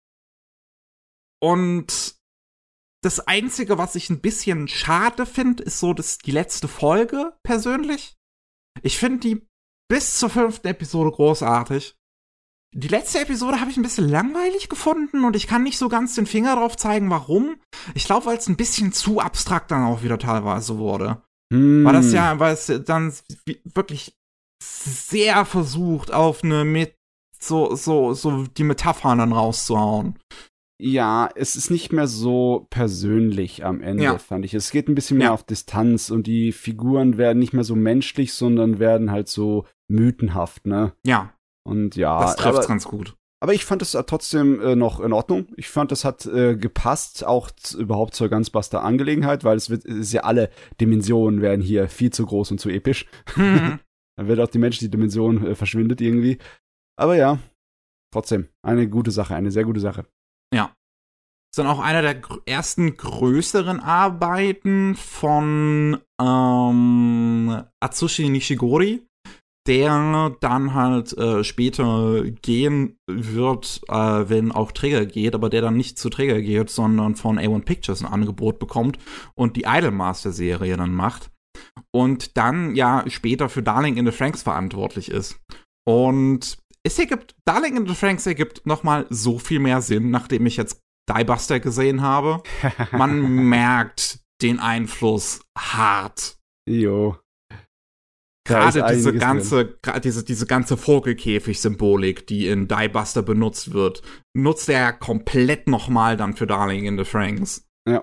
Und das Einzige, was ich ein bisschen schade finde, ist so die letzte Folge persönlich. Ich finde die bis zur 5. Episode großartig. Die letzte Episode habe ich ein bisschen langweilig gefunden und ich kann nicht so ganz den Finger drauf zeigen, warum. Ich glaube, weil es ein bisschen zu abstrakt dann auch wieder teilweise wurde. Weil es dann wirklich sehr versucht, auf eine so die Metaphern dann rauszuhauen. Ja, es ist nicht mehr so persönlich am Ende, fand ich. Es geht ein bisschen mehr auf Distanz und die Figuren werden nicht mehr so menschlich, sondern werden halt so mythenhaft, ne? Ja. Und ja. Das trifft's ganz gut. Aber ich fand es trotzdem noch in Ordnung. Ich fand, das hat gepasst, auch überhaupt zur Gunbuster-Angelegenheit, weil es ist ja alle Dimensionen werden hier viel zu groß und zu episch. Dann wird auch die menschliche Dimension verschwindet irgendwie. Aber ja, trotzdem, eine gute Sache, eine sehr gute Sache. Ja. Das ist dann auch einer der ersten größeren Arbeiten von Atsushi Nishigori, der dann halt später gehen wird, wenn auch Trigger geht, aber der dann nicht zu Trigger geht, sondern von A1 Pictures ein Angebot bekommt und die Idolmaster-Serie dann macht und dann ja später für Darling in the Franxx verantwortlich ist. Und Darling in the Franxx ergibt nochmal so viel mehr Sinn, nachdem ich jetzt Die Buster gesehen habe. Man merkt den Einfluss hart. Jo. Gerade diese ganze Vogelkäfig-Symbolik, die in Die Buster benutzt wird, nutzt er komplett nochmal dann für Darling in the Franxx. Ja.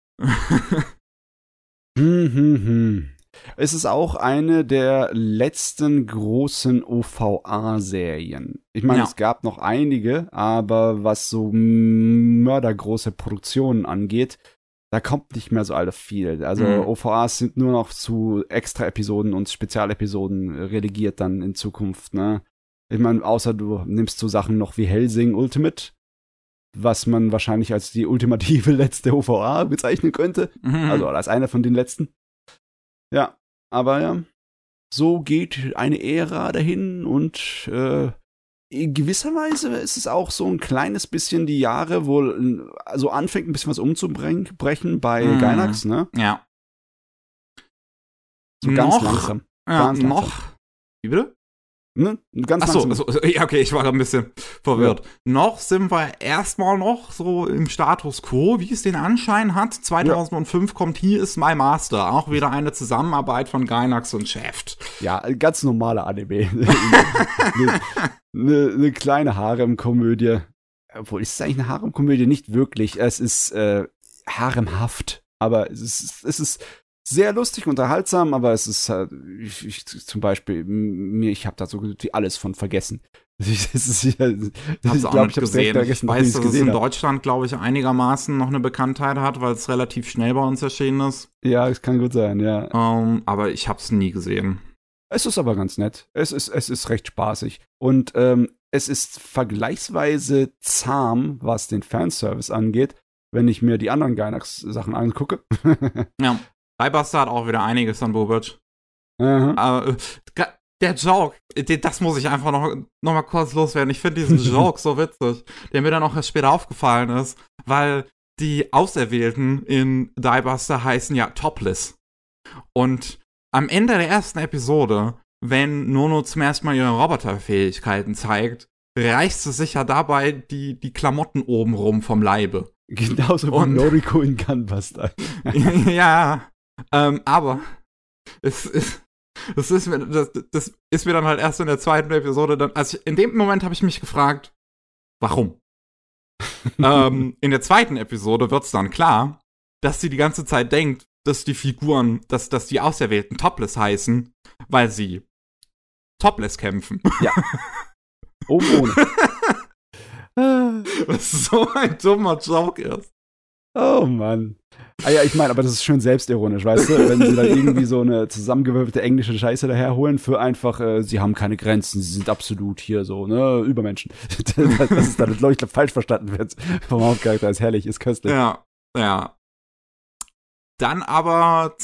Es ist auch eine der letzten großen OVA-Serien. Ich meine, es gab noch einige, aber was so mördergroße Produktionen angeht, da kommt nicht mehr so alle viel. Also OVAs sind nur noch zu Extra-Episoden und Spezialepisoden relegiert dann in Zukunft, ne? Ich meine, außer du nimmst so Sachen noch wie Hellsing Ultimate, was man wahrscheinlich als die ultimative letzte OVA bezeichnen könnte. Also als einer von den letzten. Ja, aber ja, so geht eine Ära dahin und in gewisser Weise ist es auch so ein kleines bisschen die Jahre, wo also anfängt ein bisschen was umzubrechen bei Gainax, ne? Ja. So ganz langsam. Ja, Wie bitte? Ne? Ganz langsam. Ja, okay, ich war ein bisschen verwirrt. Ja. Noch sind wir erstmal noch so im Status quo, wie es den Anschein hat. 2005 kommt Here is My Master. Auch wieder eine Zusammenarbeit von Gainax und Shaft. Ja, ganz normale Anime. Eine kleine Harem-Komödie. Obwohl, ist es eigentlich eine Harem-Komödie? Nicht wirklich. Es ist haremhaft. Aber es ist sehr lustig, unterhaltsam, aber es ist zum Beispiel, ich habe da so alles von vergessen. Ich glaube, ich gesehen. Ich weiß, dass es in Deutschland, glaube ich, einigermaßen noch eine Bekanntheit hat, weil es relativ schnell bei uns erschienen ist. Ja, es kann gut sein, ja. Aber ich habe es nie gesehen. Es ist aber ganz nett. Es ist recht spaßig. Und es ist vergleichsweise zahm, was den Fanservice angeht, wenn ich mir die anderen Gainax-Sachen angucke. Ja. Die Buster hat auch wieder einiges an Bobic. Der Joke, das muss ich einfach noch mal kurz loswerden. Ich finde diesen Joke so witzig, der mir dann auch erst später aufgefallen ist, weil die Auserwählten in Die Buster heißen ja Topless. Und am Ende der ersten Episode, wenn Nono zum ersten Mal ihre Roboterfähigkeiten zeigt, reißt sie sich ja dabei die Klamotten oben rum vom Leibe. Genauso wie Noriko in Gunbuster. Ja, aber das ist mir dann halt erst in der zweiten Episode dann, also in dem Moment habe ich mich gefragt, warum? In der zweiten Episode wird's dann klar, dass sie die ganze Zeit denkt, dass die Figuren, dass die Auserwählten Topless heißen, weil sie Topless kämpfen. Ja. Oben ohne. Was so ein dummer Joke ist. Oh Mann. Ah ja, ich meine, aber das ist schön selbstironisch, weißt du? Wenn sie dann irgendwie so eine zusammengewürfelte englische Scheiße daherholen für einfach, sie haben keine Grenzen, sie sind absolut hier so, ne, Übermenschen. Dass es dann falsch verstanden wird vom Hauptcharakter, ist herrlich, ist köstlich. Ja. Dann aber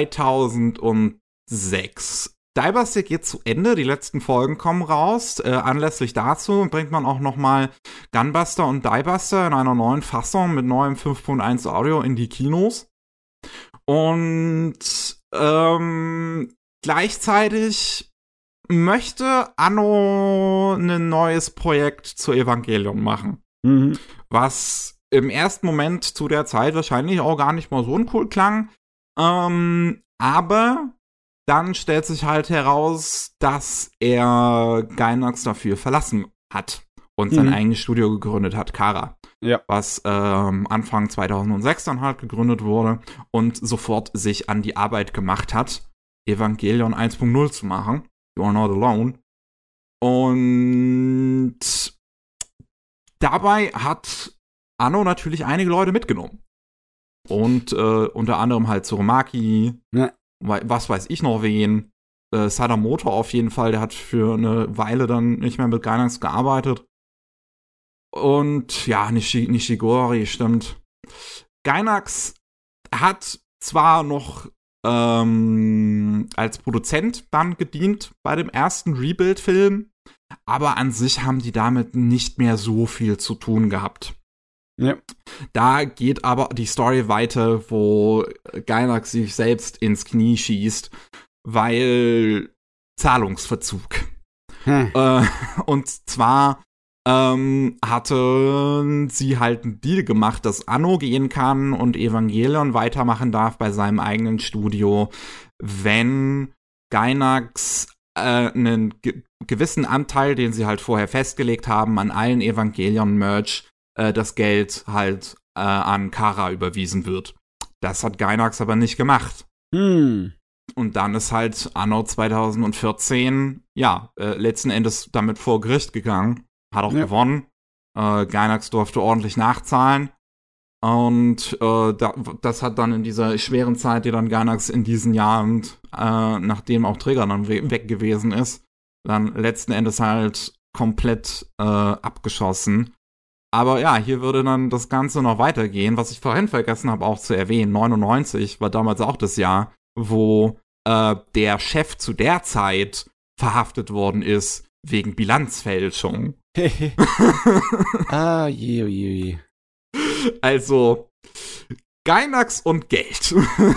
2006. Die Buster geht zu Ende, die letzten Folgen kommen raus. Anlässlich dazu bringt man auch nochmal Gunbuster und Die Buster in einer neuen Fassung mit neuem 5.1 Audio in die Kinos. Und gleichzeitig möchte Anno ein neues Projekt zu Evangelion machen. Was im ersten Moment zu der Zeit wahrscheinlich auch gar nicht mal so uncool klang. Aber dann stellt sich halt heraus, dass er Gainax dafür verlassen hat und sein eigenes Studio gegründet hat, Kara. Ja. Was Anfang 2006 dann halt gegründet wurde und sofort sich an die Arbeit gemacht hat, Evangelion 1.0 zu machen. You are not alone. Und dabei hat Anno natürlich einige Leute mitgenommen. Und unter anderem halt Tsurumaki, was weiß ich noch wen. Sadamoto auf jeden Fall, der hat für eine Weile dann nicht mehr mit Gainax gearbeitet. Und ja, Nishigori, stimmt. Gainax hat zwar noch als Produzent dann gedient bei dem ersten Rebuild-Film, aber an sich haben die damit nicht mehr so viel zu tun gehabt. Ja. Da geht aber die Story weiter, wo Gainax sich selbst ins Knie schießt, weil Zahlungsverzug. Und zwar hatten sie halt einen Deal gemacht, dass Anno gehen kann und Evangelion weitermachen darf bei seinem eigenen Studio, wenn Gainax einen gewissen Anteil, den sie halt vorher festgelegt haben, an allen Evangelion-Merch das Geld halt an Kara überwiesen wird. Das hat Gainax aber nicht gemacht. Und dann ist halt Anno 2014, letzten Endes damit vor Gericht gegangen. Hat auch gewonnen. Gainax durfte ordentlich nachzahlen. Und das hat dann in dieser schweren Zeit, die dann Gainax in diesen Jahren, nachdem auch Träger dann weg gewesen ist, dann letzten Endes halt komplett abgeschossen. Aber ja, hier würde dann das Ganze noch weitergehen. Was ich vorhin vergessen habe auch zu erwähnen, 99 war damals auch das Jahr, wo der Chef zu der Zeit verhaftet worden ist wegen Bilanzfälschung. Je. Also, Gainax und Geld.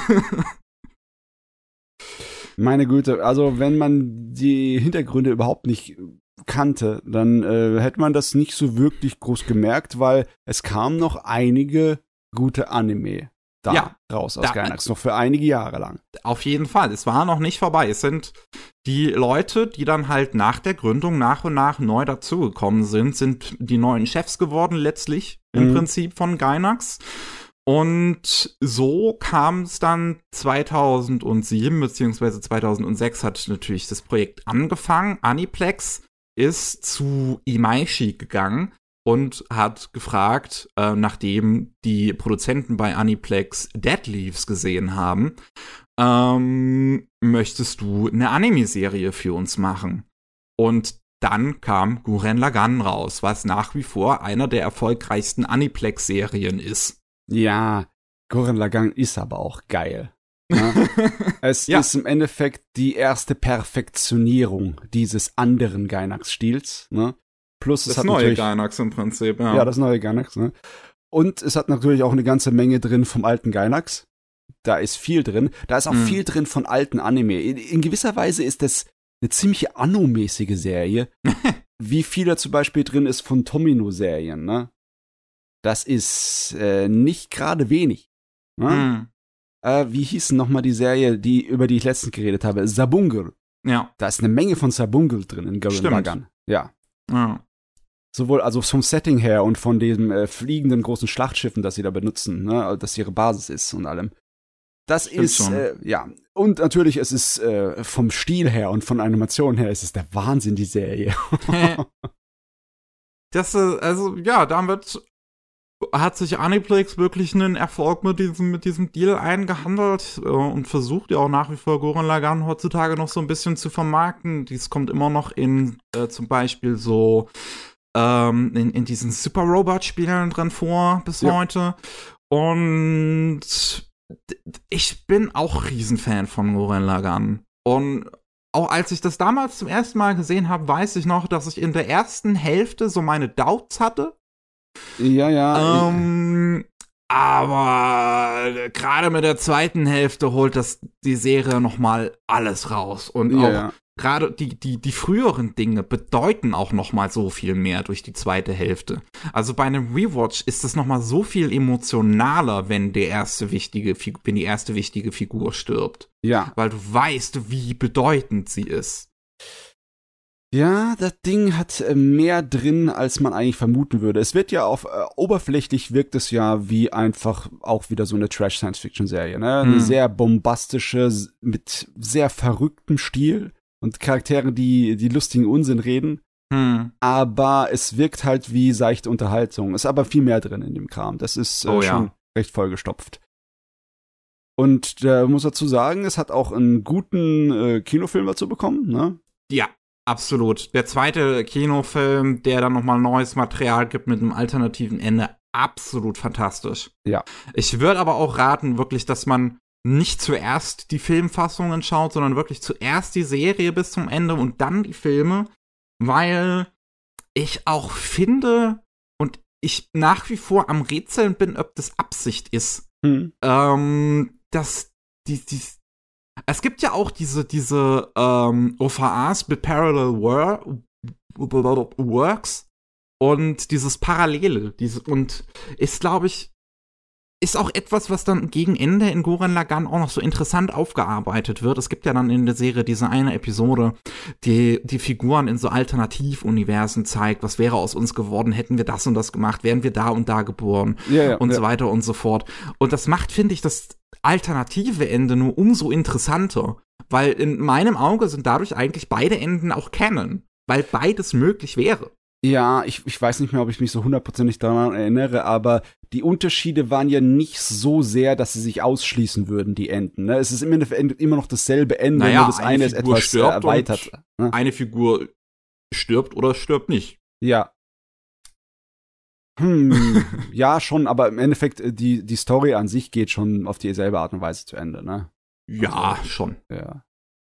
Meine Güte, also wenn man die Hintergründe überhaupt nicht kannte, dann hätte man das nicht so wirklich groß gemerkt, weil es kamen noch einige gute Anime raus aus Gainax, noch für einige Jahre lang. Auf jeden Fall, es war noch nicht vorbei. Es sind die Leute, die dann halt nach der Gründung nach und nach neu dazugekommen sind die neuen Chefs geworden letztlich im Prinzip von Gainax. Und so kam es dann 2007 bzw. 2006 hat natürlich das Projekt angefangen. Aniplex ist zu Imaishi gegangen und hat gefragt, nachdem die Produzenten bei Aniplex Dead Leaves gesehen haben, möchtest du eine Anime-Serie für uns machen? Und dann kam Gurren Lagann raus, was nach wie vor einer der erfolgreichsten Aniplex-Serien ist. Ja, Gurren Lagann ist aber auch geil. Ne? Es ist im Endeffekt die erste Perfektionierung dieses anderen Gainax-Stils. Ne? Plus das neue Gainax im Prinzip, ja. Ja, das neue Gainax. Ne? Und es hat natürlich auch eine ganze Menge drin vom alten Gainax. Da ist viel drin. Da ist auch viel drin von alten Anime. In gewisser Weise ist das eine ziemlich Anno-mäßige Serie. Wie viel da zum Beispiel drin ist von Tomino-Serien, ne? Das ist nicht gerade wenig. Ne? Wie hieß denn nochmal die Serie, über die ich letztens geredet habe? Zabungel. Ja. Da ist eine Menge von Zabungel drin in Gurren Lagann. Ja. Sowohl also vom Setting her und von den fliegenden großen Schlachtschiffen, das sie da benutzen, ne? Das ihre Basis ist und allem. Das stimmt ist, und natürlich, es ist vom Stil her und von Animation her, es ist der Wahnsinn, die Serie. Damit hat sich Aniplex wirklich einen Erfolg mit diesem Deal eingehandelt und versucht ja auch nach wie vor Gurren Lagann heutzutage noch so ein bisschen zu vermarkten. Dies kommt immer noch in zum Beispiel so in diesen Super Robot-Spielen drin vor bis heute. Und ich bin auch Riesenfan von Gurren Lagann. Und auch als ich das damals zum ersten Mal gesehen habe, weiß ich noch, dass ich in der ersten Hälfte so meine Doubts hatte. Ja. Aber gerade mit der zweiten Hälfte holt das die Serie noch mal alles raus. Und auch gerade die früheren Dinge bedeuten auch noch mal so viel mehr durch die zweite Hälfte. Also bei einem Rewatch ist es noch mal so viel emotionaler, wenn die erste wichtige Figur stirbt. Ja. Weil du weißt, wie bedeutend sie ist. Ja, das Ding hat mehr drin, als man eigentlich vermuten würde. Es wird ja oberflächlich wirkt es ja wie einfach auch wieder so eine Trash-Science-Fiction-Serie, ne? Eine sehr bombastische, mit sehr verrücktem Stil und Charakteren, die lustigen Unsinn reden. Aber es wirkt halt wie seichte Unterhaltung. Ist aber viel mehr drin in dem Kram. Das ist schon recht vollgestopft. Und muss dazu sagen, es hat auch einen guten Kinofilm dazu bekommen, ne? Ja. Absolut. Der zweite Kinofilm, der dann nochmal neues Material gibt mit einem alternativen Ende, absolut fantastisch. Ja. Ich würde aber auch raten, wirklich, dass man nicht zuerst die Filmfassungen schaut, sondern wirklich zuerst die Serie bis zum Ende und dann die Filme, weil ich auch finde und ich nach wie vor am Rätseln bin, ob das Absicht ist, dass es gibt ja auch diese OVAs mit Parallel Works und dieses Parallele. Und ist, glaube ich, ist auch etwas, was dann gegen Ende in Gurren Lagann auch noch so interessant aufgearbeitet wird. Es gibt ja dann in der Serie diese eine Episode, die Figuren in so Alternativuniversen zeigt. Was wäre aus uns geworden, hätten wir das und das gemacht, wären wir da und da geboren und so weiter und so fort. Und das macht, finde ich, das alternative Ende nur umso interessanter, weil in meinem Auge sind dadurch eigentlich beide Enden auch Canon, weil beides möglich wäre. Ja, ich weiß nicht mehr, ob ich mich so hundertprozentig daran erinnere, aber die Unterschiede waren ja nicht so sehr, dass sie sich ausschließen würden, die Enden. Ne? Es ist im Endeffekt immer noch dasselbe Ende, nur das eine ist etwas erweitert. Ne? Eine Figur stirbt oder stirbt nicht. Ja. Ja, schon, aber im Endeffekt, die Story an sich geht schon auf dieselbe Art und Weise zu Ende, ne? Ja, also, schon. Ja.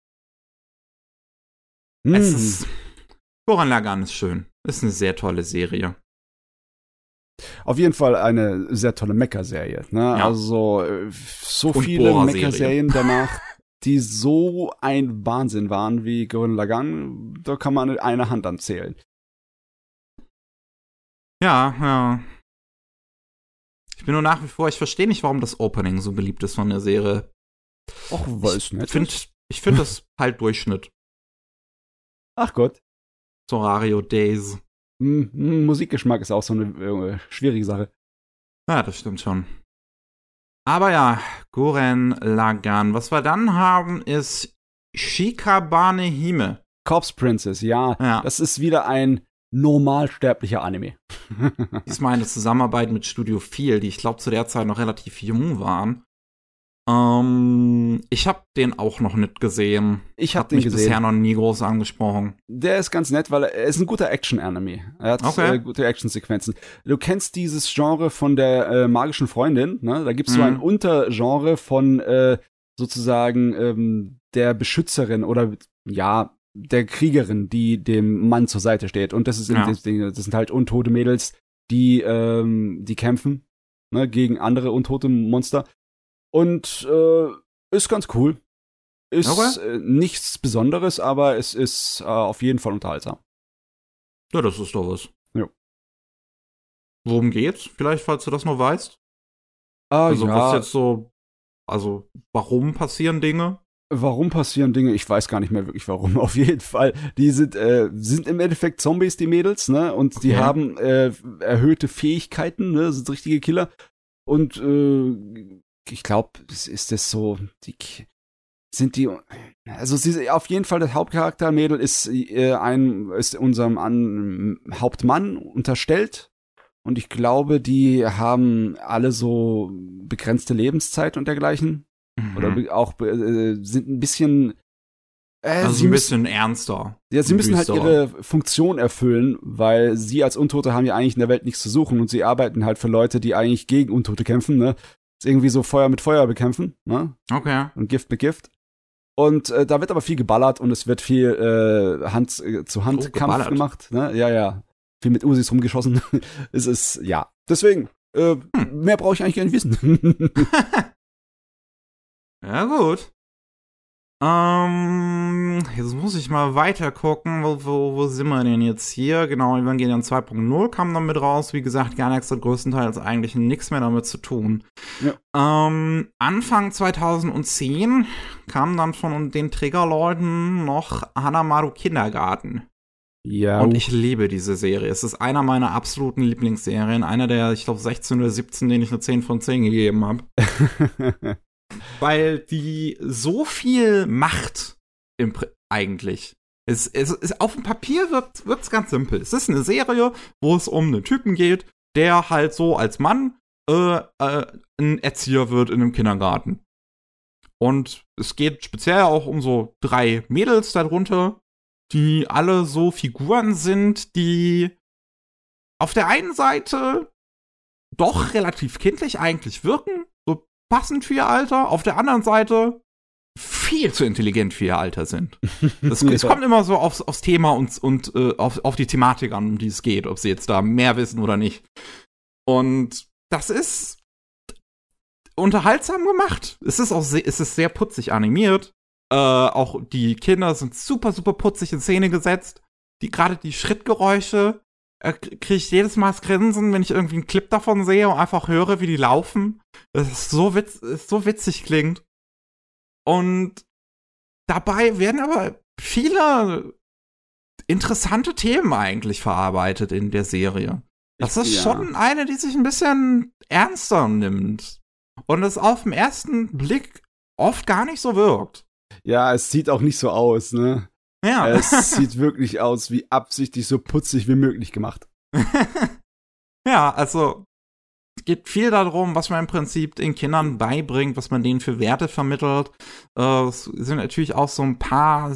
Es ist Gurren Lagann ist schön. Ist eine sehr tolle Serie. Auf jeden Fall eine sehr tolle Mecha-Serie, ne? Ja. Also, so und viele Mecha-Serien danach, die so ein Wahnsinn waren wie Gurren Lagann, da kann man eine Hand anzählen. Ja. Ich bin nur nach wie vor, ich verstehe nicht, warum das Opening so beliebt ist von der Serie. Och, weiß nicht. Ich finde das halt Durchschnitt. Ach Gott. Sorario Days. Musikgeschmack ist auch so eine schwierige Sache. Ja, das stimmt schon. Aber ja, Gurren Lagann. Was wir dann haben, ist Shikabane Hime. Corpse Princess, ja. Das ist wieder ein normalsterblicher Anime. Diesmal eine Zusammenarbeit mit Studio Feel, die ich glaube zu der Zeit noch relativ jung waren. Ich habe den auch noch nicht gesehen. Ich habe den gesehen. Bisher noch nie groß angesprochen. Der ist ganz nett, weil er ist ein guter Action-Anime. Er hat gute Action-Sequenzen. Du kennst dieses Genre von der magischen Freundin, ne? Da gibt's so ein Untergenre von sozusagen der Beschützerin oder der Kriegerin, die dem Mann zur Seite steht. Und das ist das sind halt untote Mädels, die kämpfen, ne, gegen andere untote Monster. Und ist ganz cool. Ist nichts Besonderes, aber es ist auf jeden Fall unterhaltsam. Ja, das ist doch was. Ja. Worum geht's? Vielleicht, falls du das noch weißt. Was jetzt so, warum passieren Dinge? Warum passieren Dinge? Ich weiß gar nicht mehr wirklich warum. Auf jeden Fall. Die sind im Endeffekt Zombies, die Mädels, ne? Und die haben erhöhte Fähigkeiten, ne? Sind richtige Killer. Und ich glaube, ist das so, auf jeden Fall das Hauptcharakter-Mädel ist unserem Hauptmann unterstellt. Und ich glaube, die haben alle so begrenzte Lebenszeit und dergleichen. Oder auch sind ein bisschen ein bisschen ernster. Ja, sie müssen halt ihre Funktion erfüllen, weil sie als Untote haben ja eigentlich in der Welt nichts zu suchen und sie arbeiten halt für Leute, die eigentlich gegen Untote kämpfen, ne? Ist irgendwie so Feuer mit Feuer bekämpfen, ne? Okay. Und Gift mit Gift. Und da wird aber viel geballert und es wird viel Hand-zu-Hand-Kampf gemacht, ne? Ja. Viel mit Usis rumgeschossen. Es ist, ja. Deswegen, Mehr brauche ich eigentlich gar nicht wissen. Ja, gut. Jetzt muss ich mal weiter gucken, wo sind wir denn jetzt hier? Genau, Evangelion 2.0 kam dann mit raus. Wie gesagt, Gainax hat größtenteils eigentlich nichts mehr damit zu tun. Ja. Anfang 2010 kam dann von den Triggerleuten noch Hanamaru Kindergarten. Ja. Und ich liebe diese Serie. Es ist einer meiner absoluten Lieblingsserien. Einer der, ich glaube, 16 oder 17, denen ich eine 10 von 10 gegeben habe. Weil die so viel macht, eigentlich. Es auf dem Papier wird's ganz simpel. Es ist eine Serie, wo es um einen Typen geht, der halt so als Mann ein Erzieher wird in einem Kindergarten. Und es geht speziell auch um so 3 Mädels darunter, die alle so Figuren sind, die auf der einen Seite doch relativ kindlich eigentlich wirken, so passend für ihr Alter, auf der anderen Seite viel zu intelligent für ihr Alter sind. Es kommt immer so aufs Thema und auf die Thematik an, um die es geht, ob sie jetzt da mehr wissen oder nicht. Und das ist unterhaltsam gemacht. Es ist sehr putzig animiert. Auch die Kinder sind super, super putzig in Szene gesetzt. Gerade die Schrittgeräusche kriege ich jedes Mal das Grinsen, wenn ich irgendwie einen Clip davon sehe und einfach höre, wie die laufen. Das ist so witzig klingt. Und dabei werden aber viele interessante Themen eigentlich verarbeitet in der Serie. Das ist schon eine, die sich ein bisschen ernster nimmt. Und es auf den ersten Blick oft gar nicht so wirkt. Ja, es sieht auch nicht so aus, ne? Ja. Es sieht wirklich aus wie absichtlich so putzig wie möglich gemacht. Ja, also es geht viel darum, was man im Prinzip den Kindern beibringt, was man denen für Werte vermittelt. Es sind natürlich auch so ein paar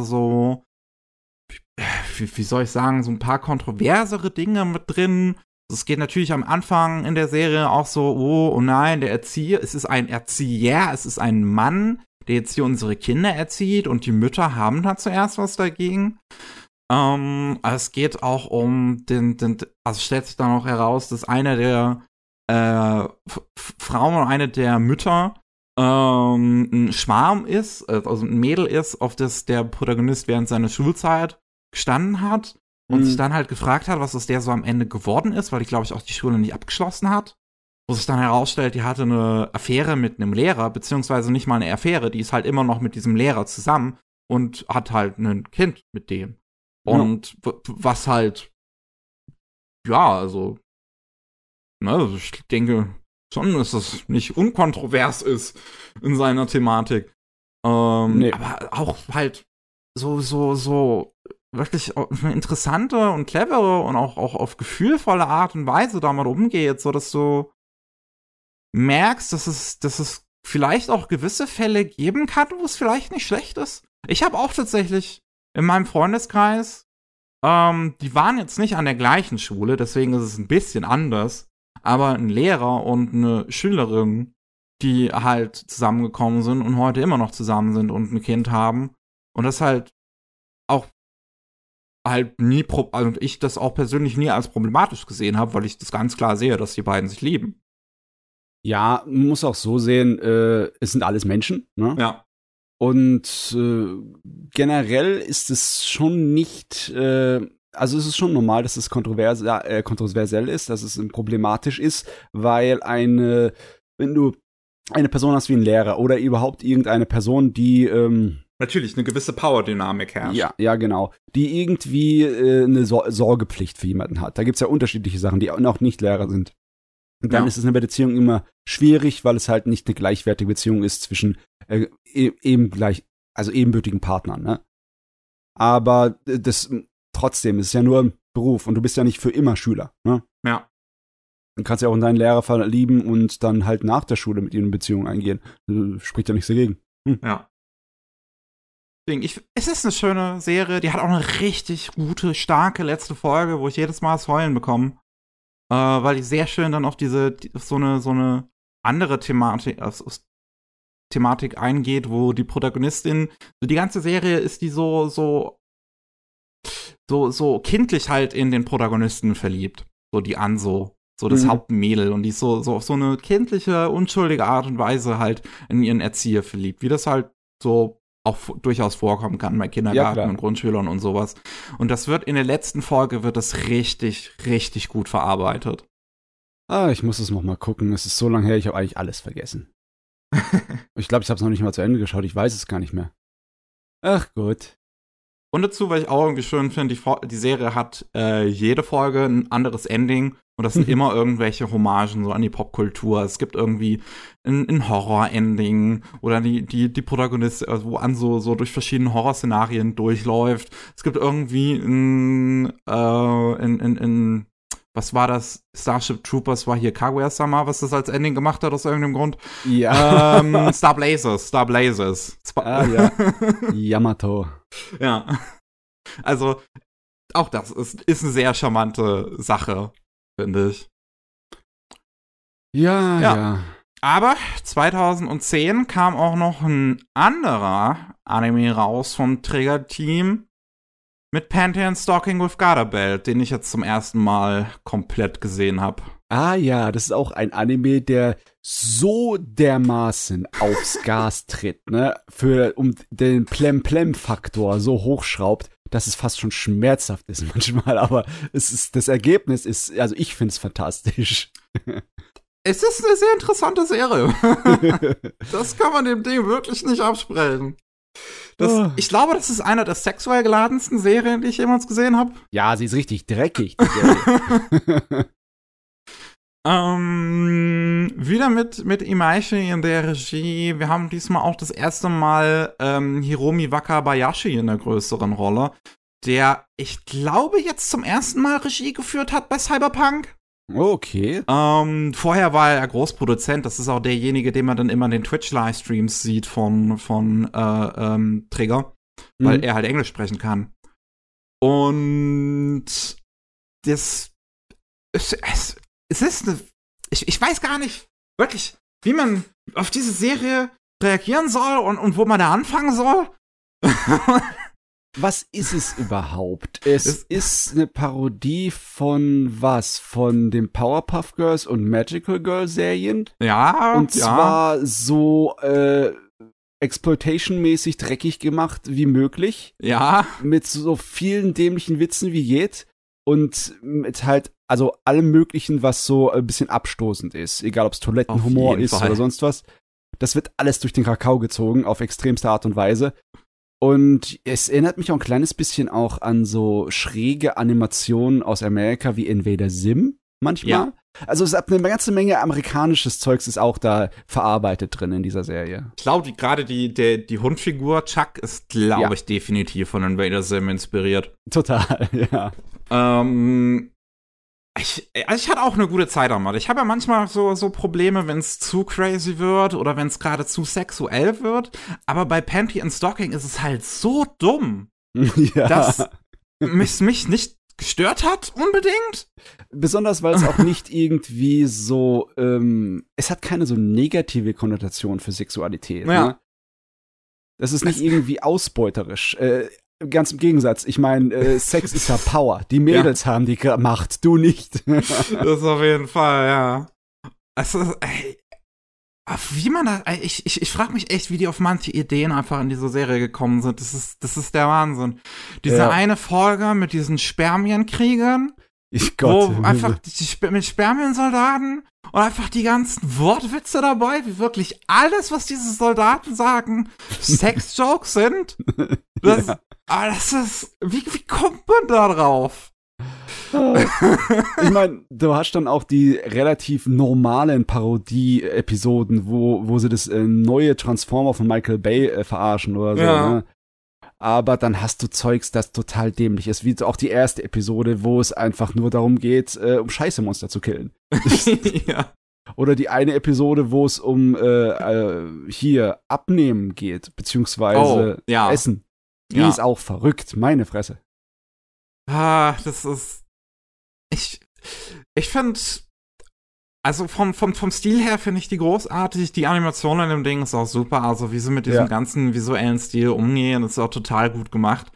wie soll ich sagen, so ein paar kontroversere Dinge mit drin. Es geht natürlich am Anfang in der Serie auch so, oh nein, der Erzieher, es ist ein Erzieher, es ist ein Mann, der jetzt hier unsere Kinder erzieht und die Mütter haben da zuerst was dagegen. Es geht auch um also stellt sich dann auch heraus, dass eine der Frauen oder eine der Mütter ein Schwarm ist, also ein Mädel ist, auf das der Protagonist während seiner Schulzeit gestanden hat und sich dann halt gefragt hat, was aus der so am Ende geworden ist, weil die, glaube ich, auch die Schule nicht abgeschlossen hat. Wo sich dann herausstellt, die hatte eine Affäre mit einem Lehrer, beziehungsweise nicht mal eine Affäre, die ist halt immer noch mit diesem Lehrer zusammen und hat halt ein Kind mit dem. Und was halt, ja, also, ne, ich denke schon, dass das nicht unkontrovers ist in seiner Thematik. Nee. Aber auch halt so wirklich auf eine interessante und clevere und auch auf gefühlvolle Art und Weise damit umgeht, so dass du merkst, dass es vielleicht auch gewisse Fälle geben kann, wo es vielleicht nicht schlecht ist. Ich habe auch tatsächlich in meinem Freundeskreis, die waren jetzt nicht an der gleichen Schule, deswegen ist es ein bisschen anders, aber ein Lehrer und eine Schülerin, die halt zusammengekommen sind und heute immer noch zusammen sind und ein Kind haben. Und das halt auch halt nie, also ich das auch persönlich nie als problematisch gesehen habe, weil ich das ganz klar sehe, dass die beiden sich lieben. Ja, man muss auch so sehen, es sind alles Menschen, ne? Ja. Und generell ist es schon nicht, also es ist schon normal, dass es kontroversiell ist, dass es problematisch ist, weil wenn du eine Person hast wie ein Lehrer oder überhaupt irgendeine Person, die Natürlich, eine gewisse Power-Dynamik herrscht. Ja, genau. Die irgendwie eine Sorgepflicht für jemanden hat. Da gibt's ja unterschiedliche Sachen, die auch nicht Lehrer sind. Und dann ist es in der Beziehung immer schwierig, weil es halt nicht eine gleichwertige Beziehung ist zwischen ebenbürtigen Partnern, ne? Aber trotzdem, es ist ja nur ein Beruf und du bist ja nicht für immer Schüler, ne? Ja. Du kannst ja auch in deinen Lehrer verlieben und dann halt nach der Schule mit ihm eine Beziehung eingehen. Spricht ja nichts dagegen. Ja. Es ist eine schöne Serie, die hat auch eine richtig gute, starke letzte Folge, wo ich jedes Mal das Heulen bekomme. Weil die sehr schön dann auf so eine andere Thematik eingeht, wo die Protagonistin, so die ganze Serie ist die so kindlich halt in den Protagonisten verliebt. So die Anso. so das Hauptmädel, und die ist so auf so eine kindliche, unschuldige Art und Weise halt in ihren Erzieher verliebt, wie das halt so auch durchaus vorkommen kann bei Kindergarten und Grundschülern und sowas. Und das wird in der letzten Folge wird das richtig, richtig gut verarbeitet. Ich muss es noch mal gucken. Es ist so lange her, ich habe eigentlich alles vergessen. Ich glaube, ich habe es noch nicht mal zu Ende geschaut. Ich weiß es gar nicht mehr. Ach gut. Und dazu, weil ich auch irgendwie schön finde, die Serie hat jede Folge ein anderes Ending. Und das sind immer irgendwelche Hommagen so an die Popkultur. Es gibt irgendwie ein Horror-Ending oder die Protagonistin, wo an so durch verschiedene Horrorszenarien durchläuft. Es gibt irgendwie was war das? Starship Troopers war hier Kaguya-sama, was das als Ending gemacht hat aus irgendeinem Grund. Ja. Star Blazers. Ja. Yamato. Ja. Also, auch das ist eine sehr charmante Sache, finde ich. Ja. Aber 2010 kam auch noch ein anderer Anime raus vom Trigger-Team mit Pantheon Stalking with Garterbelt, den ich jetzt zum ersten Mal komplett gesehen habe. Ja, das ist auch ein Anime, der so dermaßen aufs Gas tritt, ne? Um den Plem-Plem-Faktor so hochschraubt, dass es fast schon schmerzhaft ist manchmal, aber das Ergebnis ist, also ich finde es fantastisch. Es ist eine sehr interessante Serie. Das kann man dem Ding wirklich nicht absprechen. Ich glaube, das ist einer der sexuell geladensten Serien, die ich jemals gesehen habe. Ja, sie ist richtig dreckig, die Serie. Wieder mit Imaishi in der Regie. Wir haben diesmal auch das erste Mal Hiromi Wakabayashi in der größeren Rolle, der, ich glaube, jetzt zum ersten Mal Regie geführt hat bei Cyberpunk. Okay. Vorher war er Großproduzent. Das ist auch derjenige, den man dann immer in den Twitch-Livestreams sieht von Trigger, weil er halt Englisch sprechen kann. Und es ist eine, ich weiß gar nicht wirklich, wie man auf diese Serie reagieren soll und wo man da anfangen soll. Was ist es überhaupt? Es ist eine Parodie von was? Von den Powerpuff Girls und Magical Girl Serien? Ja. Und zwar so exploitation-mäßig dreckig gemacht wie möglich. Ja. Mit so vielen dämlichen Witzen wie geht. Und mit halt, also allem Möglichen, was so ein bisschen abstoßend ist. Egal, ob es Toilettenhumor ist oder sonst was. Das wird alles durch den Kakao gezogen, auf extremste Art und Weise. Und es erinnert mich auch ein kleines bisschen auch an so schräge Animationen aus Amerika wie Invader Zim manchmal. Ja. Also es hat eine ganze Menge amerikanisches Zeugs ist auch da verarbeitet drin in dieser Serie. Ich glaube, gerade die Hundfigur Chuck ist, glaube ich, definitiv von Invader Zim inspiriert. Total, ja. Ich hatte auch eine gute Zeit damit. Ich habe ja manchmal so Probleme, wenn es zu crazy wird oder wenn es gerade zu sexuell wird. Aber bei Panty and Stalking ist es halt so dumm, dass mich nicht gestört hat unbedingt. Besonders, weil es auch nicht irgendwie so, es hat keine so negative Konnotation für Sexualität. Ja. Ne? Das ist nicht irgendwie ausbeuterisch. Ganz im Gegensatz, ich meine, Sex ist ja Power. Die Mädels haben die Macht, du nicht. Das ist auf jeden Fall, ja. Also, wie man da, ich frage mich echt, wie die auf manche Ideen einfach in diese Serie gekommen sind. Das ist der Wahnsinn. Diese eine Folge mit diesen Spermienkriegern, wo einfach mit Spermiensoldaten und einfach die ganzen Wortwitze dabei, wie wirklich alles, was diese Soldaten sagen, Sex-Jokes sind. Das ist, wie kommt man da drauf? Ich meine, du hast dann auch die relativ normalen Parodie-Episoden, wo sie das neue Transformer von Michael Bay verarschen oder so. Ja. Ne? Aber dann hast du Zeugs, das total dämlich ist, wie auch die erste Episode, wo es einfach nur darum geht, um Scheißemonster zu killen. Ja. Oder die eine Episode, wo es um hier Abnehmen geht, beziehungsweise Essen. Die ist auch verrückt, meine Fresse. Das ist. Ich finde. Also vom Stil her finde ich die großartig. Die Animation in dem Ding ist auch super. Also wie sie mit diesem ganzen visuellen Stil umgehen, ist auch total gut gemacht.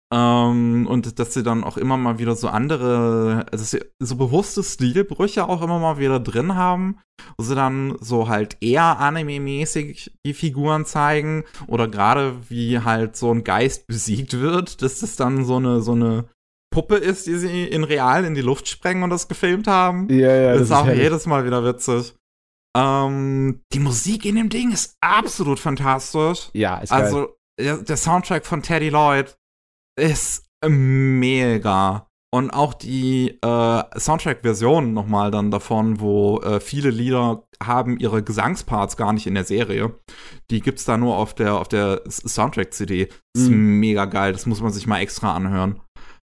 Und dass sie dann auch immer mal wieder so andere, also so bewusste Stilbrüche auch immer mal wieder drin haben, wo sie dann so halt eher anime-mäßig die Figuren zeigen oder gerade wie halt so ein Geist besiegt wird, dass das dann so eine Puppe ist, die sie in real in die Luft sprengen und das gefilmt haben. Ja, das ist auch herrlich. Jedes Mal wieder witzig. Die Musik in dem Ding ist absolut fantastisch. Ja, ist geil. Also der Soundtrack von Teddy Lloyd ist mega. Und auch die Soundtrack-Version nochmal dann davon, wo viele Lieder haben ihre Gesangsparts gar nicht in der Serie. Die gibt's da nur auf der Soundtrack-CD. Ist mega geil, das muss man sich mal extra anhören.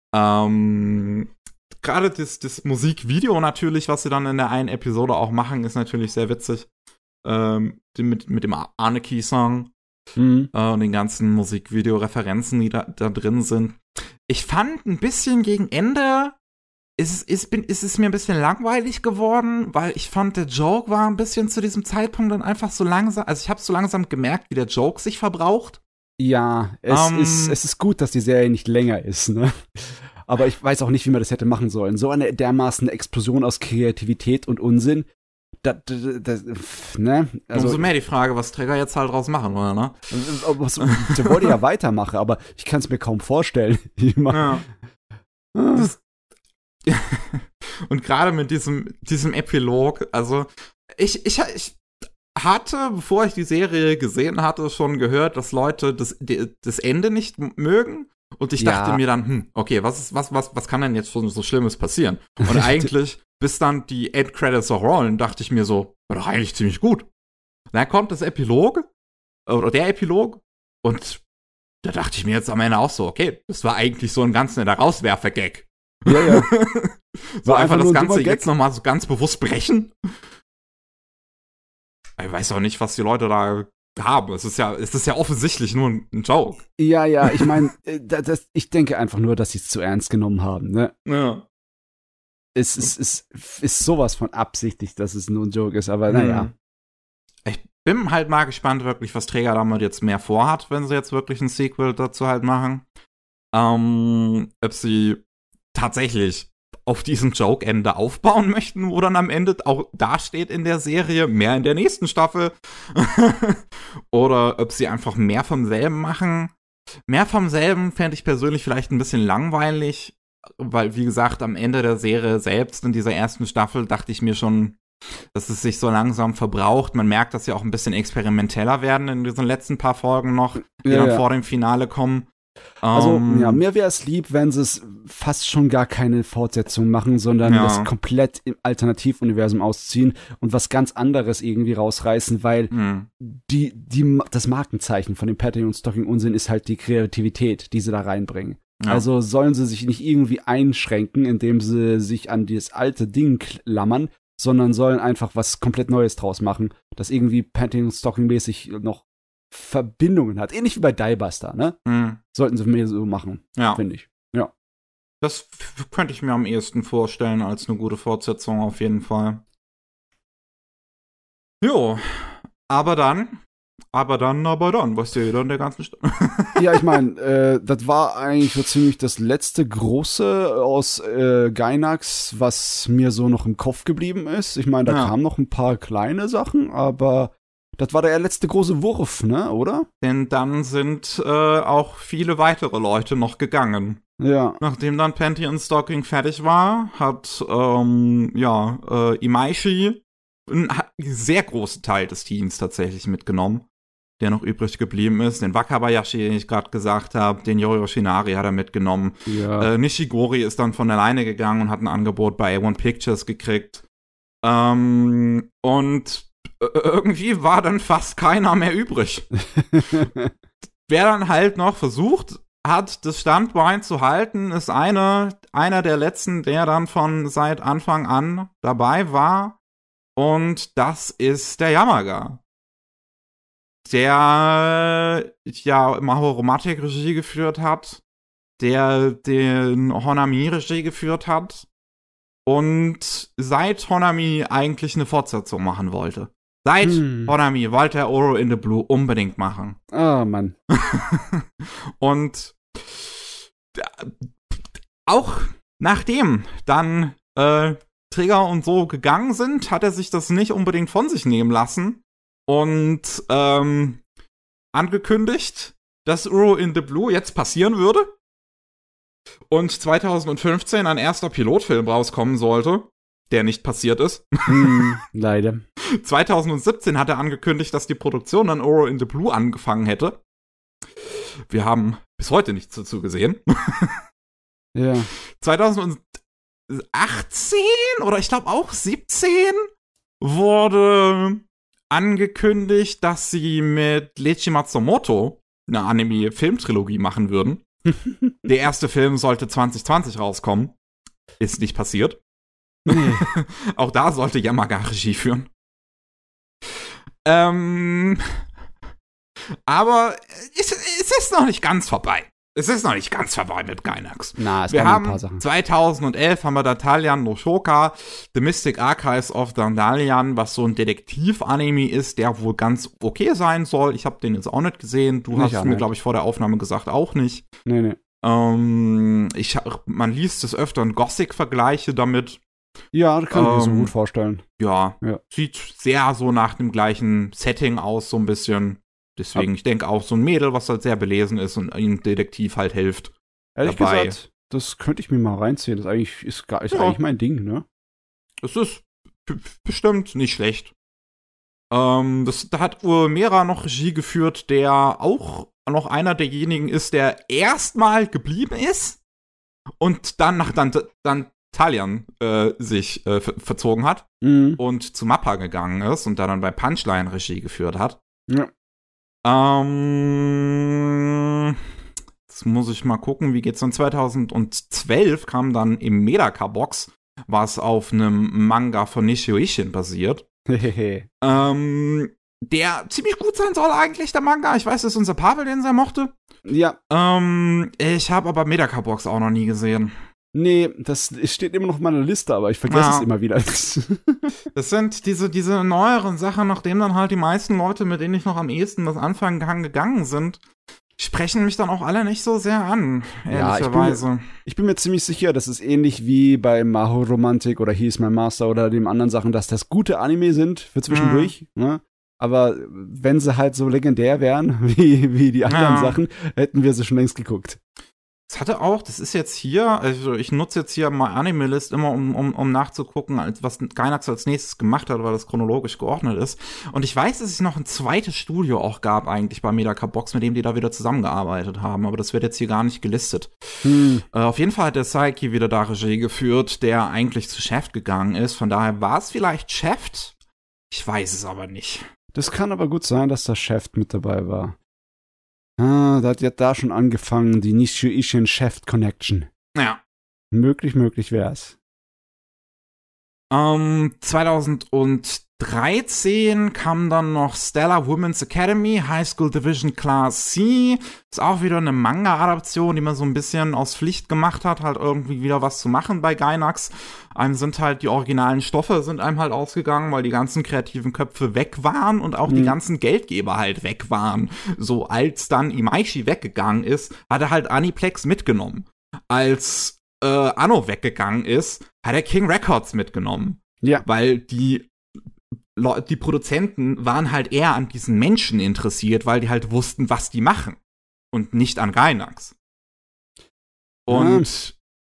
Gerade das Musikvideo natürlich, was sie dann in der einen Episode auch machen, ist natürlich sehr witzig. Mit dem Anarchy-Song. Und den ganzen Musikvideo-Referenzen, die da drin sind. Ich fand ein bisschen gegen Ende ist es mir ein bisschen langweilig geworden, weil ich fand, der Joke war ein bisschen zu diesem Zeitpunkt dann einfach so langsam, also ich habe so langsam gemerkt, wie der Joke sich verbraucht. Ja, es ist gut, dass die Serie nicht länger ist, ne? Aber ich weiß auch nicht, wie man das hätte machen sollen. So eine dermaßen Explosion aus Kreativität und Unsinn. Ne? Also, umso mehr die Frage, was Träger jetzt halt draus machen wollen, ne? Der wollte ja weitermachen, aber ich kann es mir kaum vorstellen. Ja. Und gerade mit diesem Epilog, also ich hatte, bevor ich die Serie gesehen hatte, schon gehört, dass Leute das Ende nicht mögen. Und ich dachte mir dann, okay, was kann denn jetzt schon so Schlimmes passieren? Und eigentlich, bis dann die Endcredits auch rollen, dachte ich mir so, war doch eigentlich ziemlich gut. Dann kommt das Epilog, oder der Epilog, und da dachte ich mir jetzt am Ende auch so, okay, das war eigentlich so ein ganz netter Rauswerfer-Gag. Ja. So einfach das Ganze jetzt nochmal so ganz bewusst brechen. Ich weiß auch nicht, was die Leute da haben. Es ist ja offensichtlich nur ein Joke. Ja, ich meine, ich denke einfach nur, dass sie es zu ernst genommen haben, ne? Ja. Es ist sowas von absichtlich, dass es nur ein Joke ist, aber naja. Ich bin halt mal gespannt, wirklich, was Träger damit jetzt mehr vorhat, wenn sie jetzt wirklich ein Sequel dazu halt machen. Ob sie tatsächlich auf diesem Joke-Ende aufbauen möchten, wo dann am Ende auch dasteht in der Serie, mehr in der nächsten Staffel. Oder ob sie einfach mehr vom selben machen. Mehr vom selben fände ich persönlich vielleicht ein bisschen langweilig, weil, wie gesagt, am Ende der Serie selbst in dieser ersten Staffel dachte ich mir schon, dass es sich so langsam verbraucht. Man merkt, dass sie auch ein bisschen experimenteller werden in diesen letzten paar Folgen noch, die dann vor dem Finale kommen. Also, mir wäre es lieb, wenn sie es fast schon gar keine Fortsetzung machen, sondern das komplett im Alternativuniversum ausziehen und was ganz anderes irgendwie rausreißen, weil das Markenzeichen von dem Padding und Stocking Unsinn ist halt die Kreativität, die sie da reinbringen. Ja. Also sollen sie sich nicht irgendwie einschränken, indem sie sich an dieses alte Ding klammern, sondern sollen einfach was komplett Neues draus machen, das irgendwie Padding und Stocking mäßig noch Verbindungen hat. Ähnlich wie bei Die Buster, ne? Sollten sie mehr so machen, finde ich. Ja. Das könnte ich mir am ehesten vorstellen als eine gute Fortsetzung auf jeden Fall. Jo, aber dann, was ihr dann der ganzen Ja, ich meine, das war eigentlich so ziemlich das letzte große aus Gainax, was mir so noch im Kopf geblieben ist. Ich meine, da kamen noch ein paar kleine Sachen, aber das war der letzte große Wurf, ne, oder? Denn dann sind auch viele weitere Leute noch gegangen. Ja. Nachdem dann Panty und Stocking fertig war, hat Imaishi einen sehr großen Teil des Teams tatsächlich mitgenommen, der noch übrig geblieben ist. Den Wakabayashi, den ich gerade gesagt habe, den Yoroshinari hat er mitgenommen. Ja. Nishigori ist dann von alleine gegangen und hat ein Angebot bei A1 Pictures gekriegt. Und irgendwie war dann fast keiner mehr übrig. Wer dann halt noch versucht hat, das Standbein zu halten, ist einer der letzten, der dann von seit Anfang an dabei war. Und das ist der Yamaga, der Mahoromatic Regie geführt hat, der den Honami Regie geführt hat und seit Honami eigentlich eine Fortsetzung machen wollte. Seit Honami wollte er Oro in the Blue unbedingt machen. Oh, Mann. Und auch nachdem dann Trigger und so gegangen sind, hat er sich das nicht unbedingt von sich nehmen lassen und angekündigt, dass Uro in the Blue jetzt passieren würde und 2015 ein erster Pilotfilm rauskommen sollte, der nicht passiert ist. Leider. 2017 hat er angekündigt, dass die Produktion an Uro in the Blue angefangen hätte. Wir haben bis heute nichts dazu gesehen. Ja. 2018 oder ich glaube auch 17 wurde angekündigt, dass sie mit Leiji Matsumoto eine Anime-Filmtrilogie machen würden. Der erste Film sollte 2020 rauskommen. Ist nicht passiert. Nee. Auch da sollte Yamaga Regie führen. Aber es ist noch nicht ganz vorbei. Es ist noch nicht ganz vorbei mit Gainax. Na, es Wir kommen haben ein paar Sachen. 2011 haben wir Datalian no Shoka, The Mystic Archives of Dandalion, was so ein Detektiv-Anime ist, der wohl ganz okay sein soll. Ich habe den jetzt auch nicht gesehen. Du Nicht hast mir, glaube ich, vor der Aufnahme gesagt, auch nicht. Nee. Man liest des Öfteren Gothic-Vergleiche damit. Ja, das kann ich mir so gut vorstellen. Ja, Ja. sieht sehr so nach dem gleichen Setting aus, so ein bisschen. Deswegen, ich denke auch so ein Mädel, was halt sehr belesen ist und einem Detektiv halt hilft. Ehrlich dabei. gesagt, das könnte ich mir mal reinziehen. Das ist Ja. eigentlich mein Ding, ne? Es ist bestimmt nicht schlecht. Da hat Uemura noch Regie geführt, der auch noch einer derjenigen ist, der erstmal geblieben ist und dann nach Dantalion sich verzogen hat Mhm. und zu Mappa gegangen ist und da dann bei Punchline Regie geführt hat. Ja. Jetzt muss ich mal gucken, wie geht's dann? 2012 kam dann im Medaka-Box, was auf einem Manga von Nishio Ishin basiert. Hehehe. Der ziemlich gut sein soll eigentlich, der Manga. Ich weiß, das ist unser Pavel, den er mochte. Ja. Ich habe aber Medaka-Box auch noch nie gesehen. Nee, das steht immer noch auf meiner Liste, aber ich vergesse es immer wieder. Das sind diese neueren Sachen, nachdem dann halt die meisten Leute, mit denen ich noch am ehesten was anfangen kann, gegangen sind, sprechen mich dann auch alle nicht so sehr an, ehrlicherweise. Ich bin mir ziemlich sicher, das ist ähnlich wie bei Maho Romantic oder He is My Master oder den anderen Sachen, dass das gute Anime sind für zwischendurch, ne? Aber wenn sie halt so legendär wären, wie die anderen Sachen, hätten wir sie schon längst geguckt. Das ist jetzt hier, also ich nutze jetzt hier mal Anime-List immer, um nachzugucken, was Gainax als nächstes gemacht hat, weil das chronologisch geordnet ist. Und ich weiß, dass es noch ein zweites Studio auch gab eigentlich bei Medaka Box, mit dem die da wieder zusammengearbeitet haben, aber das wird jetzt hier gar nicht gelistet. Auf jeden Fall hat der Saiki wieder da Regie geführt, der eigentlich zu Shaft gegangen ist. Von daher war es vielleicht Shaft? Ich weiß es aber nicht. Das kann aber gut sein, dass der Chef mit dabei war. Da hat ja da schon angefangen, die Nishio Ishin Chef Connection. Ja. Möglich wär's. 2013 kam dann noch Stellar Women's Academy, High School Division Class C. Ist auch wieder eine Manga-Adaption, die man so ein bisschen aus Pflicht gemacht hat, halt irgendwie wieder was zu machen bei Gainax. Einem sind halt die originalen Stoffe sind einem halt ausgegangen, weil die ganzen kreativen Köpfe weg waren und auch die ganzen Geldgeber halt weg waren. So, als dann Imaishi weggegangen ist, hat er halt Aniplex mitgenommen. Als Anno weggegangen ist, hat er King Records mitgenommen. Ja. Weil die Produzenten waren halt eher an diesen Menschen interessiert, weil die halt wussten, was die machen. Und nicht an Gainax. Und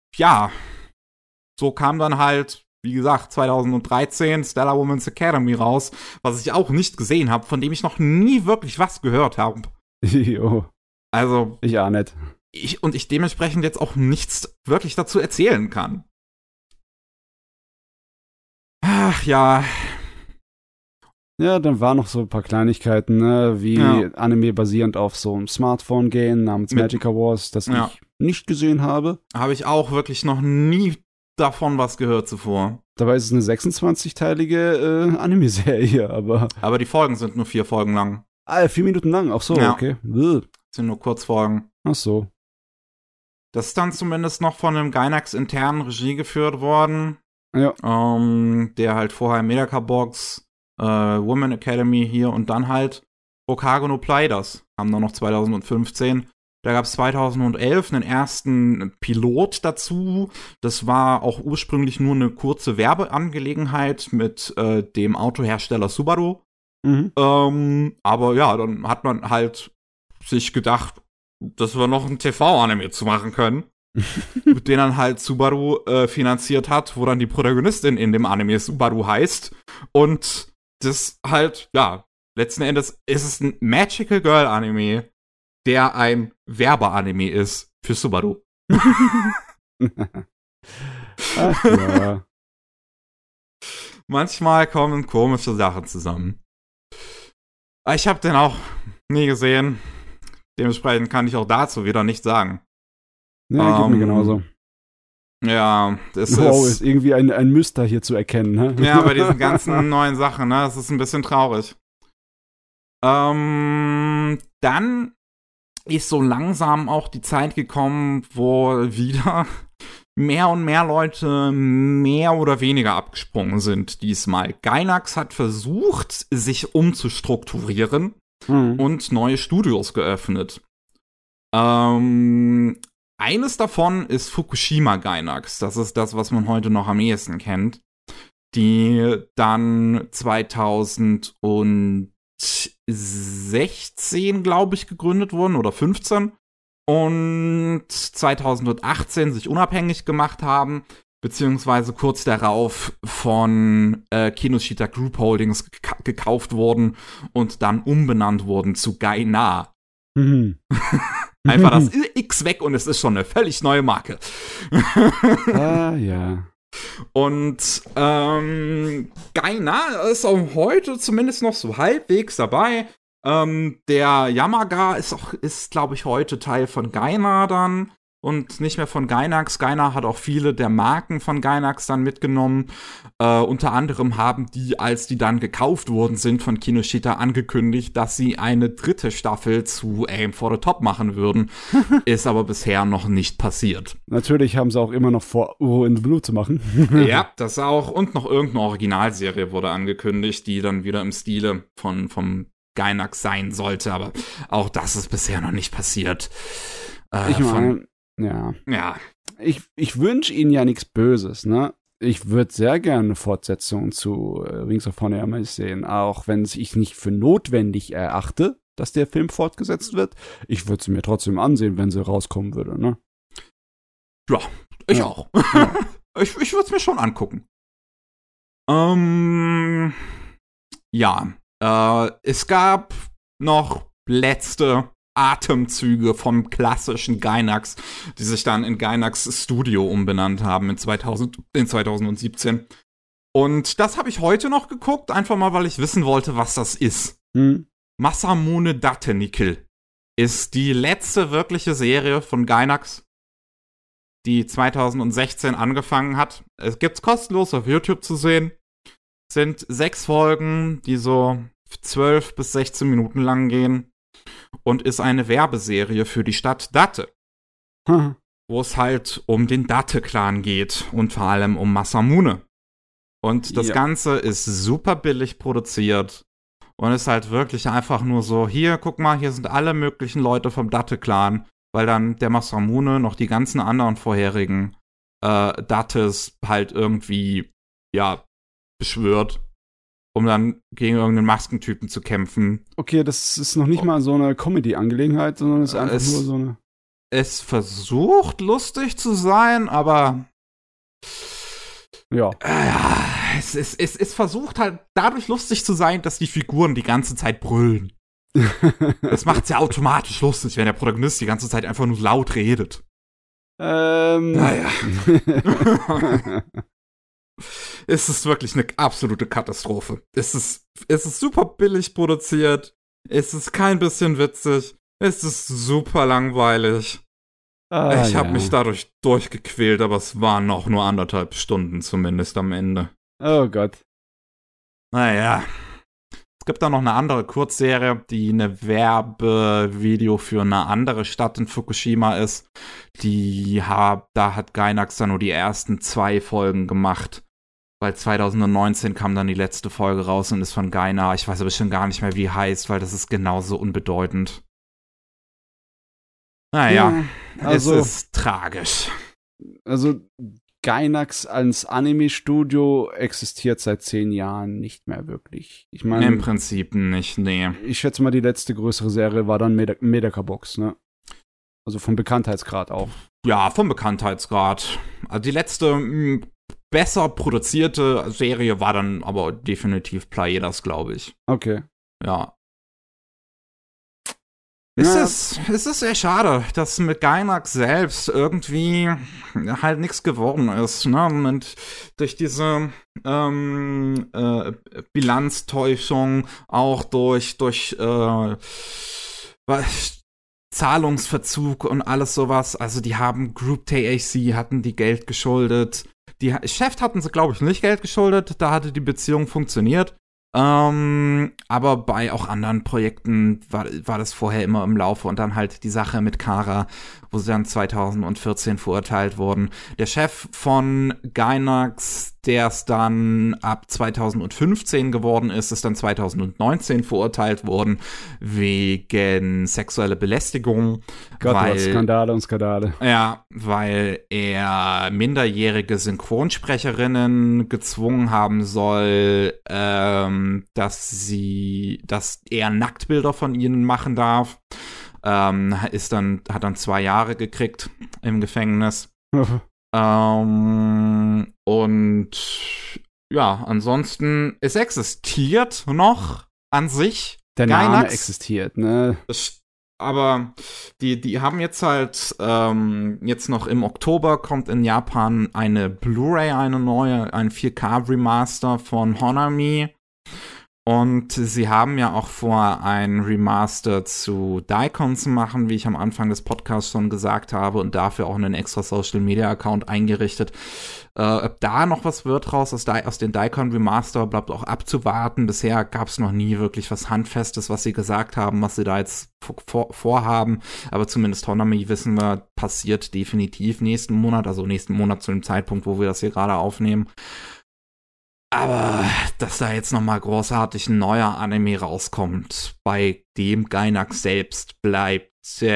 so kam dann halt, wie gesagt, 2013 Stellar Women's Academy raus, was ich auch nicht gesehen habe, von dem ich noch nie wirklich was gehört habe. Jo. Also. Ich auch nicht. Ich dementsprechend jetzt auch nichts wirklich dazu erzählen kann. Ach ja. Ja, dann waren noch so ein paar Kleinigkeiten, ne, wie Anime basierend auf so einem Smartphone-Game namens Magica Wars, das ich nicht gesehen habe. Habe ich auch wirklich noch nie davon was gehört zuvor. Dabei ist es eine 26-teilige Anime-Serie, aber... Aber die Folgen sind nur 4 Folgen lang. 4 Minuten lang, ach so, okay. Das sind nur Kurzfolgen. Ach so. Das ist dann zumindest noch von einem Gainax internen Regie geführt worden. Ja. Der halt vorher Medaka Box, Women Academy hier und dann halt Okago no Play das. Haben dann noch 2015 Da gab es 2011 einen ersten Pilot dazu. Das war auch ursprünglich nur eine kurze Werbeangelegenheit mit dem Autohersteller Subaru. Aber ja, dann hat man halt sich gedacht, dass wir noch ein TV-Anime zu machen können, mit dem dann halt Subaru finanziert hat, wo dann die Protagonistin in dem Anime Subaru heißt. Und das halt, ja, letzten Endes ist es ein Magical Girl Anime, der ein Werbeanime ist für Subaru. Ach, ja. Manchmal kommen komische Sachen zusammen. Ich habe den auch nie gesehen. Dementsprechend kann ich auch dazu wieder nichts sagen. Ja, geht mir genauso. Ja, das ist irgendwie ein Muster hier zu erkennen, ne? Ja, bei diesen ganzen neuen Sachen, ne? Das ist ein bisschen traurig. Dann ist so langsam auch die Zeit gekommen, wo wieder mehr und mehr Leute mehr oder weniger abgesprungen sind diesmal. Gainax hat versucht, sich umzustrukturieren und neue Studios geöffnet. Eines davon ist Fukushima Gainax. Das ist das, was man heute noch am ehesten kennt. Die dann 2016, glaube ich, gegründet wurden oder 15 und 2018 sich unabhängig gemacht haben, beziehungsweise kurz darauf von Kinoshita Group Holdings gekauft wurden und dann umbenannt wurden zu Gaina. Einfach das X weg und es ist schon eine völlig neue Marke. Ja. Und Gaina ist auch heute zumindest noch so halbwegs dabei. Der Yamaga ist glaube ich, heute Teil von Gaina dann und nicht mehr von Gainax. Gaina hat auch viele der Marken von Gainax dann mitgenommen. Unter anderem haben die, als die dann gekauft worden sind von Kinoshita, angekündigt, dass sie eine 3. Staffel zu Aim for the Top machen würden. Ist aber bisher noch nicht passiert. Natürlich haben sie auch immer noch vor, Uro in the Blue zu machen. Ja, das auch. Und noch irgendeine Originalserie wurde angekündigt, die dann wieder im Stile vom Gainax sein sollte. Aber auch das ist bisher noch nicht passiert. Ich meine, ja. Ich wünsche ihnen ja nichts Böses, ne? Ich würde sehr gerne eine Fortsetzung zu Wings of Honor sehen, auch wenn ich nicht für notwendig erachte, dass der Film fortgesetzt wird. Ich würde sie mir trotzdem ansehen, wenn sie rauskommen würde, ne? Ja, ich auch. Ja. Ich würde es mir schon angucken. Es gab noch letzte Atemzüge vom klassischen Gainax, die sich dann in Gainax Studio umbenannt haben in 2017. Und das habe ich heute noch geguckt, einfach mal, weil ich wissen wollte, was das ist. Masamune Datenikil ist die letzte wirkliche Serie von Gainax, die 2016 angefangen hat. Es gibt's kostenlos auf YouTube zu sehen. Es sind 6 Folgen, die so 12 bis 16 Minuten lang gehen. Und ist eine Werbeserie für die Stadt Date. Wo es halt um den Date-Clan geht und vor allem um Masamune. Und das Ganze ist super billig produziert und ist halt wirklich einfach nur so, hier, guck mal, hier sind alle möglichen Leute vom Date-Clan, weil dann der Masamune noch die ganzen anderen vorherigen Dates halt irgendwie, ja, beschwört, um dann gegen irgendeinen Maskentypen zu kämpfen. Okay, das ist noch nicht mal so eine Comedy-Angelegenheit, sondern es ist einfach nur so eine... Es versucht, lustig zu sein, aber... Ja. Es versucht halt dadurch lustig zu sein, dass die Figuren die ganze Zeit brüllen. Das macht's ja automatisch lustig, wenn der Protagonist die ganze Zeit einfach nur laut redet. Naja. Es ist wirklich eine absolute Katastrophe. Es ist super billig produziert. Es ist kein bisschen witzig. Es ist super langweilig. Ich habe mich dadurch durchgequält, aber es waren noch nur 1,5 Stunden zumindest am Ende. Oh Gott. Naja. Es gibt da noch eine andere Kurzserie, die eine Werbevideo für eine andere Stadt in Fukushima ist. Da hat Gainax dann nur die ersten 2 Folgen gemacht. Weil 2019 kam dann die letzte Folge raus und ist von Gaina. Ich weiß aber schon gar nicht mehr, wie heißt, weil das ist genauso unbedeutend. Naja, also, es ist tragisch. Also Gainax als Anime-Studio existiert seit 10 Jahren nicht mehr wirklich. Ich meine, Im Prinzip nicht, nee. ich schätze mal, die letzte größere Serie war dann Medaka-Box, ne? Also vom Bekanntheitsgrad auch. Ja, vom Bekanntheitsgrad. Also die letzte besser produzierte Serie war dann aber definitiv Playedas, glaube ich. Okay. Ja. Ja. Es ist sehr schade, dass mit Gainax selbst irgendwie halt nichts geworden ist, ne? Und durch diese Bilanztäuschung, auch durch Zahlungsverzug und alles sowas. Also die haben Group THC, hatten die Geld geschuldet. Die Chef hatten sie, glaube ich, nicht Geld geschuldet. Da hatte die Beziehung funktioniert. Aber bei auch anderen Projekten war das vorher immer im Laufe. Und dann halt die Sache mit Kara, wo sie dann 2014 verurteilt wurden. Der Chef von Gainax, der es dann ab 2015 geworden ist dann 2019 verurteilt worden wegen sexueller Belästigung. Gott, Skandale und Skandale. Ja, weil er minderjährige Synchronsprecherinnen gezwungen haben soll, dass er Nacktbilder von ihnen machen darf. Hat dann 2 Jahre gekriegt im Gefängnis. Und ja, ansonsten, es existiert noch an sich. Der Gainax. Name existiert, ne? Aber die haben jetzt halt, jetzt noch im Oktober kommt in Japan eine Blu-ray, eine neue, ein 4K-Remaster von Honami. Und sie haben ja auch vor, ein Remaster zu Daikon zu machen, wie ich am Anfang des Podcasts schon gesagt habe, und dafür auch einen extra Social-Media-Account eingerichtet. Ob da noch was wird raus aus den Daikon Remaster, bleibt auch abzuwarten. Bisher gab es noch nie wirklich was Handfestes, was sie gesagt haben, was sie da jetzt vorhaben. Aber zumindest Honami, wissen wir, passiert definitiv nächsten Monat zu dem Zeitpunkt, wo wir das hier gerade aufnehmen. Aber dass da jetzt nochmal großartig ein neuer Anime rauskommt, bei dem Gainax selbst bleibt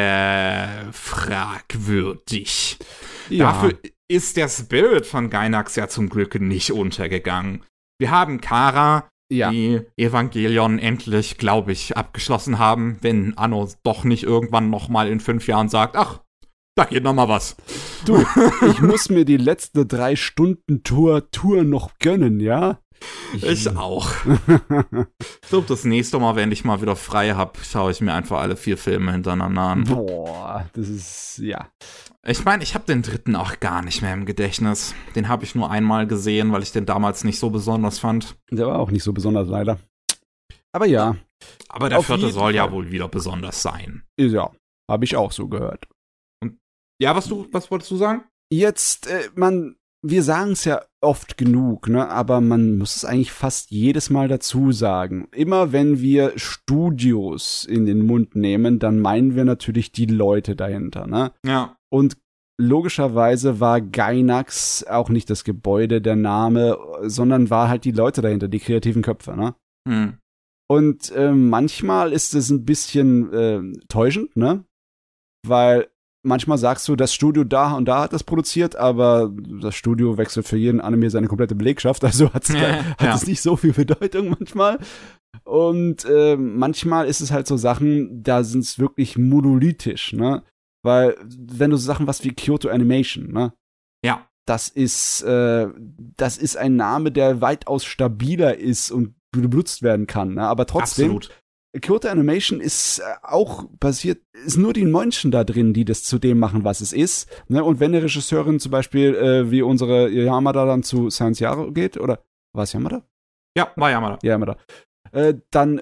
fragwürdig. Ja. Dafür ist der Spirit von Gainax ja zum Glück nicht untergegangen. Wir haben Kara, die Evangelion endlich, glaube ich, abgeschlossen haben, wenn Anno doch nicht irgendwann nochmal in 5 Jahren sagt, ach, da geht noch mal was. Du, ich muss mir die letzte 3-Stunden-Tour noch gönnen, ja? Ich auch. Ich glaube, das nächste Mal, wenn ich mal wieder frei habe, schaue ich mir einfach alle 4 Filme hintereinander an. Boah, das ist, ja. Ich meine, ich habe den 3. auch gar nicht mehr im Gedächtnis. Den habe ich nur einmal gesehen, weil ich den damals nicht so besonders fand. Der war auch nicht so besonders, leider. Aber ja. Aber der 4. soll ja wohl wieder besonders sein. Ja, habe ich auch so gehört. Ja, was wolltest du sagen? Jetzt, wir sagen es ja oft genug, ne, aber man muss es eigentlich fast jedes Mal dazu sagen. Immer wenn wir Studios in den Mund nehmen, dann meinen wir natürlich die Leute dahinter, ne? Ja. Und logischerweise war Gainax auch nicht das Gebäude, der Name, sondern war halt die Leute dahinter, die kreativen Köpfe, ne? Hm. Und manchmal ist es ein bisschen täuschend, ne? Weil manchmal sagst du, das Studio da und da hat das produziert, aber das Studio wechselt für jeden Anime seine komplette Belegschaft, also hat es nicht so viel Bedeutung manchmal. Und manchmal ist es halt so Sachen, da sind es wirklich monolithisch, ne? Weil, wenn du so Sachen was wie Kyoto Animation, ne? Ja. Das ist ein Name, der weitaus stabiler ist und benutzt werden kann, ne? Aber trotzdem. Absolut. Kyoto Animation ist auch basiert, ist nur die Menschen da drin, die das zu dem machen, was es ist. Ne? Und wenn eine Regisseurin zum Beispiel wie unsere Yamada dann zu Science Yaro geht, oder war es Yamada? Ja, war Yamada. Yamada. Dann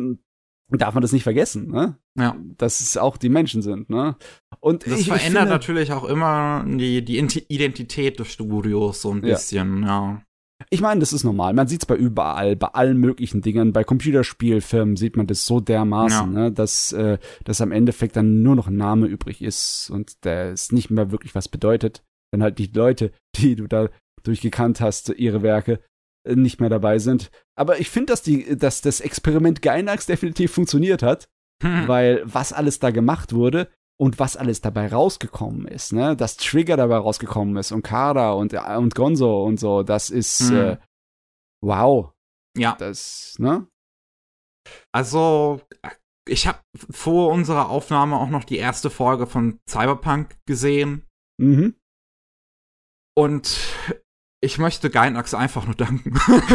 darf man das nicht vergessen, ne? Ja. Dass es auch die Menschen sind, ne? Und das verändert natürlich auch immer die Identität des Studios so ein bisschen, ja. Ich meine, das ist normal. Man sieht es bei allen möglichen Dingen. Bei Computerspielfirmen sieht man das so dermaßen, ne, dass am Endeffekt dann nur noch ein Name übrig ist und der es nicht mehr wirklich was bedeutet. Wenn halt die Leute, die du da durchgekannt hast, ihre Werke nicht mehr dabei sind. Aber ich finde, dass das Experiment Gainax definitiv funktioniert hat, weil was alles da gemacht wurde und was alles dabei rausgekommen ist, ne? Dass Trigger dabei rausgekommen ist und Kara und Gonzo und so, das ist wow. Ja. Das, ne? Also, ich habe vor unserer Aufnahme auch noch die erste Folge von Cyberpunk gesehen. Mhm. Und ich möchte Gainax einfach nur danken.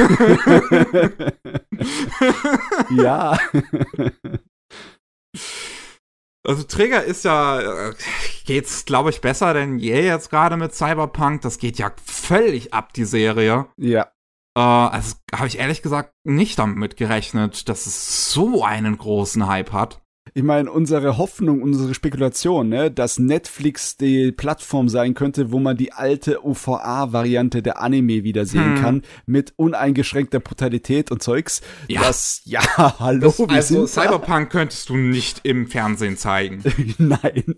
Ja. Also Trigger ist ja, geht's, glaube ich, besser denn je jetzt gerade mit Cyberpunk. Das geht ja völlig ab, die Serie. Ja. Also habe ich ehrlich gesagt nicht damit gerechnet, dass es so einen großen Hype hat. Ich meine, unsere Hoffnung, unsere Spekulation, ne, dass Netflix die Plattform sein könnte, wo man die alte OVA-Variante der Anime wiedersehen kann, mit uneingeschränkter Brutalität und Zeugs. Ja. Hallo, wir also sind Cyberpunk könntest du nicht im Fernsehen zeigen. Nein.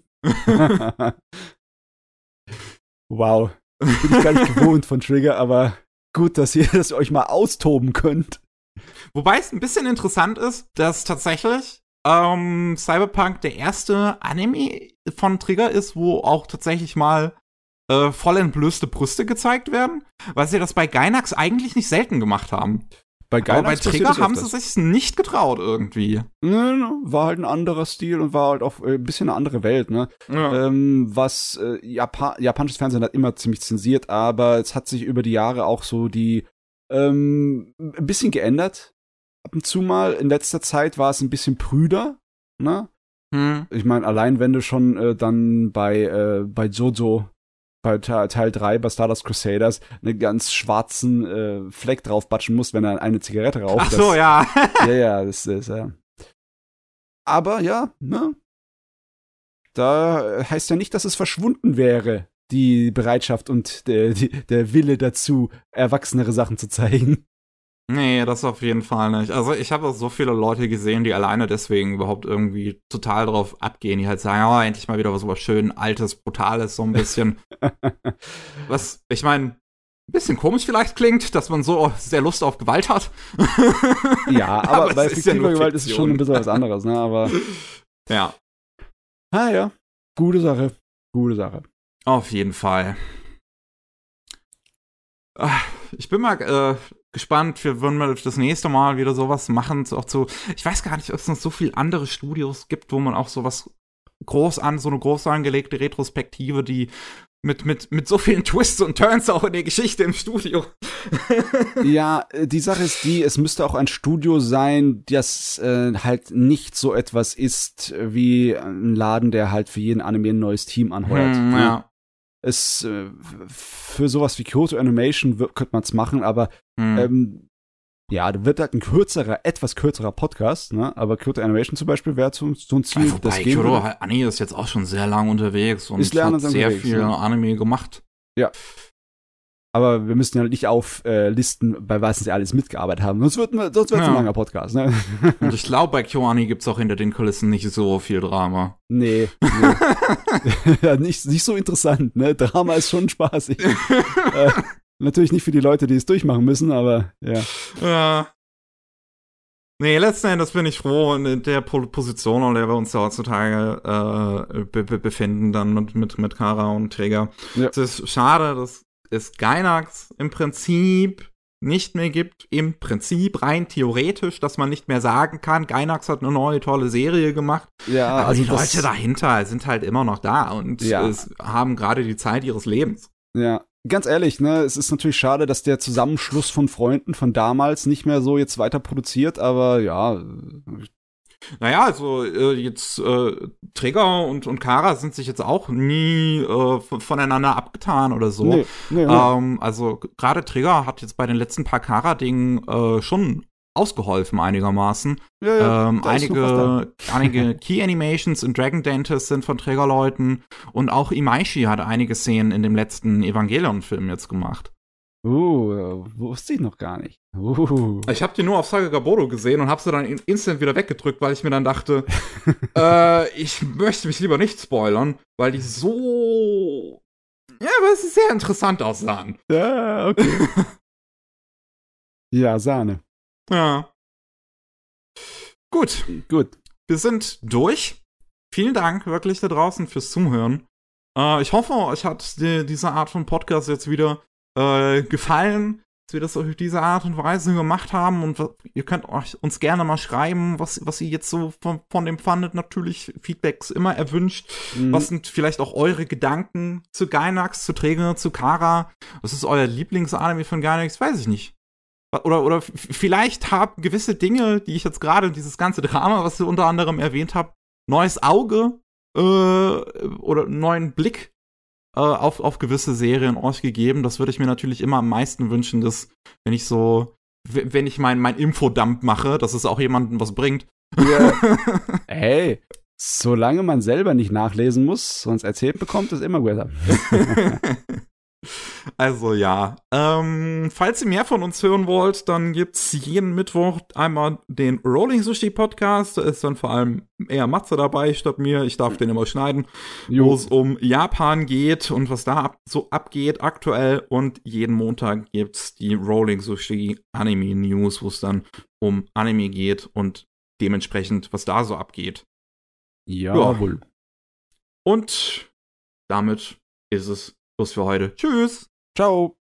Wow. Bin ich gar nicht gewohnt von Trigger, aber gut, dass ihr das euch mal austoben könnt. Wobei es ein bisschen interessant ist, dass tatsächlich Cyberpunk der erste Anime von Trigger ist, wo auch tatsächlich mal voll entblößte Brüste gezeigt werden, weil sie das bei Gainax eigentlich nicht selten gemacht haben. Bei Gainax aber bei Trigger haben sie sich nicht getraut irgendwie. War halt ein anderer Stil und war halt auch ein bisschen eine andere Welt, ne? Ja. Was japanisches Fernsehen hat immer ziemlich zensiert, aber es hat sich über die Jahre auch so die ein bisschen geändert. Ab und zu mal. In letzter Zeit war es ein bisschen prüder, ne? Ich meine, allein wenn du schon dann bei Jojo, bei Teil 3, bei Stardust Crusaders, einen ganz schwarzen Fleck draufbatschen musst, wenn er eine Zigarette raucht. Ach so, ja. Ja, das ist, ja. Aber ja, ne? Da heißt ja nicht, dass es verschwunden wäre, die Bereitschaft und der Wille dazu, erwachsenere Sachen zu zeigen. Nee, das auf jeden Fall nicht. Also ich habe auch so viele Leute gesehen, die alleine deswegen überhaupt irgendwie total drauf abgehen, die halt sagen, oh, endlich mal wieder was schön Altes, Brutales, so ein bisschen. Was, ich meine, ein bisschen komisch vielleicht klingt, dass man so sehr Lust auf Gewalt hat. Ja, aber bei fiktiver Gewalt ist es Fiktion. schon ein bisschen was anderes, ne? Aber ja. Ja, gute Sache. Auf jeden Fall. Ich bin mal gespannt, wir würden mal das nächste Mal wieder sowas machen, ich weiß gar nicht, ob es noch so viele andere Studios gibt, wo man auch sowas so eine groß angelegte Retrospektive, die mit so vielen Twists und Turns auch in der Geschichte im Studio. Ja, die Sache ist es müsste auch ein Studio sein, das halt nicht so etwas ist wie ein Laden, der halt für jeden Anime ein neues Team anheuert. Ja. Es für sowas wie Kyoto Animation könnte man es machen, aber ja, da wird halt ein etwas kürzerer Podcast, ne? Aber Kyoto Animation zum Beispiel wäre so ein Ziel, das geht. Kyoto Anime ist jetzt auch schon sehr lang unterwegs und hat sehr viel Anime gemacht. Ja. Aber wir müssen ja nicht auflisten, bei was sie alles mitgearbeitet haben. Sonst wird es ein langer Podcast, ne? Und ich glaube, bei KyoAni gibt's auch hinter den Kulissen nicht so viel Drama. Nee. Ja, nicht so interessant, ne? Drama ist schon spaßig. Natürlich nicht für die Leute, die es durchmachen müssen, aber ja. Ja. Nee, letzten Endes bin ich froh in der Position, in der wir uns ja heutzutage befinden, dann mit Kara und Träger. Ja. Es ist schade, dass es Gainax im Prinzip nicht mehr gibt. Im Prinzip rein theoretisch, dass man nicht mehr sagen kann, Gainax hat eine neue tolle Serie gemacht. Ja, aber also die Leute dahinter sind halt immer noch da und haben gerade die Zeit ihres Lebens. Ja. Ganz ehrlich, ne, es ist natürlich schade, dass der Zusammenschluss von Freunden von damals nicht mehr so jetzt weiter produziert, aber ja. Naja, also jetzt Trigger und Kara sind sich jetzt auch nie voneinander abgetan oder so. Nee. Also gerade Trigger hat jetzt bei den letzten paar Kara-Dingen schon ausgeholfen einigermaßen. Ja, einige Key Animations in Dragon Dentist sind von Trägerleuten und auch Imaishi hat einige Szenen in dem letzten Evangelion-Film jetzt gemacht. Wusste ich noch gar nicht. Ich habe die nur auf Sagabodo gesehen und habe sie dann instant wieder weggedrückt, weil ich mir dann dachte, ich möchte mich lieber nicht spoilern, weil die so aber es ist sehr interessant aussahen. Ja, okay. Ja, Sahne. Ja. Gut. Wir sind durch. vielen Dank wirklich da draußen fürs Zuhören. Ich hoffe, euch hat diese Art von Podcast jetzt wieder gefallen, dass wir das auf diese Art und Weise gemacht haben. Und ihr könnt uns gerne mal schreiben, was ihr jetzt so von dem fandet. Natürlich, Feedback ist immer erwünscht. Was sind vielleicht auch eure Gedanken zu Gainax, zu Träger, zu Kara? Was ist euer Lieblingsanime von Gainax? Weiß ich nicht. Oder vielleicht haben gewisse Dinge, die ich jetzt gerade, dieses ganze Drama, was ihr unter anderem erwähnt habt, neues Auge oder neuen Blick auf gewisse Serien euch gegeben. Das würde ich mir natürlich immer am meisten wünschen, dass, wenn ich mein Infodump mache, dass es auch jemandem was bringt. Ja. Hey, solange man selber nicht nachlesen muss, sonst erzählt bekommt, ist immer besser. Also ja, falls ihr mehr von uns hören wollt, dann gibt's jeden Mittwoch einmal den Rolling Sushi Podcast. Da ist dann vor allem eher Matze dabei statt mir. Ich darf den immer schneiden, wo es um Japan geht und was da so abgeht aktuell. Und jeden Montag gibt's die Rolling Sushi Anime News, wo es dann um Anime geht und dementsprechend, was da so abgeht. Jawohl. Ja. Und damit ist es Schluss für heute. Tschüss. Ciao.